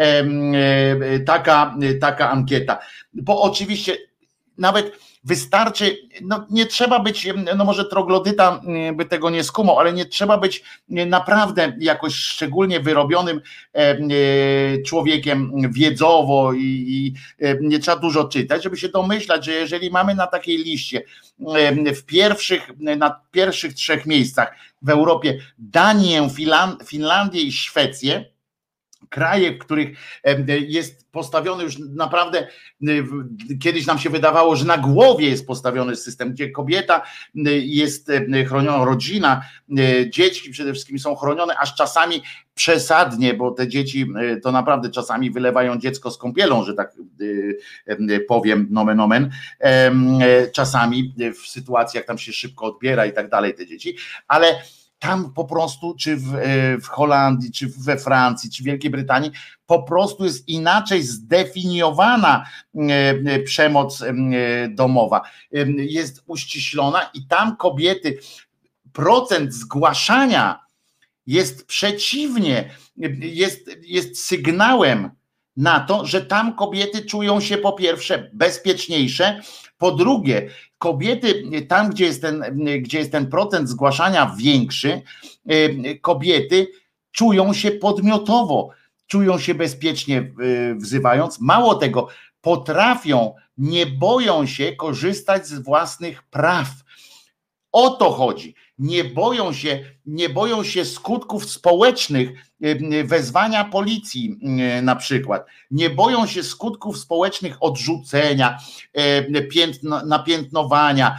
taka, taka ankieta, bo oczywiście nawet wystarczy, no nie trzeba być, no może troglodyta by tego nie skumał, ale nie trzeba być naprawdę jakoś szczególnie wyrobionym człowiekiem wiedzowo i, i nie trzeba dużo czytać, żeby się domyślać, że jeżeli mamy na takiej liście w pierwszych, na pierwszych trzech miejscach w Europie Danię, Finlandię i Szwecję, kraje, w których jest postawiony już naprawdę, kiedyś nam się wydawało, że na głowie jest postawiony system, gdzie kobieta jest chroniona, rodzina, dzieci przede wszystkim są chronione, aż czasami przesadnie, bo te dzieci to naprawdę czasami wylewają dziecko z kąpielą, że tak powiem, nomen omen, czasami w sytuacjach tam się szybko odbiera i tak dalej te dzieci, ale tam po prostu, czy w, w Holandii, czy we Francji, czy w Wielkiej Brytanii, po prostu jest inaczej zdefiniowana przemoc domowa. Jest uściślona i tam kobiety, procent zgłaszania jest przeciwnie, jest, jest sygnałem na to, że tam kobiety czują się po pierwsze bezpieczniejsze, po drugie kobiety tam, gdzie jest ten, gdzie jest ten procent zgłaszania większy, kobiety czują się podmiotowo, czują się bezpiecznie wzywając, mało tego, potrafią, nie boją się korzystać z własnych praw. O to chodzi. Nie boją się, nie boją się skutków społecznych, wezwania policji na przykład. Nie boją się skutków społecznych odrzucenia, napiętnowania,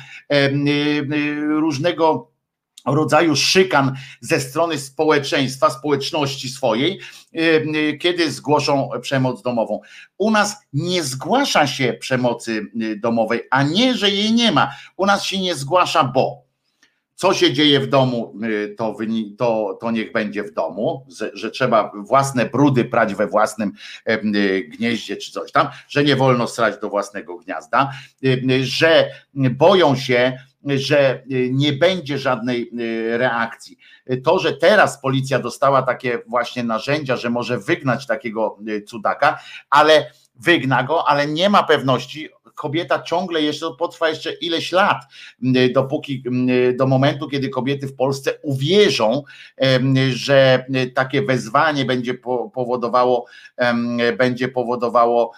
różnego rodzaju szykan ze strony społeczeństwa, społeczności swojej, kiedy zgłoszą przemoc domową. U nas nie zgłasza się przemocy domowej, a nie, że jej nie ma. U nas się nie zgłasza, bo co się dzieje w domu, to, to, to niech będzie w domu, że, że trzeba własne brudy prać we własnym gnieździe czy coś tam, że nie wolno srać do własnego gniazda, że boją się, że nie będzie żadnej reakcji. To, że teraz policja dostała takie właśnie narzędzia, że może wygnać takiego cudaka, ale wygna go, ale nie ma pewności. Kobieta ciągle jeszcze potrwa jeszcze ileś lat, dopóki do momentu, kiedy kobiety w Polsce uwierzą, że takie wezwanie będzie powodowało, będzie powodowało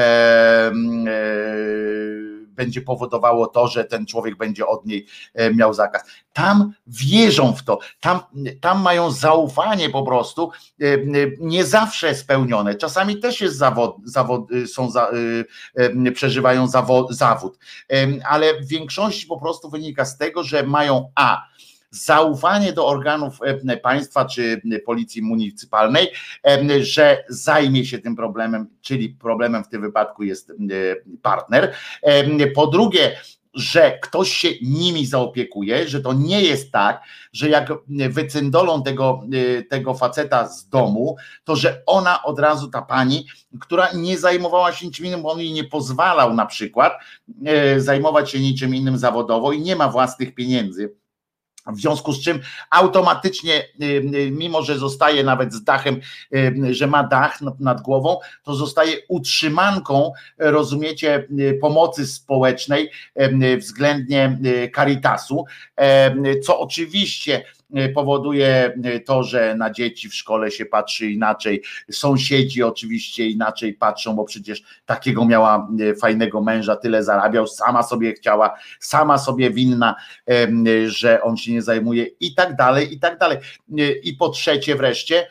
będzie powodowało to, że ten człowiek będzie od niej miał zakaz. Tam wierzą w to, tam, tam mają zaufanie po prostu, nie zawsze spełnione. Czasami też jest zawód, zawód są za, przeżywają zawód, zawód, ale w większości po prostu wynika z tego, że mają a zaufanie do organów państwa czy policji municypalnej, że zajmie się tym problemem, czyli problemem w tym wypadku jest partner. Po drugie, że ktoś się nimi zaopiekuje, że to nie jest tak, że jak wycyndolą tego, tego faceta z domu, to że ona od razu, ta pani, która nie zajmowała się niczym innym, bo on jej nie pozwalał na przykład zajmować się niczym innym zawodowo i nie ma własnych pieniędzy, w związku z czym automatycznie, mimo że zostaje nawet z dachem, że ma dach nad głową, to zostaje utrzymanką, rozumiecie, pomocy społecznej względnie Caritasu, co oczywiście powoduje to, że na dzieci w szkole się patrzy inaczej, sąsiedzi oczywiście inaczej patrzą, bo przecież takiego miała fajnego męża, tyle zarabiał, sama sobie chciała, sama sobie winna, że on się nie zajmuje i tak dalej, i tak dalej. I po trzecie wreszcie,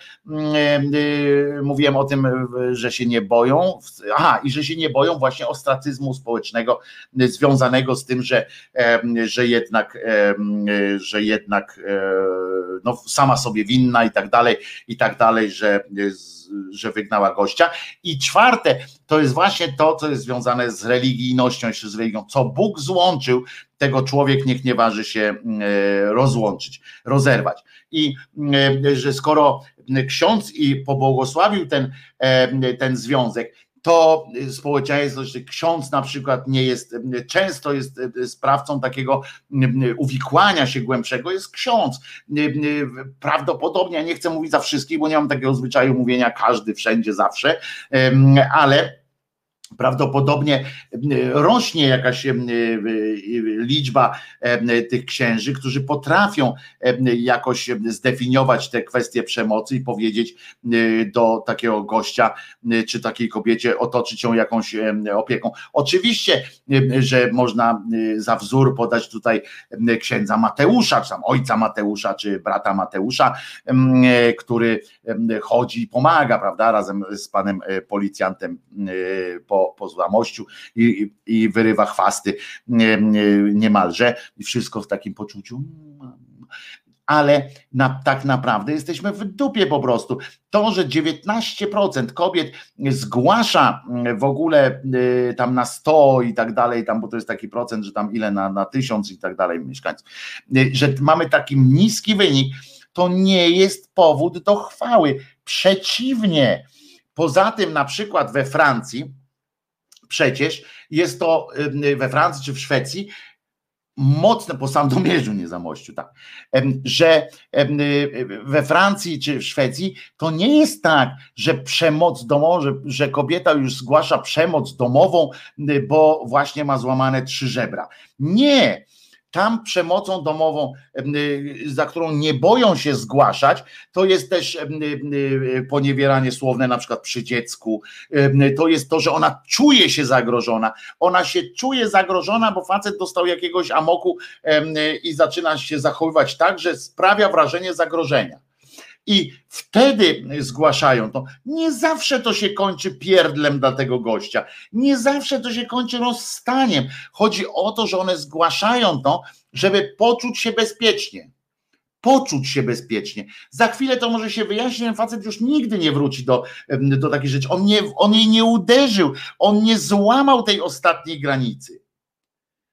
mówiłem o tym, że się nie boją, aha, i że się nie boją właśnie ostracyzmu społecznego związanego z tym, że, że jednak, że jednak no, sama sobie winna i tak dalej, i tak dalej, że, że wygnała gościa. I czwarte, to jest właśnie to, co jest związane z religijnością, jeszcze z religią, co Bóg złączył, tego człowiek niech nie waży się rozłączyć, rozerwać. I że skoro ksiądz i pobłogosławił ten, ten związek, to społeczeństwo, że ksiądz na przykład nie jest, często jest sprawcą takiego uwikłania się głębszego, jest ksiądz. Prawdopodobnie, ja nie chcę mówić za wszystkich, bo nie mam takiego zwyczaju mówienia każdy, wszędzie, zawsze, ale prawdopodobnie rośnie jakaś liczba tych księży, którzy potrafią jakoś zdefiniować te kwestie przemocy i powiedzieć do takiego gościa czy takiej kobiecie, otoczyć ją jakąś opieką. Oczywiście, że można za wzór podać tutaj księdza Mateusza, czy tam ojca Mateusza, czy brata Mateusza, który chodzi i pomaga, prawda, razem z panem policjantem po po złamościu i, i wyrywa chwasty niemalże i wszystko w takim poczuciu, ale na, tak naprawdę jesteśmy w dupie po prostu. To, że dziewiętnaście procent kobiet zgłasza w ogóle tam na sto i tak dalej, tam, bo to jest taki procent, że tam ile na, na tysiąc i tak dalej mieszkańców, że mamy taki niski wynik, to nie jest powód do chwały. Przeciwnie. Poza tym na przykład we Francji, przecież jest to we Francji czy w Szwecji mocne, po Sandomierzu, nie Zamościu, tak, że we Francji czy w Szwecji to nie jest tak, że przemoc domową, że, że kobieta już zgłasza przemoc domową, bo właśnie ma złamane trzy żebra. Nie. Tam przemocą domową, za którą nie boją się zgłaszać, to jest też poniewieranie słowne na przykład przy dziecku, to jest to, że ona czuje się zagrożona, ona się czuje zagrożona, bo facet dostał jakiegoś amoku i zaczyna się zachowywać tak, że sprawia wrażenie zagrożenia. I wtedy zgłaszają to. Nie zawsze to się kończy pierdlem dla tego gościa. Nie zawsze to się kończy rozstaniem. Chodzi o to, że one zgłaszają to, żeby poczuć się bezpiecznie. Poczuć się bezpiecznie. Za chwilę to może się wyjaśnić, ten facet już nigdy nie wróci do, do takiej rzeczy. On, nie, on jej nie uderzył. On nie złamał tej ostatniej granicy.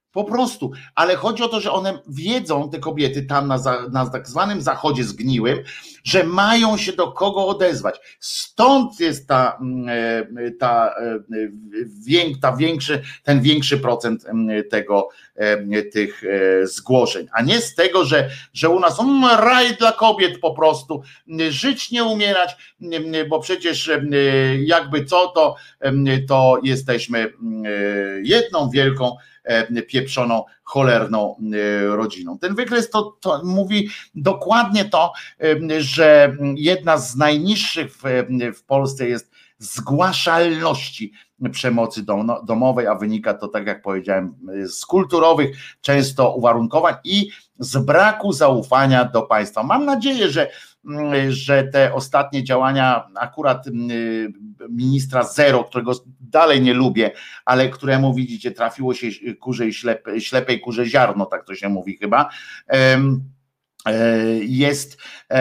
Po prostu, ale chodzi o to, że one wiedzą, te kobiety tam na, za, na tak zwanym zachodzie zgniłym, że mają się do kogo odezwać. Stąd jest ta, ta, ta większy, ten większy procent tego, tych zgłoszeń, a nie z tego, że, że u nas um, raj dla kobiet po prostu, żyć nie umierać, bo przecież jakby co, to, to jesteśmy jedną wielką pieprzoną, cholerną rodziną. Ten wykres to, to mówi dokładnie to, że jedna z najniższych w, w Polsce jest zgłaszalności przemocy dom, domowej, a wynika to, tak jak powiedziałem, z kulturowych często uwarunkowań i z braku zaufania do państwa. Mam nadzieję, że że te ostatnie działania akurat ministra Zero, którego dalej nie lubię, ale któremu widzicie trafiło się kurzej ślepej, ślepej kurze ziarno, tak to się mówi chyba, jest,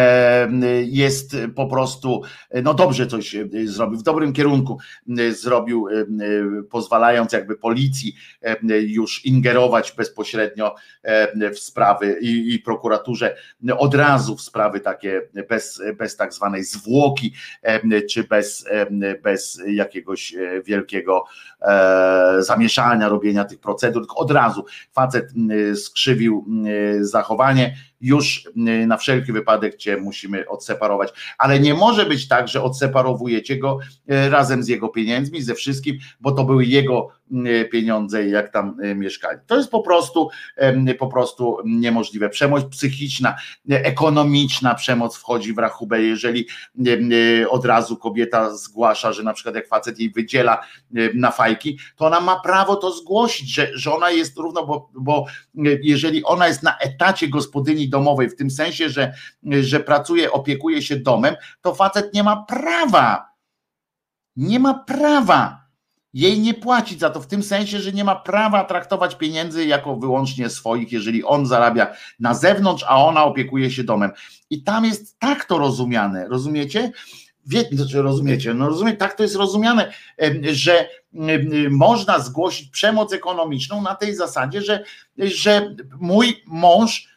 jest po prostu, no dobrze coś zrobił, w dobrym kierunku zrobił, pozwalając jakby policji już ingerować bezpośrednio w sprawy i, i prokuraturze od razu w sprawy takie bez, bez tak zwanej zwłoki, czy bez, bez jakiegoś wielkiego zamieszania, robienia tych procedur, tylko od razu facet skrzywił zachowanie, już na wszelki wypadek cię musimy odseparować, ale nie może być tak, że odseparowujecie go razem z jego pieniędzmi, ze wszystkim, bo to były jego pieniądze, jak tam mieszkali. To jest po prostu po prostu niemożliwe. Przemoc psychiczna, ekonomiczna przemoc wchodzi w rachubę, jeżeli od razu kobieta zgłasza, że na przykład jak facet jej wydziela na fajki, to ona ma prawo to zgłosić, że, że ona jest równo, bo, bo jeżeli ona jest na etacie gospodyni domowej, w tym sensie, że, że pracuje, opiekuje się domem, to facet nie ma prawa, nie ma prawa jej nie płacić za to, w tym sensie, że nie ma prawa traktować pieniędzy jako wyłącznie swoich, jeżeli on zarabia na zewnątrz, a ona opiekuje się domem. I tam jest tak to rozumiane, rozumiecie? Wiecie, rozumiecie, no rozumiem, tak to jest rozumiane, że można zgłosić przemoc ekonomiczną na tej zasadzie, że, że mój mąż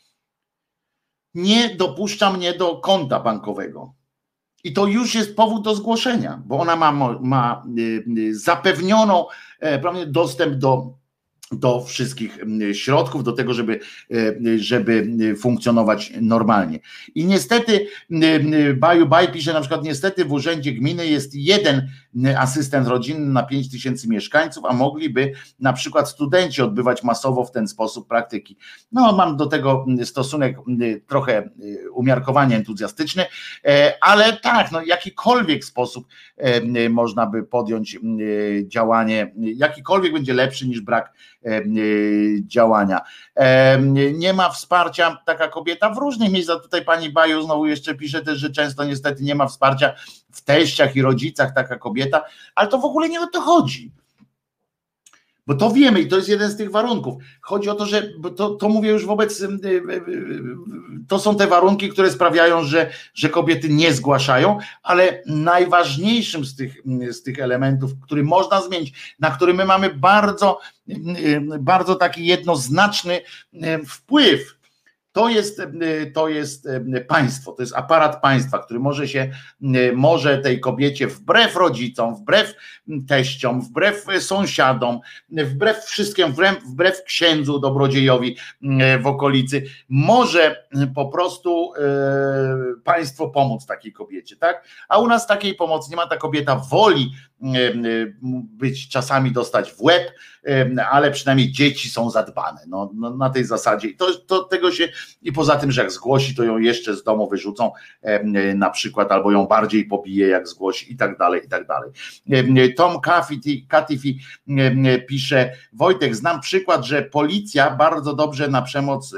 nie dopuszcza mnie do konta bankowego. I to już jest powód do zgłoszenia, bo ona ma, ma zapewnioną dostęp do, do wszystkich środków, do tego, żeby, żeby funkcjonować normalnie. I niestety Baju Baj pisze na przykład, niestety w urzędzie gminy jest jeden asystent rodzinny na pięć tysięcy mieszkańców, a mogliby na przykład studenci odbywać masowo w ten sposób praktyki. No mam do tego stosunek trochę umiarkowanie entuzjastyczny, ale tak, no jakikolwiek sposób można by podjąć działanie, jakikolwiek będzie lepszy niż brak działania. Nie ma wsparcia taka kobieta w różnych miejscach, tutaj pani Baju znowu jeszcze pisze też, że często niestety nie ma wsparcia w teściach i rodzicach taka kobieta, ale to w ogóle nie o to chodzi. Bo to wiemy i to jest jeden z tych warunków. Chodzi o to, że bo to, to mówię już wobec, to są te warunki, które sprawiają, że, że kobiety nie zgłaszają, ale najważniejszym z tych, z tych elementów, który można zmienić, na który my mamy bardzo, bardzo taki jednoznaczny wpływ, To jest, to jest państwo, to jest aparat państwa, który może się, może tej kobiecie wbrew rodzicom, wbrew teściom, wbrew sąsiadom, wbrew wszystkim, wbrew, wbrew księdzu dobrodziejowi w okolicy, może po prostu państwo pomóc takiej kobiecie, tak? A u nas takiej pomocy nie ma, ta kobieta woli być czasami dostać w łeb, ale przynajmniej dzieci są zadbane, no, no, na tej zasadzie. I to, to tego się, i poza tym, że jak zgłosi, to ją jeszcze z domu wyrzucą na przykład, albo ją bardziej pobije, jak zgłosi i tak dalej, i tak dalej. Tom Katifi pisze, Wojtek, znam przykład, że policja bardzo dobrze na przemoc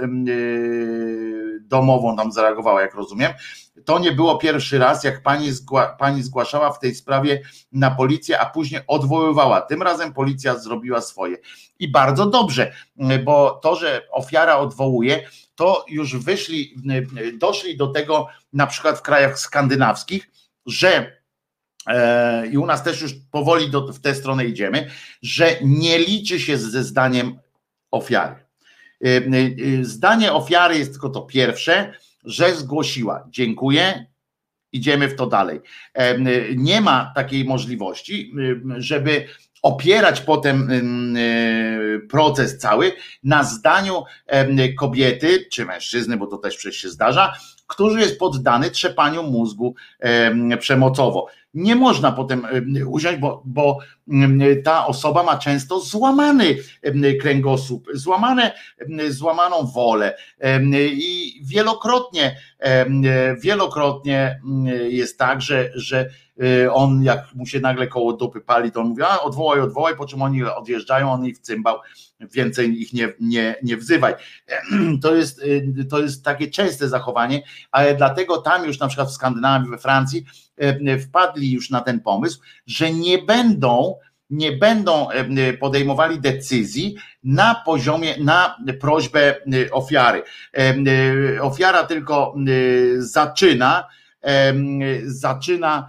domową tam zareagowała, jak rozumiem. To nie było pierwszy raz, jak pani, zgła, pani zgłaszała w tej sprawie na policję, a później odwoływała. Tym razem policja zrobiła swoje. I bardzo dobrze, bo to, że ofiara odwołuje, to już wyszli, doszli do tego na przykład w krajach skandynawskich, że e, i u nas też już powoli do, w tę stronę idziemy, że nie liczy się ze zdaniem ofiary. Zdanie ofiary jest tylko to pierwsze, że zgłosiła. Dziękuję, idziemy w to dalej. Nie ma takiej możliwości, żeby opierać potem proces cały na zdaniu kobiety czy mężczyzny, bo to też przecież się zdarza, który jest poddany trzepaniu mózgu przemocowo. Nie można potem usiąść, bo, bo ta osoba ma często złamany kręgosłup, złamane, złamaną wolę i wielokrotnie, wielokrotnie jest tak, że, że on jak mu się nagle koło dupy pali, to on mówi, a odwołaj, odwołaj, po czym oni odjeżdżają, on ich w cymbał, więcej ich nie, nie, nie wzywaj. To jest, to jest takie częste zachowanie, ale dlatego tam już na przykład w Skandynawii, we Francji wpadli już na ten pomysł, że nie będą nie będą podejmowali decyzji na poziomie, na prośbę ofiary. Ofiara tylko zaczyna, zaczyna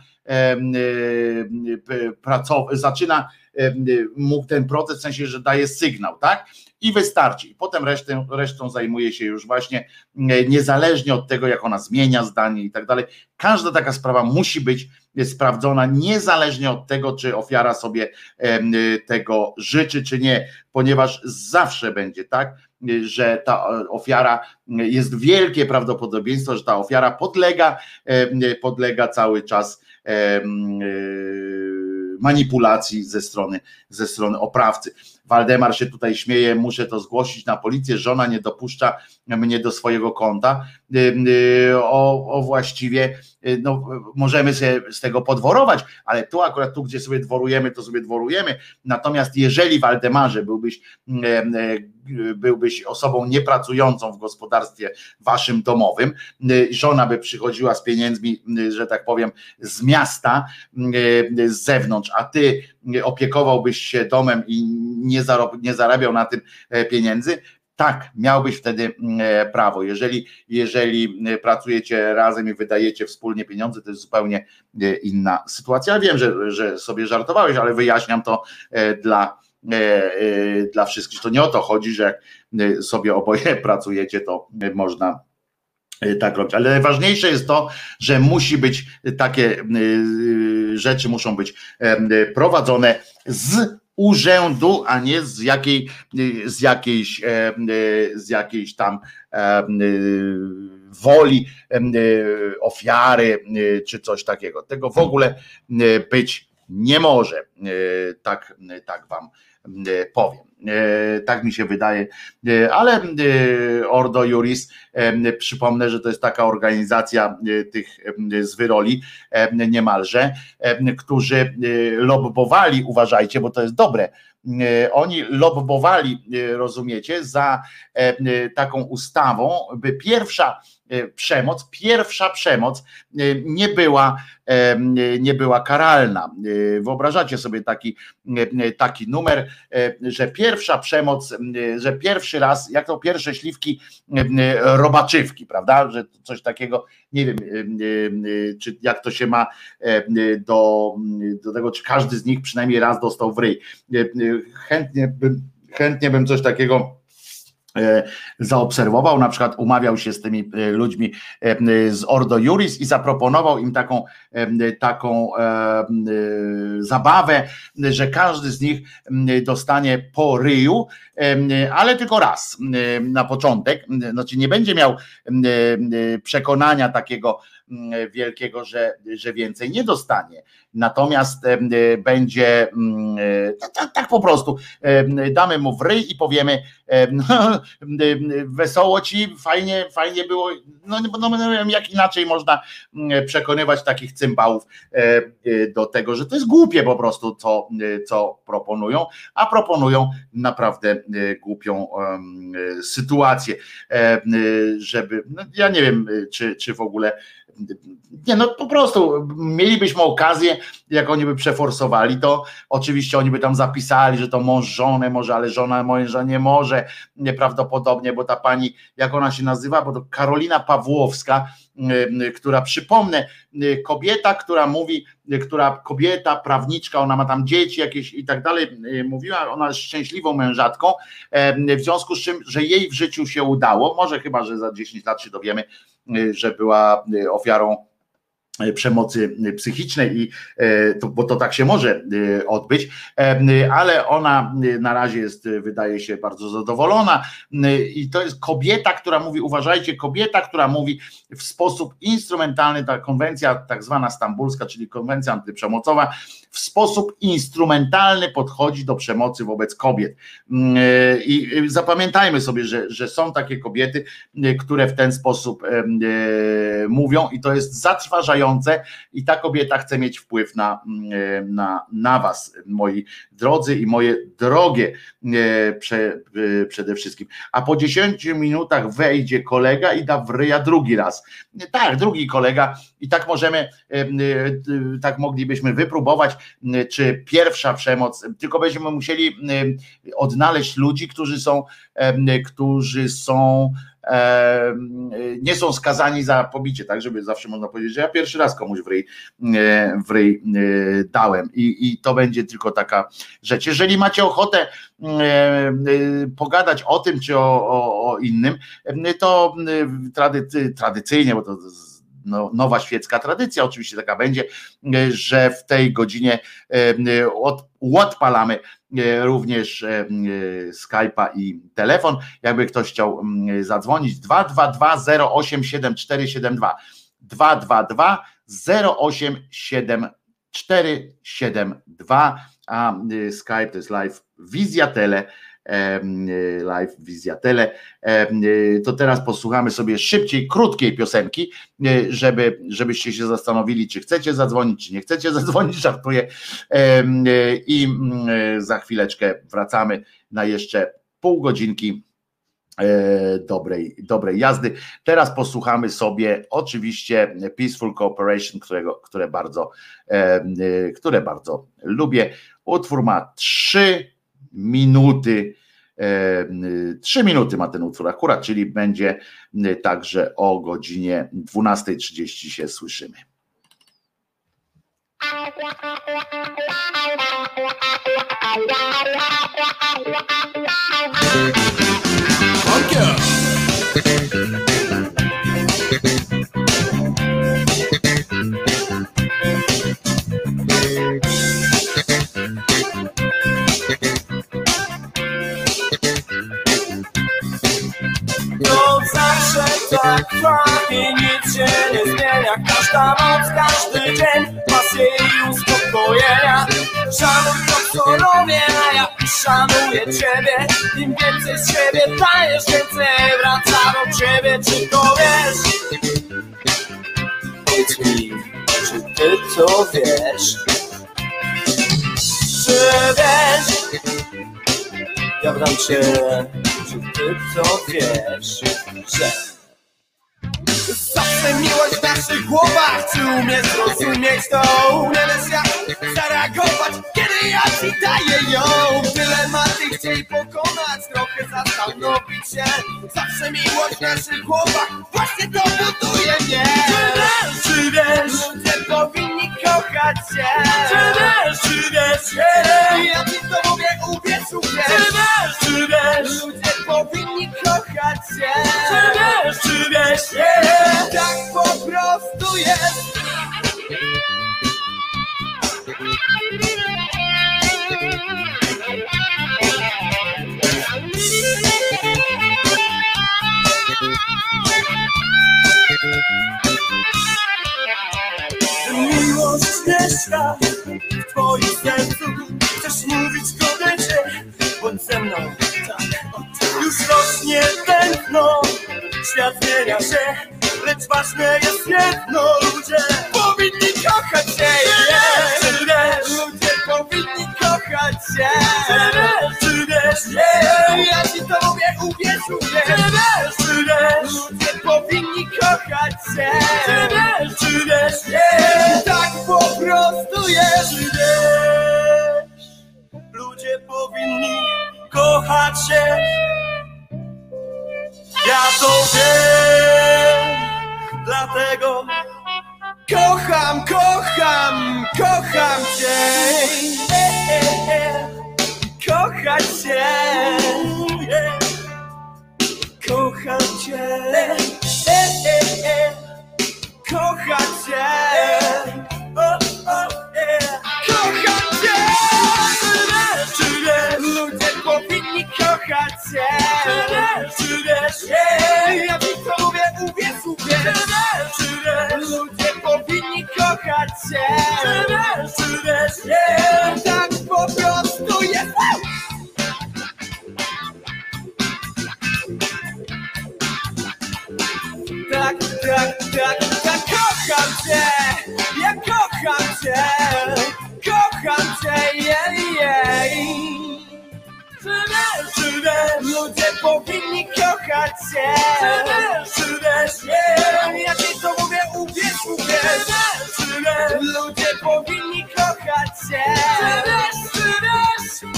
pracować, zaczyna mu ten proces, w sensie, że daje sygnał, tak? I wystarczy. I potem resztę, resztą zajmuje się już właśnie niezależnie od tego, jak ona zmienia zdanie i tak dalej. Każda taka sprawa musi być sprawdzona, niezależnie od tego, czy ofiara sobie tego życzy, czy nie, ponieważ zawsze będzie tak, że ta ofiara, jest wielkie prawdopodobieństwo, że ta ofiara podlega, podlega cały czas manipulacji ze strony, ze strony oprawcy. Waldemar się tutaj śmieje, muszę to zgłosić na policję, żona nie dopuszcza mnie do swojego konta. O, o właściwie, no, możemy sobie z tego podworować, ale tu akurat tu, gdzie sobie dworujemy, to sobie dworujemy. Natomiast jeżeli, Waldemarze, byłbyś, byłbyś osobą niepracującą w gospodarstwie waszym domowym, żona by przychodziła z pieniędzmi, że tak powiem, z miasta, z zewnątrz, a ty opiekowałbyś się domem i nie, zarob, nie zarabiał na tym pieniędzy, tak, miałbyś wtedy prawo. Jeżeli, jeżeli pracujecie razem i wydajecie wspólnie pieniądze, to jest zupełnie inna sytuacja. Ja wiem, że, że sobie żartowałeś, ale wyjaśniam to dla, dla wszystkich. To nie o to chodzi, że jak sobie oboje pracujecie, to można tak robić. Ale najważniejsze jest to, że musi być takie rzeczy muszą być prowadzone z urzędu, a nie z jakiej, z jakiejś, z jakiejś tam woli ofiary, czy coś takiego. Tego w ogóle być nie może. Tak, tak wam powiem. Tak mi się wydaje, ale Ordo Juris, przypomnę, że to jest taka organizacja tych zwyroli niemalże, którzy lobbowali, uważajcie, bo to jest dobre, oni lobbowali, rozumiecie, za taką ustawą, by pierwsza przemoc, pierwsza przemoc nie była, nie była karalna. Wyobrażacie sobie taki, taki numer, że pierwsza przemoc, że pierwszy raz, jak to pierwsze śliwki robaczywki, prawda, że coś takiego, nie wiem, czy jak to się ma do, do tego, czy każdy z nich przynajmniej raz dostał w ryj. Chętnie bym, chętnie bym coś takiego zaobserwował, na przykład umawiał się z tymi ludźmi z Ordo Juris i zaproponował im taką, taką zabawę, że każdy z nich dostanie po ryju, ale tylko raz na początek, znaczy nie będzie miał przekonania takiego wielkiego, że, że więcej nie dostanie. Natomiast będzie tak, tak po prostu damy mu w ryj i powiemy no, wesoło ci, fajnie, fajnie było, no, no, no jak inaczej można przekonywać takich cymbałów do tego, że to jest głupie po prostu, co, co proponują, a proponują naprawdę głupią sytuację, żeby, no, ja nie wiem, czy, czy w ogóle nie no po prostu mielibyśmy okazję, jak oni by przeforsowali, to oczywiście oni by tam zapisali, że to mąż żonę może, ale żona męża nie może, nieprawdopodobnie, bo ta pani, jak ona się nazywa, bo to Karolina Pawłowska, która, przypomnę, kobieta, która mówi, która kobieta, prawniczka, ona ma tam dzieci jakieś i tak dalej, mówiła, ona jest szczęśliwą mężatką, w związku z czym, że jej w życiu się udało, może chyba, że za dziesięć lat się dowiemy, że była ofiarą przemocy psychicznej, i to, bo to tak się może odbyć, ale ona na razie jest, wydaje się, bardzo zadowolona i to jest kobieta, która mówi, uważajcie, kobieta, która mówi w sposób instrumentalny, ta konwencja tak zwana stambulska, czyli konwencja antyprzemocowa, w sposób instrumentalny podchodzi do przemocy wobec kobiet. I zapamiętajmy sobie, że, że są takie kobiety, które w ten sposób mówią i to jest zatrważające i ta kobieta chce mieć wpływ na, na, na was, moi drodzy i moje drogie prze, przede wszystkim. A po dziesięciu minutach wejdzie kolega i da w ryja drugi raz. Tak, drugi kolega i tak możemy, tak moglibyśmy wypróbować, czy pierwsza przemoc, tylko będziemy musieli odnaleźć ludzi, którzy są, którzy są nie są skazani za pobicie, tak, żeby zawsze można powiedzieć, że ja pierwszy raz komuś w ryj, w ryj dałem i, i to będzie tylko taka rzecz. Jeżeli macie ochotę pogadać o tym, czy o, o, o innym, to tradycy, tradycyjnie, bo to no, nowa świecka tradycja oczywiście taka będzie, że w tej godzinie od, odpalamy również Skype'a i telefon, jakby ktoś chciał zadzwonić, dwa dwa dwa zero osiem siedem cztery siedem dwa, dwa dwa dwa zero osiem siedem cztery siedem dwa, a Skype to jest live Wizja Tele, live Wizja Tele. To teraz posłuchamy sobie szybciej krótkiej piosenki, żeby, żebyście się zastanowili, czy chcecie zadzwonić, czy nie chcecie zadzwonić, żartuję, i za chwileczkę wracamy na jeszcze pół godzinki dobrej, dobrej jazdy. Teraz posłuchamy sobie oczywiście Peaceful Cooperation, którego, które bardzo które bardzo lubię. Utwór ma trzy minuty, trzy minuty ma ten utwór akurat, czyli będzie także o godzinie dwunasta trzydzieści się słyszymy. To zawsze tak trwa i nic się nie zmienia. Każda noc, każdy dzień pasje i uspokojenia. Szanuj to, co robię, a ja szanuję ciebie. Im więcej z siebie dajesz, więcej wraca do ciebie. Czy to wiesz? Powiedz mi, czy ty to wiesz? Czy wiesz? Ja wdam cię. Czy ty to wiesz, że zawsze miłość w naszych głowach? Czy umiesz zrozumieć to? Umiesz jak zareagować, kiedy ja ci daję ją? Dylematy chciej pokonać, trochę zastanowić się. Zawsze miłość w naszych głowach właśnie to buduje mnie. Czy wiesz, czy wiesz, ludzie powinni kochać się? Czy wiesz, czy wiesz, yeah. Ja ci to mówię, uwierz, uwierz. Czy wiesz, czy wiesz, ludzie powinni kochać się? Czy wiesz, czy wiesz, yeah. Tak po prostu jest. Miłość mieszka w twoim sercu. Chcesz mówić kobiecie, bądź ze mną, tak. Już rośnie tętno, świat zmienia się, lecz ważne jest jedno, ludzie powinni kochać się. Yeah. Czy wiesz, ludzie powinni kochać się. Czy wiesz, czy wiesz, yeah. Ja ci to mówię, uwierz, uwierz. Czy wiesz, czy wiesz, ludzie powinni kochać się. Czy wiesz, się. Ja to wiem, dlatego kocham, kocham, kocham cię. E, e, e. Kochać cię, kocham cię, e, e, e. Kochać cię, oh, oh, yeah. Kocham cię, czy wiesz, ludzie powinni kochać cię, czy wiesz, yeah. Ja ci to mówię, uwierz, uwierz, czy wiesz, ludzie powinni kochać cię, czy wiesz, yeah. Tak po prostu jest. Tak, tak, tak, tak, kocham cię, ja kocham cię, kocham cię, jej, jej. Czy wiesz, czy wiesz, ludzie powinni kochać cię, czy wiesz, yeah. Ja ci to mówię, uwierz, uwierz, czy wiesz, ludzie powinni kochać cię, czy wiesz, czy wiesz.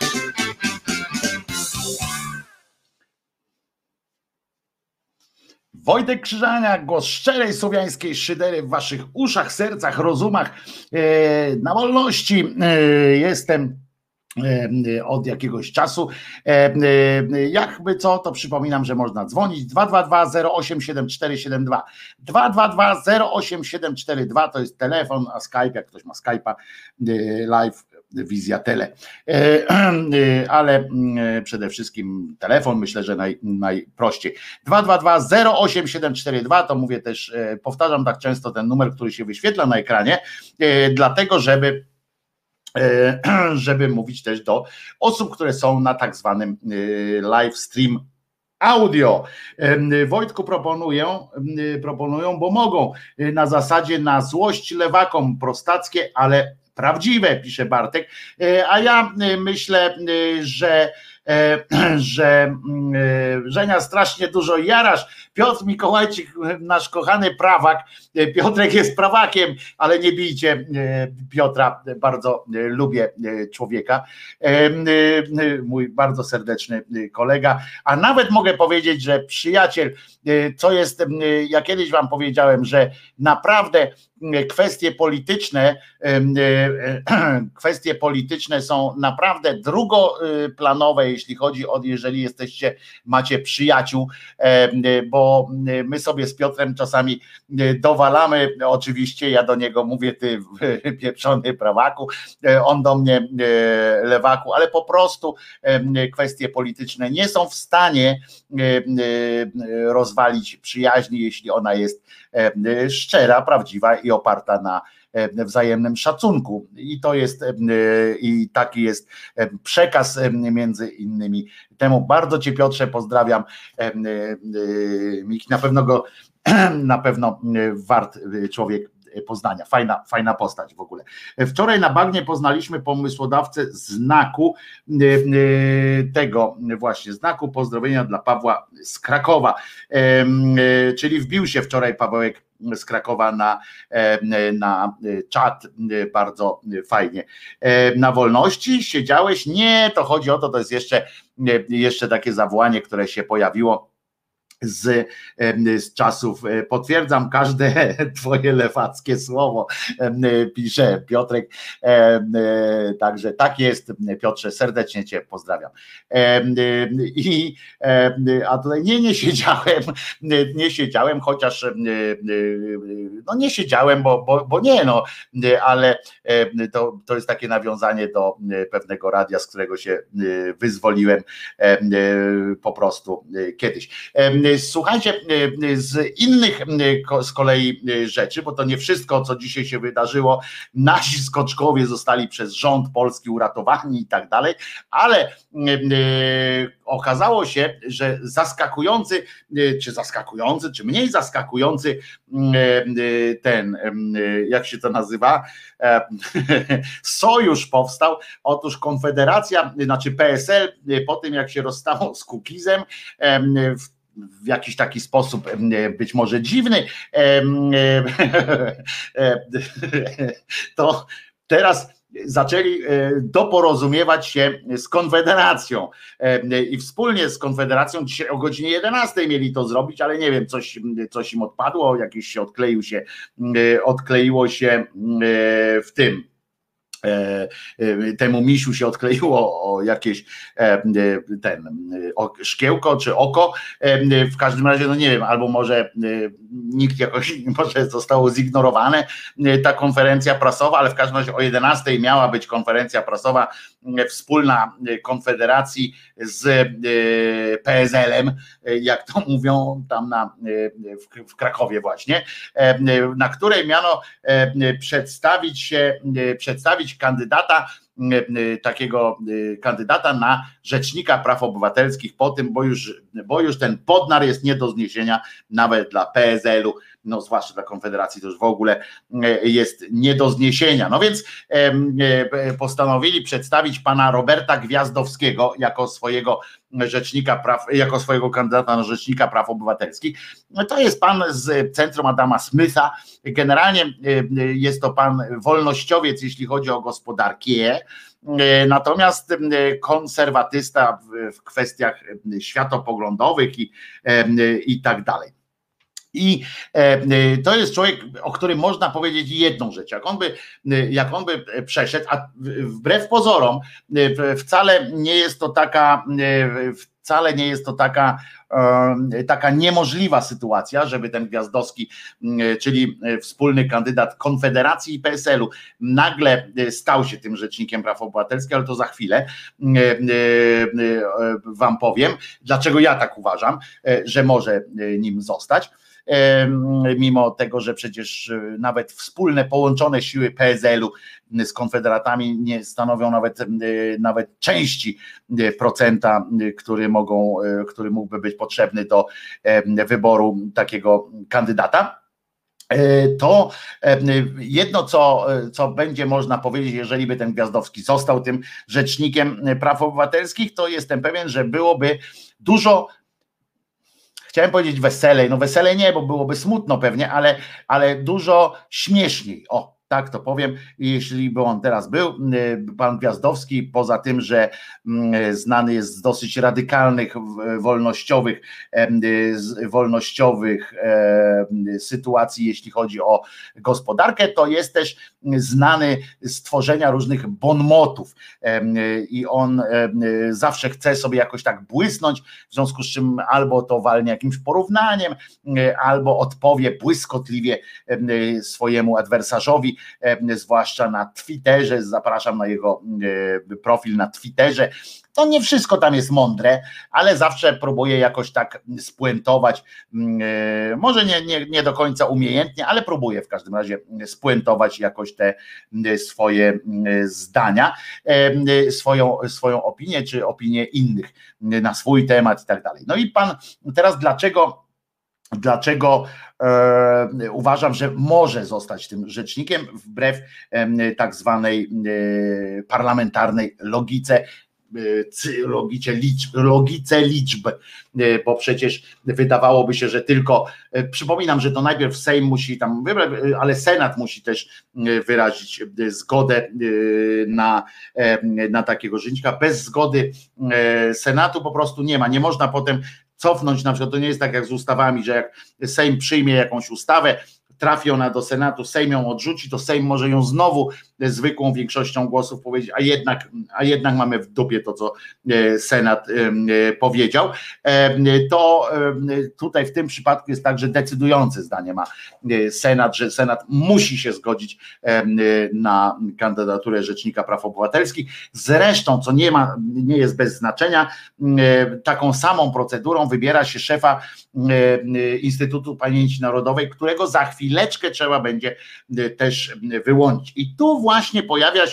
Wojtek Krzyżaniak, głos szczerej słowiańskiej szydery w waszych uszach, sercach, rozumach. Na wolności jestem od jakiegoś czasu. Jakby co, to przypominam, że można dzwonić dwa dwa dwa zero osiem siedem cztery siedem dwa. dwa dwa dwa zero osiem siedem cztery dwa to jest telefon, a Skype, jak ktoś ma Skype'a live, wizja tele, ale przede wszystkim telefon, myślę, że naj, najprościej. dwa dwa dwa zero osiem siedem cztery dwa, to mówię też, powtarzam tak często ten numer, który się wyświetla na ekranie, dlatego żeby żeby mówić też do osób, które są na tak zwanym live stream audio. Wojtku, proponuję, proponują, bo mogą, na zasadzie na złość lewakom, prostackie, ale prawdziwe, pisze Bartek, a ja myślę, że że Żenia strasznie dużo jarasz. Piotr Mikołajczyk, nasz kochany prawak, Piotrek jest prawakiem, ale nie bijcie Piotra, bardzo lubię człowieka, mój bardzo serdeczny kolega, a nawet mogę powiedzieć, że przyjaciel, co jest, ja kiedyś wam powiedziałem, że naprawdę kwestie polityczne, kwestie polityczne są naprawdę drugoplanowe, jeśli chodzi o, jeżeli jesteście, macie przyjaciół, bo my sobie z Piotrem czasami dowalamy, oczywiście ja do niego mówię, ty pieprzony prawaku, on do mnie lewaku, ale po prostu kwestie polityczne nie są w stanie rozwalić przyjaźni, jeśli ona jest szczera, prawdziwa i oparta na wzajemnym szacunku. I to jest, i taki jest przekaz między innymi temu. Bardzo cię, Piotrze, pozdrawiam. Na pewno go, na pewno wart człowiek poznania. Fajna, fajna postać w ogóle. Wczoraj na bagnie poznaliśmy pomysłodawcę znaku, tego właśnie znaku pozdrowienia dla Pawła z Krakowa, czyli wbił się wczoraj Pawełek z Krakowa na, na czat, bardzo fajnie. Na wolności siedziałeś? Nie, to chodzi o to, to jest jeszcze, jeszcze takie zawołanie, które się pojawiło Z, z czasów, potwierdzam każde twoje lewackie słowo, pisze Piotrek, także tak jest, Piotrze, serdecznie cię pozdrawiam. I a tutaj nie, nie siedziałem, nie siedziałem, chociaż no nie siedziałem, bo, bo, bo nie, no, ale to, to jest takie nawiązanie do pewnego radia, z którego się wyzwoliłem po prostu kiedyś. Słuchajcie, z innych z kolei rzeczy, bo to nie wszystko, co dzisiaj się wydarzyło, nasi skoczkowie zostali przez rząd polski uratowani i tak dalej, ale okazało się, że zaskakujący, czy zaskakujący, czy mniej zaskakujący ten, jak się to nazywa, sojusz powstał. Otóż Konfederacja, znaczy P S L, po tym jak się rozstało z Kukizem, w w jakiś taki sposób, być może dziwny, to teraz zaczęli doporozumiewać się z Konfederacją i wspólnie z Konfederacją dzisiaj o godzinie jedenastej mieli to zrobić, ale nie wiem, coś, coś im odpadło, jakiś się odkleił się, odkleiło się w tym. Temu misiu się odkleiło o jakieś ten o szkiełko czy oko, w każdym razie no nie wiem, albo może nikt jakoś, może zostało zignorowane ta konferencja prasowa, ale w każdym razie o jedenastej miała być konferencja prasowa wspólna Konfederacji z P S L-em, jak to mówią tam na, w Krakowie właśnie, na której miano przedstawić się, przedstawić kandydata, takiego kandydata na rzecznika praw obywatelskich po tym, bo już, bo już ten Bodnar jest nie do zniesienia nawet dla P S L-u, no zwłaszcza dla Konfederacji to już w ogóle jest nie do zniesienia. No więc postanowili przedstawić pana Roberta Gwiazdowskiego jako swojego rzecznika praw, jako swojego kandydata na rzecznika praw obywatelskich. To jest pan z Centrum Adama Smitha. Generalnie jest to pan wolnościowiec, jeśli chodzi o gospodarkę, natomiast konserwatysta w kwestiach światopoglądowych i, i tak dalej. I to jest człowiek, o którym można powiedzieć jedną rzecz, jak on by, jak on by przeszedł, a wbrew pozorom wcale nie jest to taka, wcale nie jest to taka, taka niemożliwa sytuacja, żeby ten Gwiazdowski, czyli wspólny kandydat Konfederacji i P S L-u, nagle stał się tym rzecznikiem praw obywatelskich, ale to za chwilę wam powiem, dlaczego ja tak uważam, że może nim zostać. Mimo tego, że przecież nawet wspólne połączone siły P S L-u z konfederatami nie stanowią nawet, nawet części procenta, który mogą, który mógłby być potrzebny do wyboru takiego kandydata. To jedno, co, co będzie można powiedzieć, jeżeli by ten Gwiazdowski został tym rzecznikiem praw obywatelskich, to jestem pewien, że byłoby dużo, chciałem powiedzieć weselej, no weselej nie, bo byłoby smutno pewnie, ale, ale dużo śmieszniej, o tak to powiem, jeśli by on teraz był, pan Gwiazdowski, poza tym, że znany jest z dosyć radykalnych, wolnościowych, wolnościowych sytuacji, jeśli chodzi o gospodarkę, to jest też znany z tworzenia różnych bonmotów i on zawsze chce sobie jakoś tak błysnąć, w związku z czym albo to walnie jakimś porównaniem, albo odpowie błyskotliwie swojemu adwersarzowi, zwłaszcza na Twitterze, zapraszam na jego profil na Twitterze. To nie wszystko tam jest mądre, ale zawsze próbuje jakoś tak spuentować, może nie, nie, nie do końca umiejętnie, ale próbuje w każdym razie spuentować jakoś te swoje zdania, swoją, swoją opinię, czy opinię innych na swój temat i tak dalej. No i pan teraz dlaczego Dlaczego e, uważam, że może zostać tym rzecznikiem wbrew e, tak zwanej e, parlamentarnej logice, e, logice, liczb, logice liczb, e, bo przecież wydawałoby się, że tylko, e, przypominam, że to najpierw Sejm musi tam wybrać, e, ale Senat musi też e, wyrazić e, zgodę e, na, e, na takiego rzecznika. Bez zgody e, Senatu po prostu nie ma, nie można potem cofnąć, na przykład to nie jest tak jak z ustawami, że jak Sejm przyjmie jakąś ustawę, trafi ona do Senatu, Sejm ją odrzuci, to Sejm może ją znowu zwykłą większością głosów powiedzieć, a jednak, a jednak mamy w dupie to, co Senat powiedział. To tutaj w tym przypadku jest tak, że decydujące zdanie ma Senat, że Senat musi się zgodzić na kandydaturę Rzecznika Praw Obywatelskich. Zresztą, co nie ma, nie jest bez znaczenia, taką samą procedurą wybiera się szefa Instytutu Pamięci Narodowej, którego za chwileczkę trzeba będzie też wyłonić. I tu właśnie pojawia się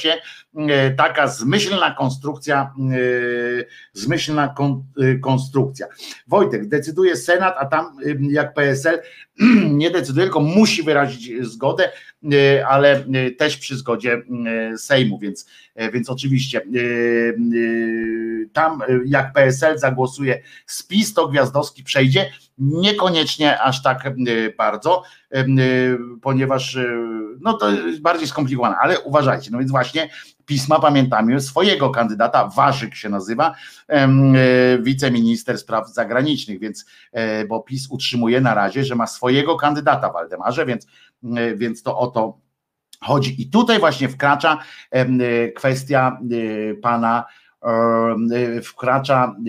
taka zmyślna konstrukcja, zmyślna konstrukcja. Wojtek, decyduje Senat, a tam jak P S L nie decyduje, tylko musi wyrazić zgodę, ale też przy zgodzie Sejmu, więc, więc oczywiście tam jak P S L zagłosuje z PiS, to Gwiazdowski przejdzie, niekoniecznie aż tak bardzo, ponieważ no to jest bardziej skomplikowane, ale uważajcie, no więc właśnie PiS ma, pamiętamy, swojego kandydata, Warzyk się nazywa, wiceminister spraw zagranicznych, więc, bo PiS utrzymuje na razie, że ma swojego kandydata, Waldemarze, więc, więc to o to chodzi. I tutaj właśnie wkracza kwestia pana, wkracza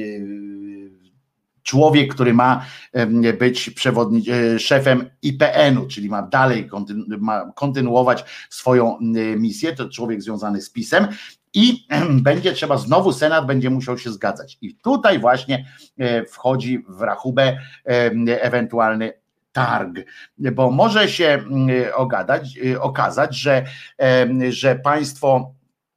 człowiek, który ma być przewodni- szefem I P N-u, czyli ma dalej kontynu- ma kontynuować swoją misję, to człowiek związany z PiS-em i będzie trzeba, znowu Senat będzie musiał się zgadzać. I tutaj właśnie wchodzi w rachubę ewentualny targ, bo może się ogadać, okazać, że, że państwo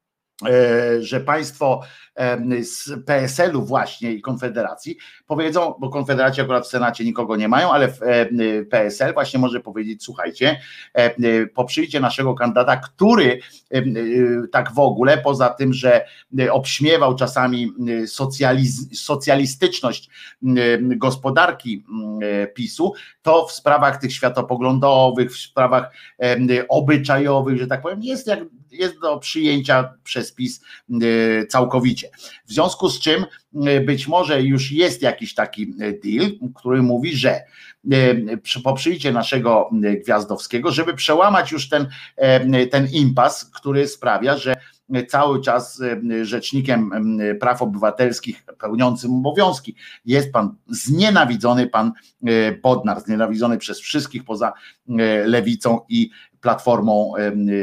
że państwo z P S L-u właśnie i Konfederacji powiedzą, bo Konfederacja akurat w Senacie nikogo nie mają, ale w P S L właśnie może powiedzieć, słuchajcie, poprzyjcie naszego kandydata, który tak w ogóle, poza tym, że obśmiewał czasami socjaliz- socjalistyczność gospodarki PiS-u, to w sprawach tych światopoglądowych, w sprawach obyczajowych, że tak powiem, jest jak jest do przyjęcia przez PiS całkowicie. W związku z czym być może już jest jakiś taki deal, który mówi, że poprzyjcie naszego Gwiazdowskiego, żeby przełamać już ten, ten impas, który sprawia, że cały czas rzecznikiem praw obywatelskich pełniącym obowiązki jest pan znienawidzony, pan Bodnar, znienawidzony przez wszystkich poza Lewicą i Platformą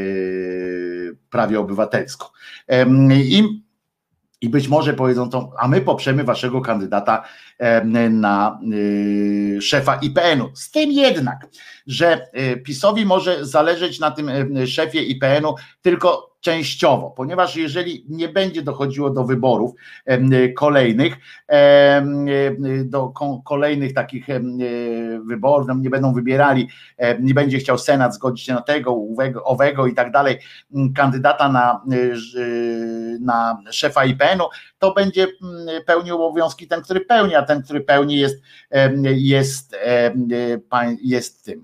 Prawie Obywatelską. I, i być może powiedzą to, a my poprzemy waszego kandydata na szefa I P N-u. Z tym jednak, że PiS-owi może zależeć na tym szefie I P N-u tylko częściowo, ponieważ jeżeli nie będzie dochodziło do wyborów kolejnych, do kolejnych takich wyborów, nie będą wybierali, nie będzie chciał Senat zgodzić się na tego, owego i tak dalej, kandydata na, na szefa I P N-u, to będzie pełnił obowiązki ten, który pełni, a ten, który pełni jest, jest, jest tym,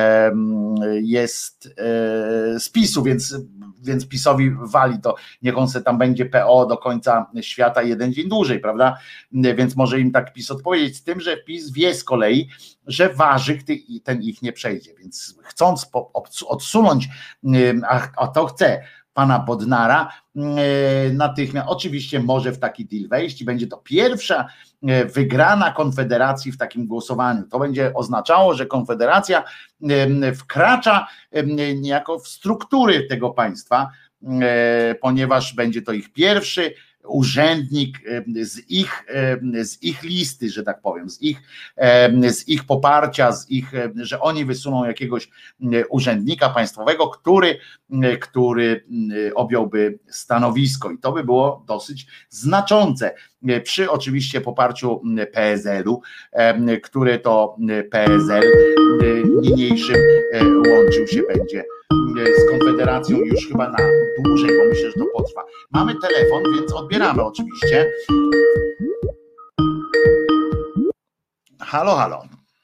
jest z PiS-u, więc, więc PiS-owi wali to, niech on se tam będzie P O do końca świata jeden dzień dłużej, prawda? Więc może im tak PiS odpowiedzieć, z tym, że PiS wie z kolei, że Warzyk ten ich nie przejdzie, więc chcąc odsunąć, a, a to chce pana Bodnara, natychmiast oczywiście może w taki deal wejść i będzie to pierwsza wygrana Konfederacji w takim głosowaniu. To będzie oznaczało, że Konfederacja wkracza niejako w struktury tego państwa, ponieważ będzie to ich pierwszy urzędnik z ich, z ich listy, że tak powiem, z ich, z ich poparcia, z ich, że oni wysuną jakiegoś urzędnika państwowego, który, który objąłby stanowisko i to by było dosyć znaczące przy oczywiście poparciu P S L-u, który to P S L niniejszym łączył się będzie z Konfederacją już chyba na dłużej, bo myślę, że to potrwa. Mamy telefon, więc odbieramy oczywiście. Halo, halo.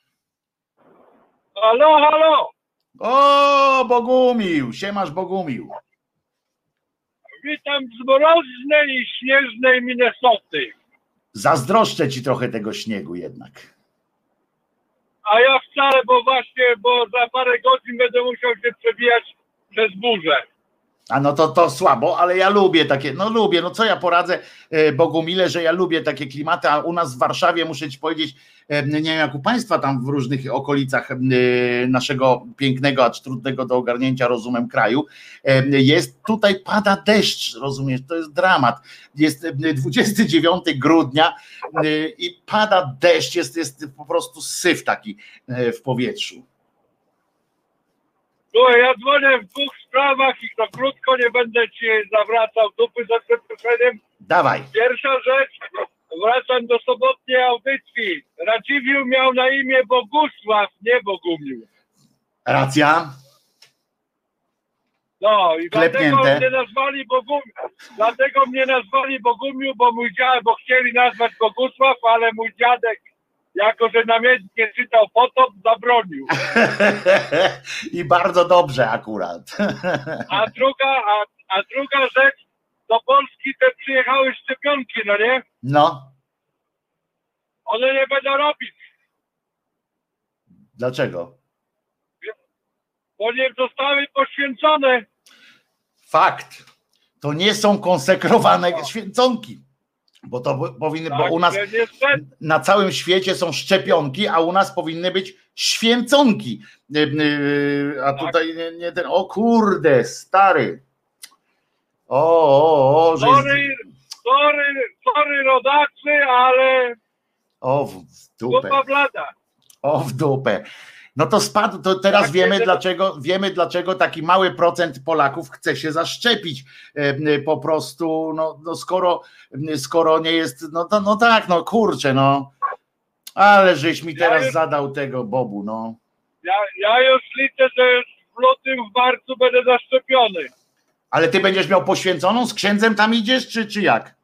Halo, halo. O, Bogumił, siemasz Bogumił. Witam z mroźnej i śnieżnej Minnesoty. Zazdroszczę ci trochę tego śniegu jednak. A ja wcale, bo właśnie, bo za parę godzin będę musiał się przebijać przez burzę. A no to, to słabo, ale ja lubię takie, no lubię, no co ja poradzę Bogumile, że ja lubię takie klimaty, a u nas w Warszawie muszę ci powiedzieć, nie wiem jak u państwa tam w różnych okolicach naszego pięknego, acz trudnego do ogarnięcia rozumem kraju, jest, tutaj pada deszcz, rozumiesz, to jest dramat, jest dwudziestego dziewiątego grudnia i pada deszcz, jest, jest po prostu syf taki w powietrzu. Słuchaj, ja dzwonię w dwóch sprawach i to krótko, nie będę ci zawracał dupy za przeproszeniem. Dawaj. Pierwsza rzecz, wracam do sobotniej audycji. Radziwiłł miał na imię Bogusław, nie Bogumił. Racja. No i dlatego Klepnięte. mnie nazwali Bogumił, dlatego mnie nazwali Bogumił, bo mój dziadek, bo chcieli nazwać Bogusław, ale mój dziadek, jako że namiętnie czytał Potop, zabronił. I bardzo dobrze akurat. A druga, a, a druga rzecz, do Polski te przyjechały szczepionki, no nie? No. One nie będą robić, Dlaczego? bo nie zostały poświęcone. Fakt. To nie są konsekrowane święconki. Bo to bo- powinny, bo Tak, u nas że niestety, na całym świecie są szczepionki, a u nas powinny być święconki. Yy, yy, A tutaj nie, nie ten. O kurde, stary. O, o, o, że jest, sorry, sorry, sorry rodacy, ale o w dupę. głowa blada. O w dupę. No to spadł, to teraz Tak, wiemy nie, dlaczego, wiemy dlaczego taki mały procent Polaków chce się zaszczepić. E, Po prostu, no, no skoro, skoro nie jest, no, to, no tak, no kurczę, no. Ale żeś mi Ja teraz już- zadał tego, Bobu, no. Ja, ja już liczę, że w lutym, w marcu będę zaszczepiony. Ale ty będziesz miał poświęconą, z księdzem tam idziesz, czy, czy jak?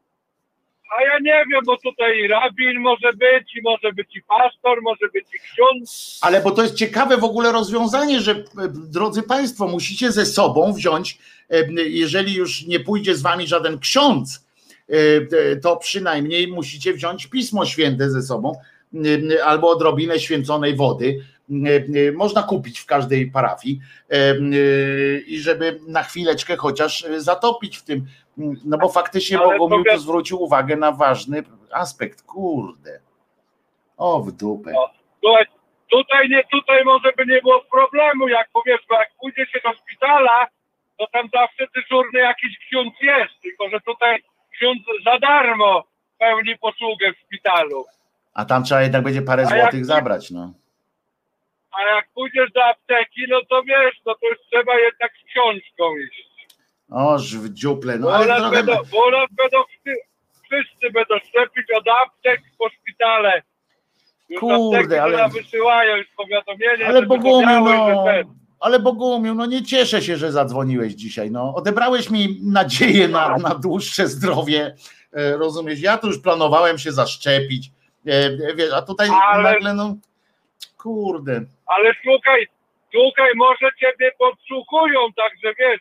A ja nie wiem, bo tutaj i rabin może być, i może być i pastor, może być i ksiądz. Ale bo to jest ciekawe w ogóle rozwiązanie, że e, drodzy Państwo, musicie ze sobą wziąć, e, jeżeli już nie pójdzie z wami żaden ksiądz, e, e, to przynajmniej musicie wziąć Pismo Święte ze sobą, e, albo odrobinę święconej wody. E, e, Można kupić w każdej parafii e, e, i żeby na chwileczkę chociaż zatopić w tym, no bo faktycznie Ale Bogumił to tu wiesz- zwrócił uwagę na ważny aspekt. Kurde. O w dupę. O, słuchaj, tutaj nie, tutaj może by nie było problemu, jak powiesz, bo jak pójdzie się do szpitala, to tam zawsze dyżurny jakiś ksiądz jest, tylko że tutaj ksiądz za darmo pełni posługę w szpitalu. A tam trzeba jednak będzie parę A jak- złotych zabrać, no. A jak pójdziesz do apteki, no to wiesz, no to już trzeba jednak z książką iść. Oż w dziuple, no Bo ale nas trochę... będą, bo nas będą wszyscy, wszyscy będą szczepić od aptek po szpitale. Już Kurde, apteki ale- ale... wysyłają już powiadomienie, Ale że Bogumiu, zapomniały, że no... ten. Ale Bogumiu, no nie cieszę się, że zadzwoniłeś dzisiaj, no. Odebrałeś mi nadzieję na, na dłuższe zdrowie, e, rozumiesz? Ja tu już planowałem się zaszczepić, e, wiesz, a tutaj Ale- nagle, no... Kurde. Ale słuchaj, słuchaj, może ciebie podsłuchują, także wiesz.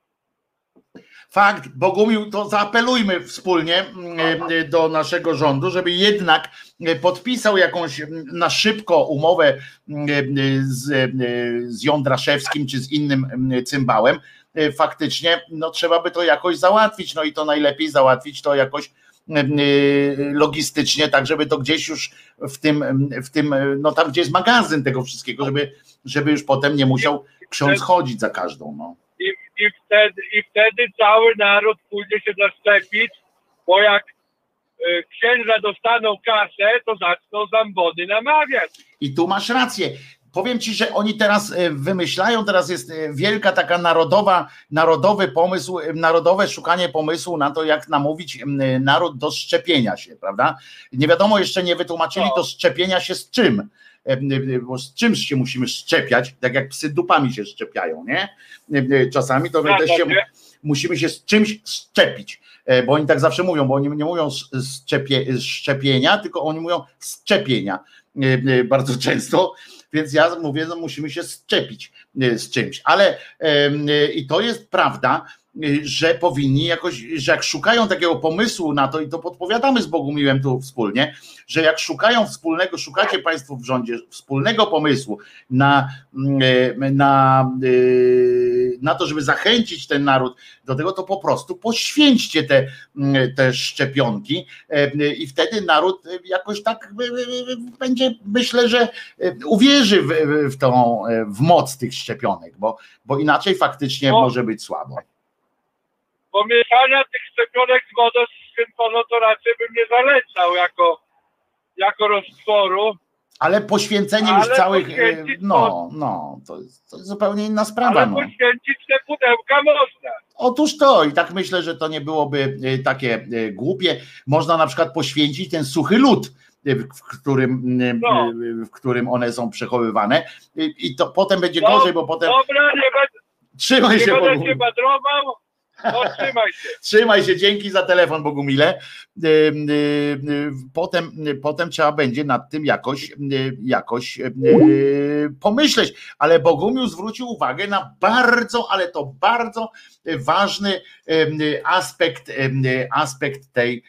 Fakt, Bogumił, to zaapelujmy wspólnie mm, do naszego rządu, żeby jednak podpisał jakąś mm, na szybko umowę mm, z, z Jądraszewskim czy z innym mm, cymbałem. Faktycznie, no trzeba by to jakoś załatwić, no i to najlepiej załatwić to jakoś mm, logistycznie, tak żeby to gdzieś już w tym, w tym, no tam gdzie jest magazyn tego wszystkiego, żeby, żeby już potem nie musiał ksiądz chodzić za każdą, no. I, i, wtedy, I wtedy cały naród pójdzie się zaszczepić, bo jak y, księża dostaną kasę, to zaczną zambony namawiać. I tu masz rację. Powiem ci, że oni teraz e, wymyślają, teraz jest e, wielka taka narodowa, narodowy pomysł, e, narodowe szukanie pomysłu na to, jak namówić m, naród do szczepienia się, prawda? Nie wiadomo, jeszcze nie wytłumaczyli No. do szczepienia się z czym. E, m, e, Bo z czymś się musimy szczepiać, tak jak psy dupami się szczepiają, nie? E, e, Czasami to my Zgadza też się się. musimy się z czymś szczepić, e, bo oni tak zawsze mówią, bo oni nie mówią sz- szczepie, szczepienia, tylko oni mówią szczepienia e, e, bardzo często, więc ja mówię, no musimy się szczepić e, z czymś, ale em, e, i to jest prawda, e, że powinni jakoś, że jak szukają takiego pomysłu na to i to podpowiadamy z Bogumiłem tu wspólnie, że jak szukają wspólnego, szukacie Państwo w rządzie wspólnego pomysłu na, mm, e, na, e, na to, żeby zachęcić ten naród do tego, to po prostu poświęćcie te, mm, te szczepionki e, i wtedy naród jakoś tak e, e, będzie, myślę, że e, uwierzy w, w tą, e, w moc tych szczepionek, bo, bo inaczej faktycznie No. może być słabo. Bo mieszania tych szczepionek z wodą z synfono to raczej bym nie zalecał jako, jako roztworu. Ale poświęcenie Ale już całych, poświęcić no, no, to jest, to jest zupełnie inna sprawa. Ale no. poświęcić te pudełka można. Otóż to i tak myślę, że to nie byłoby takie głupie. Można na przykład poświęcić ten suchy lód, w którym, No. w którym one są przechowywane i to potem będzie No, gorzej, bo potem... Dobra, nie będę, Trzymaj nie się, będę Bogu. się badrował. No, trzymaj się. Trzymaj się, dzięki za telefon, Bogumile. Potem, potem trzeba będzie nad tym jakoś, jakoś pomyśleć, ale Bogumił zwrócił uwagę na bardzo, ale to bardzo ważny aspekt, aspekt tej,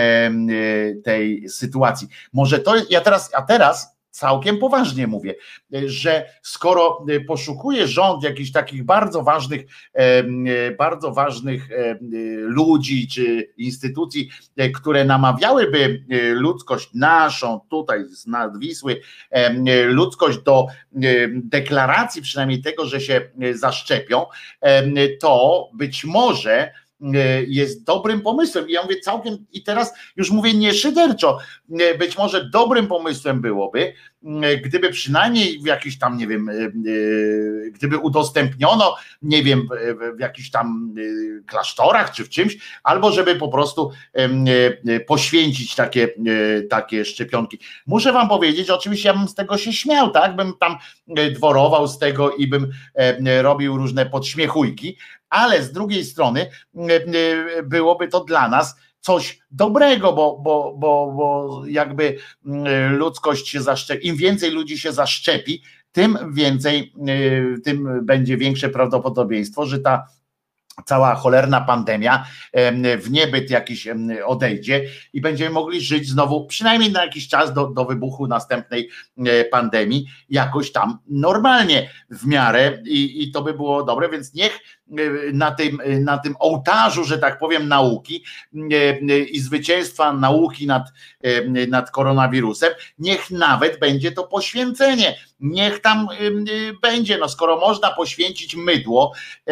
tej sytuacji. Może to, ja teraz, a teraz całkiem poważnie mówię, że skoro poszukuje rząd jakichś takich bardzo ważnych, bardzo ważnych ludzi czy instytucji, które namawiałyby ludzkość naszą tutaj z nad Wisły, ludzkość do deklaracji przynajmniej tego, że się zaszczepią, to być może jest dobrym pomysłem. I ja mówię całkiem, i teraz już mówię nie szyderczo, być może dobrym pomysłem byłoby, gdyby przynajmniej w jakiś tam, nie wiem, gdyby udostępniono, nie wiem, w jakichś tam klasztorach czy w czymś, albo żeby po prostu poświęcić takie, takie szczepionki. Muszę wam powiedzieć, oczywiście ja bym z tego się śmiał, tak, bym tam dworował z tego i bym robił różne podśmiechujki, ale z drugiej strony byłoby to dla nas coś dobrego, bo, bo, bo, bo jakby ludzkość się zaszczepi, im więcej ludzi się zaszczepi, tym więcej, tym będzie większe prawdopodobieństwo, że ta cała cholerna pandemia w niebyt jakiś odejdzie i będziemy mogli żyć znowu, przynajmniej na jakiś czas do, do wybuchu następnej pandemii, jakoś tam normalnie w miarę i, i to by było dobre, więc niech na tym, na tym ołtarzu, że tak powiem, nauki i zwycięstwa nauki nad, nad koronawirusem, niech nawet będzie to poświęcenie, niech tam będzie, no skoro można poświęcić mydło,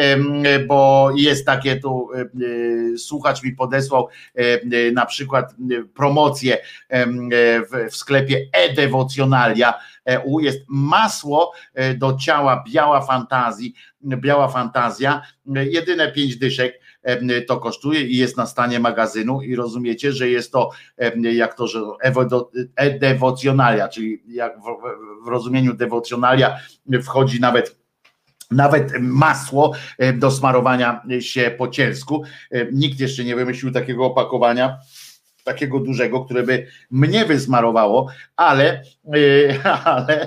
bo jest takie tu, słuchacz mi podesłał na przykład promocję w, w sklepie e-dewocjonalia E U, jest masło do ciała Biała Fantazji, Biała Fantazja, jedyne pięć dyszek to kosztuje i jest na stanie magazynu i rozumiecie, że jest to jak to, że e-dewocjonalia, czyli jak w, w rozumieniu dewocjonalia wchodzi nawet Nawet masło do smarowania się po cielsku. Nikt jeszcze nie wymyślił takiego opakowania, takiego dużego, które by mnie wysmarowało, ale, ale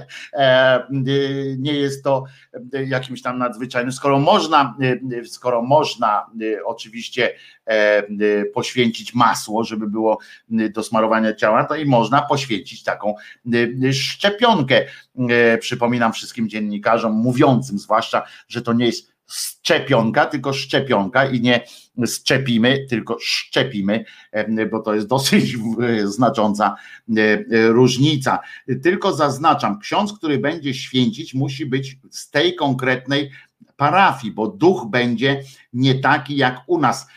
nie jest to jakimś tam nadzwyczajnym. Skoro można, skoro można oczywiście poświęcić masło, żeby było do smarowania ciała, to i można poświęcić taką szczepionkę. Przypominam wszystkim dziennikarzom mówiącym zwłaszcza, że to nie jest szczepionka, tylko szczepionka i nie szczepimy, tylko szczepimy, bo to jest dosyć znacząca różnica. Tylko zaznaczam, ksiądz, który będzie święcić, musi być z tej konkretnej parafii, bo duch będzie nie taki jak u nas.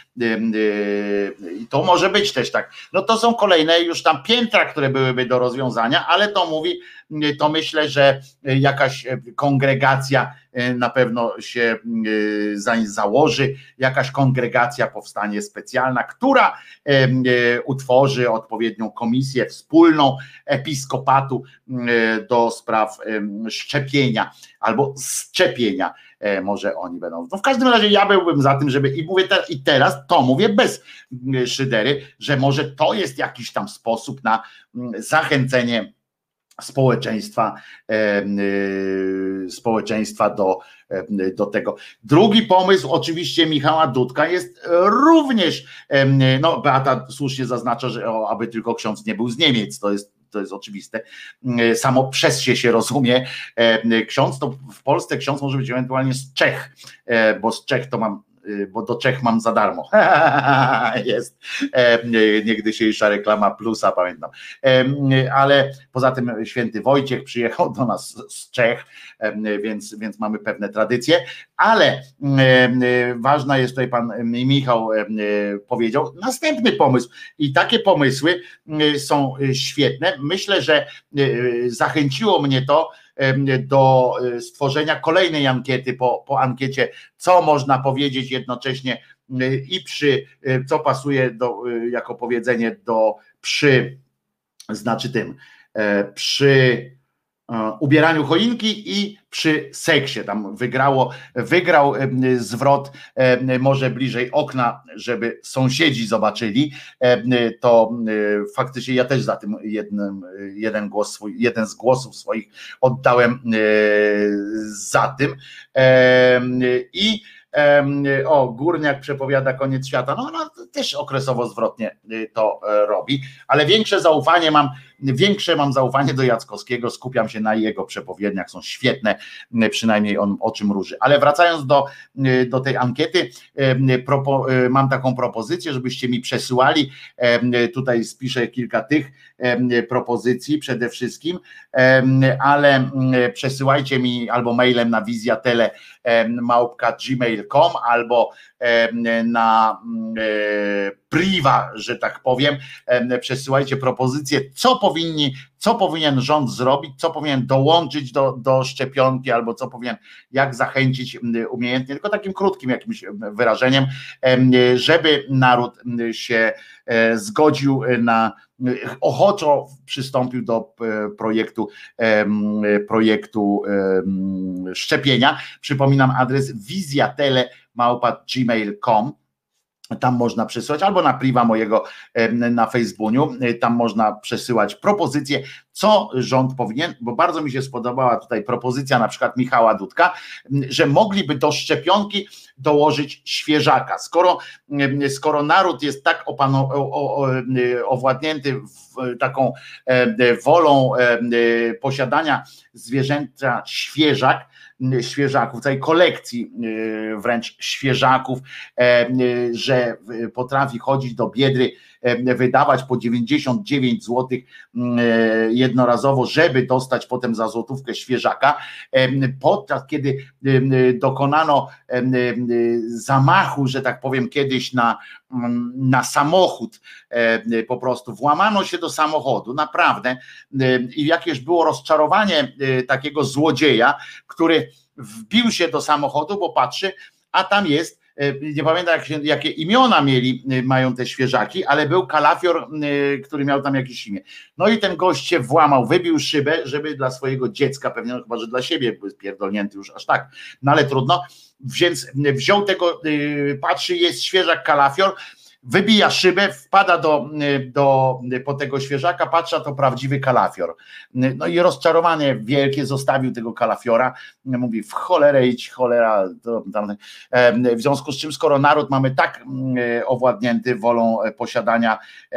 I to może być też tak. No to są kolejne już tam piętra, które byłyby do rozwiązania, ale to mówi, to myślę, że jakaś kongregacja na pewno się założy, jakaś kongregacja powstanie specjalna, która utworzy odpowiednią komisję wspólną episkopatu do spraw szczepienia albo szczepienia. Może oni będą. No w każdym razie ja byłbym za tym, żeby i mówię te, i teraz to mówię bez szydery, że może to jest jakiś tam sposób na zachęcenie społeczeństwa, e, e, społeczeństwa do, e, do tego. Drugi pomysł oczywiście Michała Dudka jest również, e, no Beata słusznie zaznacza, że o, aby tylko ksiądz nie był z Niemiec, to jest to jest oczywiste, samo przez się się rozumie, ksiądz to w Polsce ksiądz może być ewentualnie z Czech, bo z Czech to mam bo do Czech mam za darmo. Jest niegdysiejsza reklama Plusa, pamiętam. Ale poza tym święty Wojciech przyjechał do nas z Czech, więc, więc mamy pewne tradycje, ale ważna jest, tutaj pan Michał powiedział, następny pomysł i takie pomysły są świetne. Myślę, że zachęciło mnie to do stworzenia kolejnej ankiety po, po ankiecie, co można powiedzieć jednocześnie i przy, co pasuje do, jako powiedzenie do przy, znaczy tym, przy ubieraniu choinki i przy seksie. Tam wygrało, wygrał zwrot może bliżej okna, żeby sąsiedzi zobaczyli. To faktycznie ja też za tym jednym, jeden głos swój, jeden z głosów swoich oddałem za tym. I o, Górniak przepowiada koniec świata, no ona też okresowo zwrotnie to robi, ale większe zaufanie mam, większe mam zaufanie do Jackowskiego, skupiam się na jego przepowiedniach, są świetne, przynajmniej on o czym róży. Ale wracając do, do tej ankiety, propo, mam taką propozycję, żebyście mi przesyłali, tutaj spiszę kilka tych propozycji przede wszystkim, ale przesyłajcie mi albo mailem na wizjatele małpka gmail kropka com albo na priwa, że tak powiem, przesyłajcie propozycje, co powinni, co powinien rząd zrobić, co powinien dołączyć do, do szczepionki, albo co powinien, jak zachęcić umiejętnie, tylko takim krótkim jakimś wyrażeniem, żeby naród się zgodził na, ochoczo przystąpił do projektu projektu szczepienia. Przypominam adres wizjatele małpa gmail kropka com. Tam można przesyłać, albo na priwa mojego na Facebooku, tam można przesyłać propozycje, co rząd powinien, bo bardzo mi się spodobała tutaj propozycja na przykład Michała Dudka, że mogliby do szczepionki dołożyć świeżaka. Skoro, skoro naród jest tak opano, o, o, owładnięty taką wolą posiadania zwierzęcia świeżak, świeżaków, całej kolekcji wręcz świeżaków, że potrafi chodzić do Biedry, wydawać po dziewięćdziesiąt dziewięć złotych jednorazowo, żeby dostać potem za złotówkę świeżaka, podczas kiedy dokonano zamachu, że tak powiem, kiedyś na, na samochód, po prostu włamano się do samochodu, naprawdę, i jakieś było rozczarowanie takiego złodzieja, który wbił się do samochodu, bo patrzy, a tam jest, nie pamiętam jak się, jakie imiona mieli, mają te świeżaki, ale był kalafior, który miał tam jakieś imię. No i ten gość się włamał, wybił szybę, żeby dla swojego dziecka, pewnie no chyba, że dla siebie, był pierdolnięty już aż tak, no ale trudno, więc wziął tego, patrzy, jest świeżak kalafior, wybija szybę, wpada do, do, po tego świeżaka, patrzy, a to prawdziwy kalafior. No i rozczarowanie wielkie, zostawił tego kalafiora, mówi w cholerę idź, cholera. To, tam, w związku z czym, skoro naród mamy tak owładnięty wolą posiadania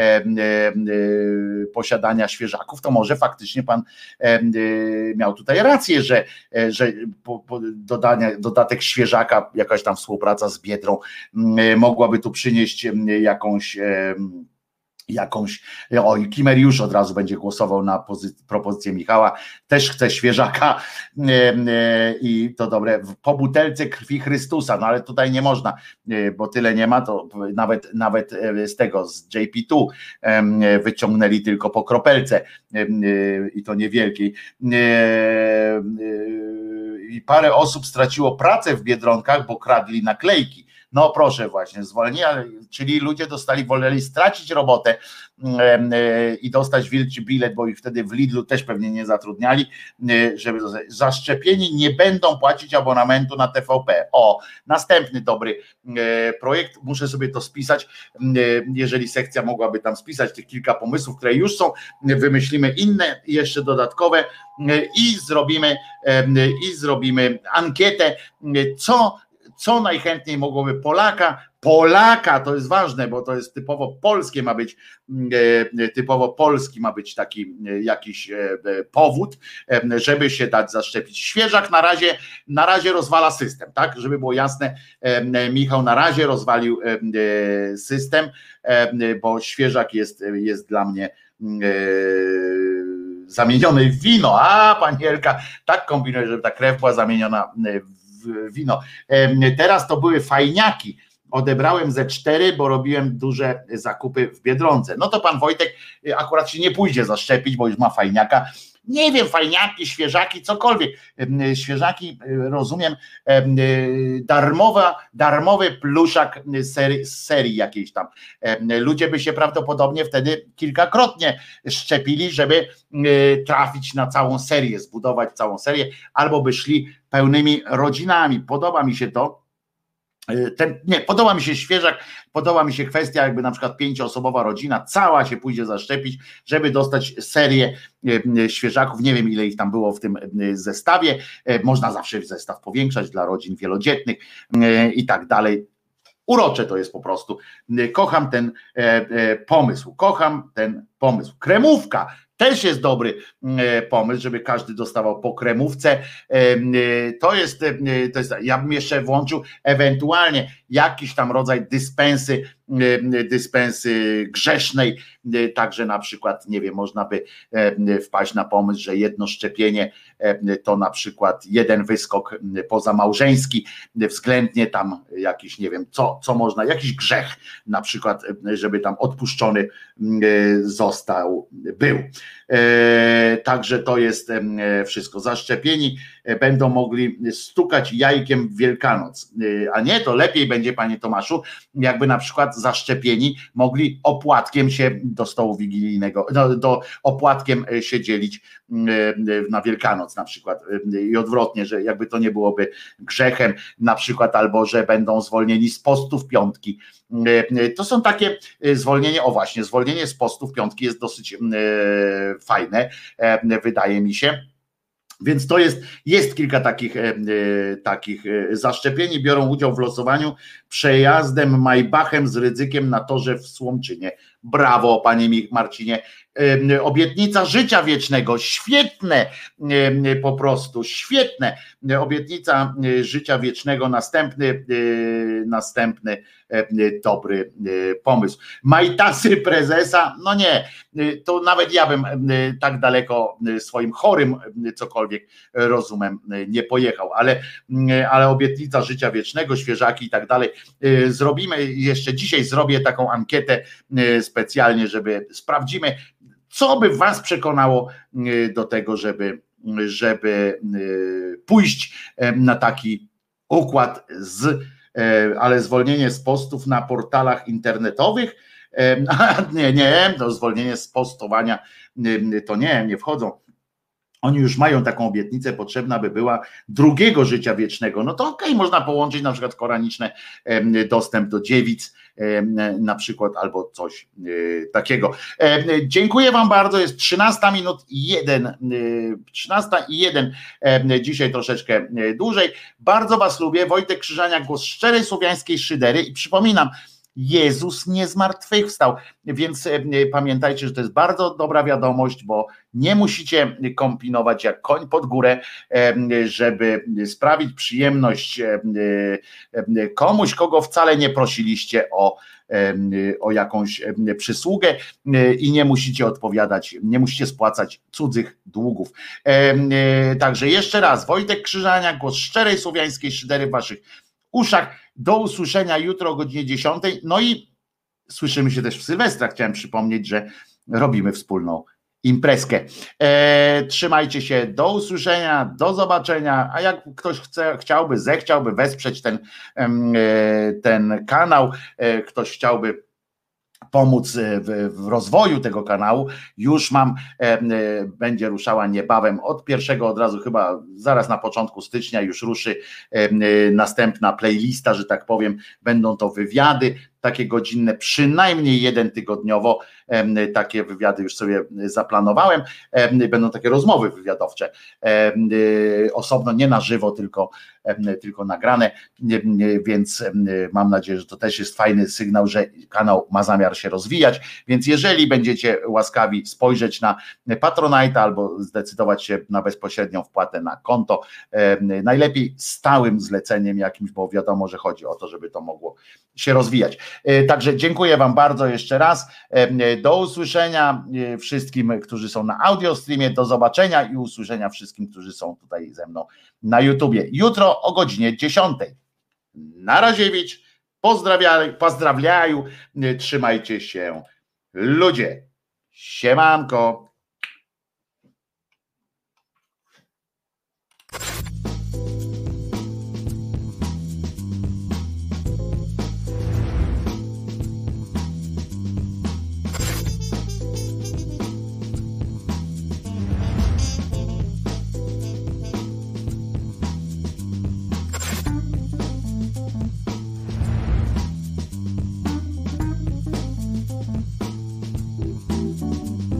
posiadania świeżaków, to może faktycznie pan miał tutaj rację, że, że dodania, dodatek świeżaka, jakaś tam współpraca z Biedrą mogłaby tu przynieść jakąś jakąś, oj, Kimer już od razu będzie głosował na pozy- propozycję Michała, też chce świeżaka i to dobre, po butelce krwi Chrystusa, no ale tutaj nie można, bo tyle nie ma, to nawet, nawet z tego, z J P dwa wyciągnęli tylko po kropelce i to niewielkiej. I parę osób straciło pracę w Biedronkach, bo kradli naklejki. No proszę właśnie, zwolnienie, czyli ludzie dostali, woleli stracić robotę i dostać wielki bilet, bo ich wtedy w Lidlu też pewnie nie zatrudniali, żeby zaszczepieni nie będą płacić abonamentu na T V P. O, następny dobry projekt, muszę sobie to spisać, jeżeli sekcja mogłaby tam spisać tych kilka pomysłów, które już są, wymyślimy inne, jeszcze dodatkowe i zrobimy i zrobimy ankietę, co co najchętniej mogłoby Polaka Polaka, to jest ważne, bo to jest typowo polskie, ma być typowo polski ma być taki jakiś powód, żeby się dać zaszczepić. Świeżak na razie, na razie rozwala system, tak, żeby było jasne, Michał na razie rozwalił system, bo świeżak jest, jest dla mnie zamieniony w wino. A, pani Elka tak kombinuje, żeby ta krew była zamieniona w wino. Teraz to były fajniaki. Odebrałem ze cztery, bo robiłem duże zakupy w Biedronce. No to pan Wojtek akurat się nie pójdzie zaszczepić, bo już ma fajniaka. Nie wiem, fajniaki, świeżaki, cokolwiek. Świeżaki, rozumiem, darmowa, darmowy pluszak z serii, z serii jakiejś tam. Ludzie by się prawdopodobnie wtedy kilkakrotnie szczepili, żeby trafić na całą serię, zbudować całą serię, albo by szli pełnymi rodzinami. Podoba mi się to. Ten, nie, podoba mi się świeżak, podoba mi się kwestia, jakby na przykład pięcioosobowa rodzina cała się pójdzie zaszczepić, żeby dostać serię świeżaków, nie wiem ile ich tam było w tym zestawie, można zawsze zestaw powiększać dla rodzin wielodzietnych i tak dalej. Urocze to jest po prostu. Kocham ten pomysł, kocham ten pomysł. Kremówka też jest dobry pomysł, żeby każdy dostawał po kremówce. To jest, to jest, ja bym jeszcze włączył ewentualnie jakiś tam rodzaj dyspensy, dyspensy grzesznej, także na przykład, nie wiem, można by wpaść na pomysł, że jedno szczepienie to na przykład jeden wyskok pozamałżeński, względnie tam jakiś, nie wiem, co, co można, jakiś grzech na przykład, żeby tam odpuszczony został, był. Także to jest wszystko. Zaszczepieni będą mogli stukać jajkiem w Wielkanoc, a nie, to lepiej będzie, panie Tomaszu, jakby na przykład zaszczepieni mogli opłatkiem się do stołu wigilijnego, do, do opłatkiem się dzielić na Wielkanoc na przykład i odwrotnie, że jakby to nie byłoby grzechem na przykład, albo że będą zwolnieni z postów piątki. To są takie zwolnienie, o właśnie, zwolnienie z postów piątki jest dosyć fajne, wydaje mi się. Więc to jest, jest kilka takich, e, takich zaszczepieni, biorą udział w losowaniu przejazdem Maybachem z Rydzykiem na torze w Słomczynie. Brawo, panie Marcinie. E, obietnica życia wiecznego, świetne, e, po prostu świetne. Obietnica życia wiecznego, następny, e, następny e, dobry e, pomysł. Majtasy prezesa, no nie, to nawet ja bym e, tak daleko swoim chorym cokolwiek rozumem nie pojechał, ale, ale obietnica życia wiecznego, świeżaki i tak dalej. Zrobimy, jeszcze dzisiaj zrobię taką ankietę specjalnie, żeby sprawdzimy, co by was przekonało do tego, żeby, żeby pójść na taki układ z, ale zwolnienie z postów na portalach internetowych, nie, nie, to zwolnienie z postowania to nie, nie wchodzą. Oni już mają taką obietnicę, potrzebna by była drugiego życia wiecznego. No to okej, okay, można połączyć na przykład koraniczny dostęp do dziewic na przykład, albo coś takiego. Dziękuję wam bardzo, jest trzynasta minut i jeden, trzynasta i jeden, dzisiaj troszeczkę dłużej. Bardzo was lubię, Wojtek Krzyżaniak, głos szczerej słowiańskiej szydery i przypominam, Jezus nie zmartwychwstał, więc pamiętajcie, że to jest bardzo dobra wiadomość, bo nie musicie kombinować jak koń pod górę, żeby sprawić przyjemność komuś, kogo wcale nie prosiliście o, o jakąś przysługę i nie musicie odpowiadać, nie musicie spłacać cudzych długów. Także jeszcze raz, Wojtek Krzyżaniak, głos szczerej słowiańskiej szydery w waszych uszach. Do usłyszenia jutro o godzinie dziesiątej. No i słyszymy się też w Sylwestra. Chciałem przypomnieć, że robimy wspólną imprezkę. E, trzymajcie się, do usłyszenia, do zobaczenia. A jak ktoś chce, chciałby, zechciałby wesprzeć ten, e, ten kanał, e, ktoś chciałby pomóc w, w rozwoju tego kanału, już mam, e, będzie ruszała niebawem od pierwszego, od razu chyba zaraz na początku stycznia już ruszy e, następna playlista, że tak powiem, będą to wywiady takie godzinne, przynajmniej jeden tygodniowo, takie wywiady już sobie zaplanowałem, będą takie rozmowy wywiadowcze, osobno, nie na żywo, tylko, tylko nagrane, więc mam nadzieję, że to też jest fajny sygnał, że kanał ma zamiar się rozwijać, więc jeżeli będziecie łaskawi spojrzeć na Patronite albo zdecydować się na bezpośrednią wpłatę na konto, najlepiej stałym zleceniem jakimś, bo wiadomo, że chodzi o to, żeby to mogło się rozwijać. Także dziękuję wam bardzo jeszcze raz, do usłyszenia wszystkim, którzy są na audio streamie, do zobaczenia i usłyszenia wszystkim, którzy są tutaj ze mną na YouTubie. Jutro o godzinie dziesiątej. Na raziewicz, pozdrawiam, pozdrawiają, trzymajcie się ludzie, siemanko.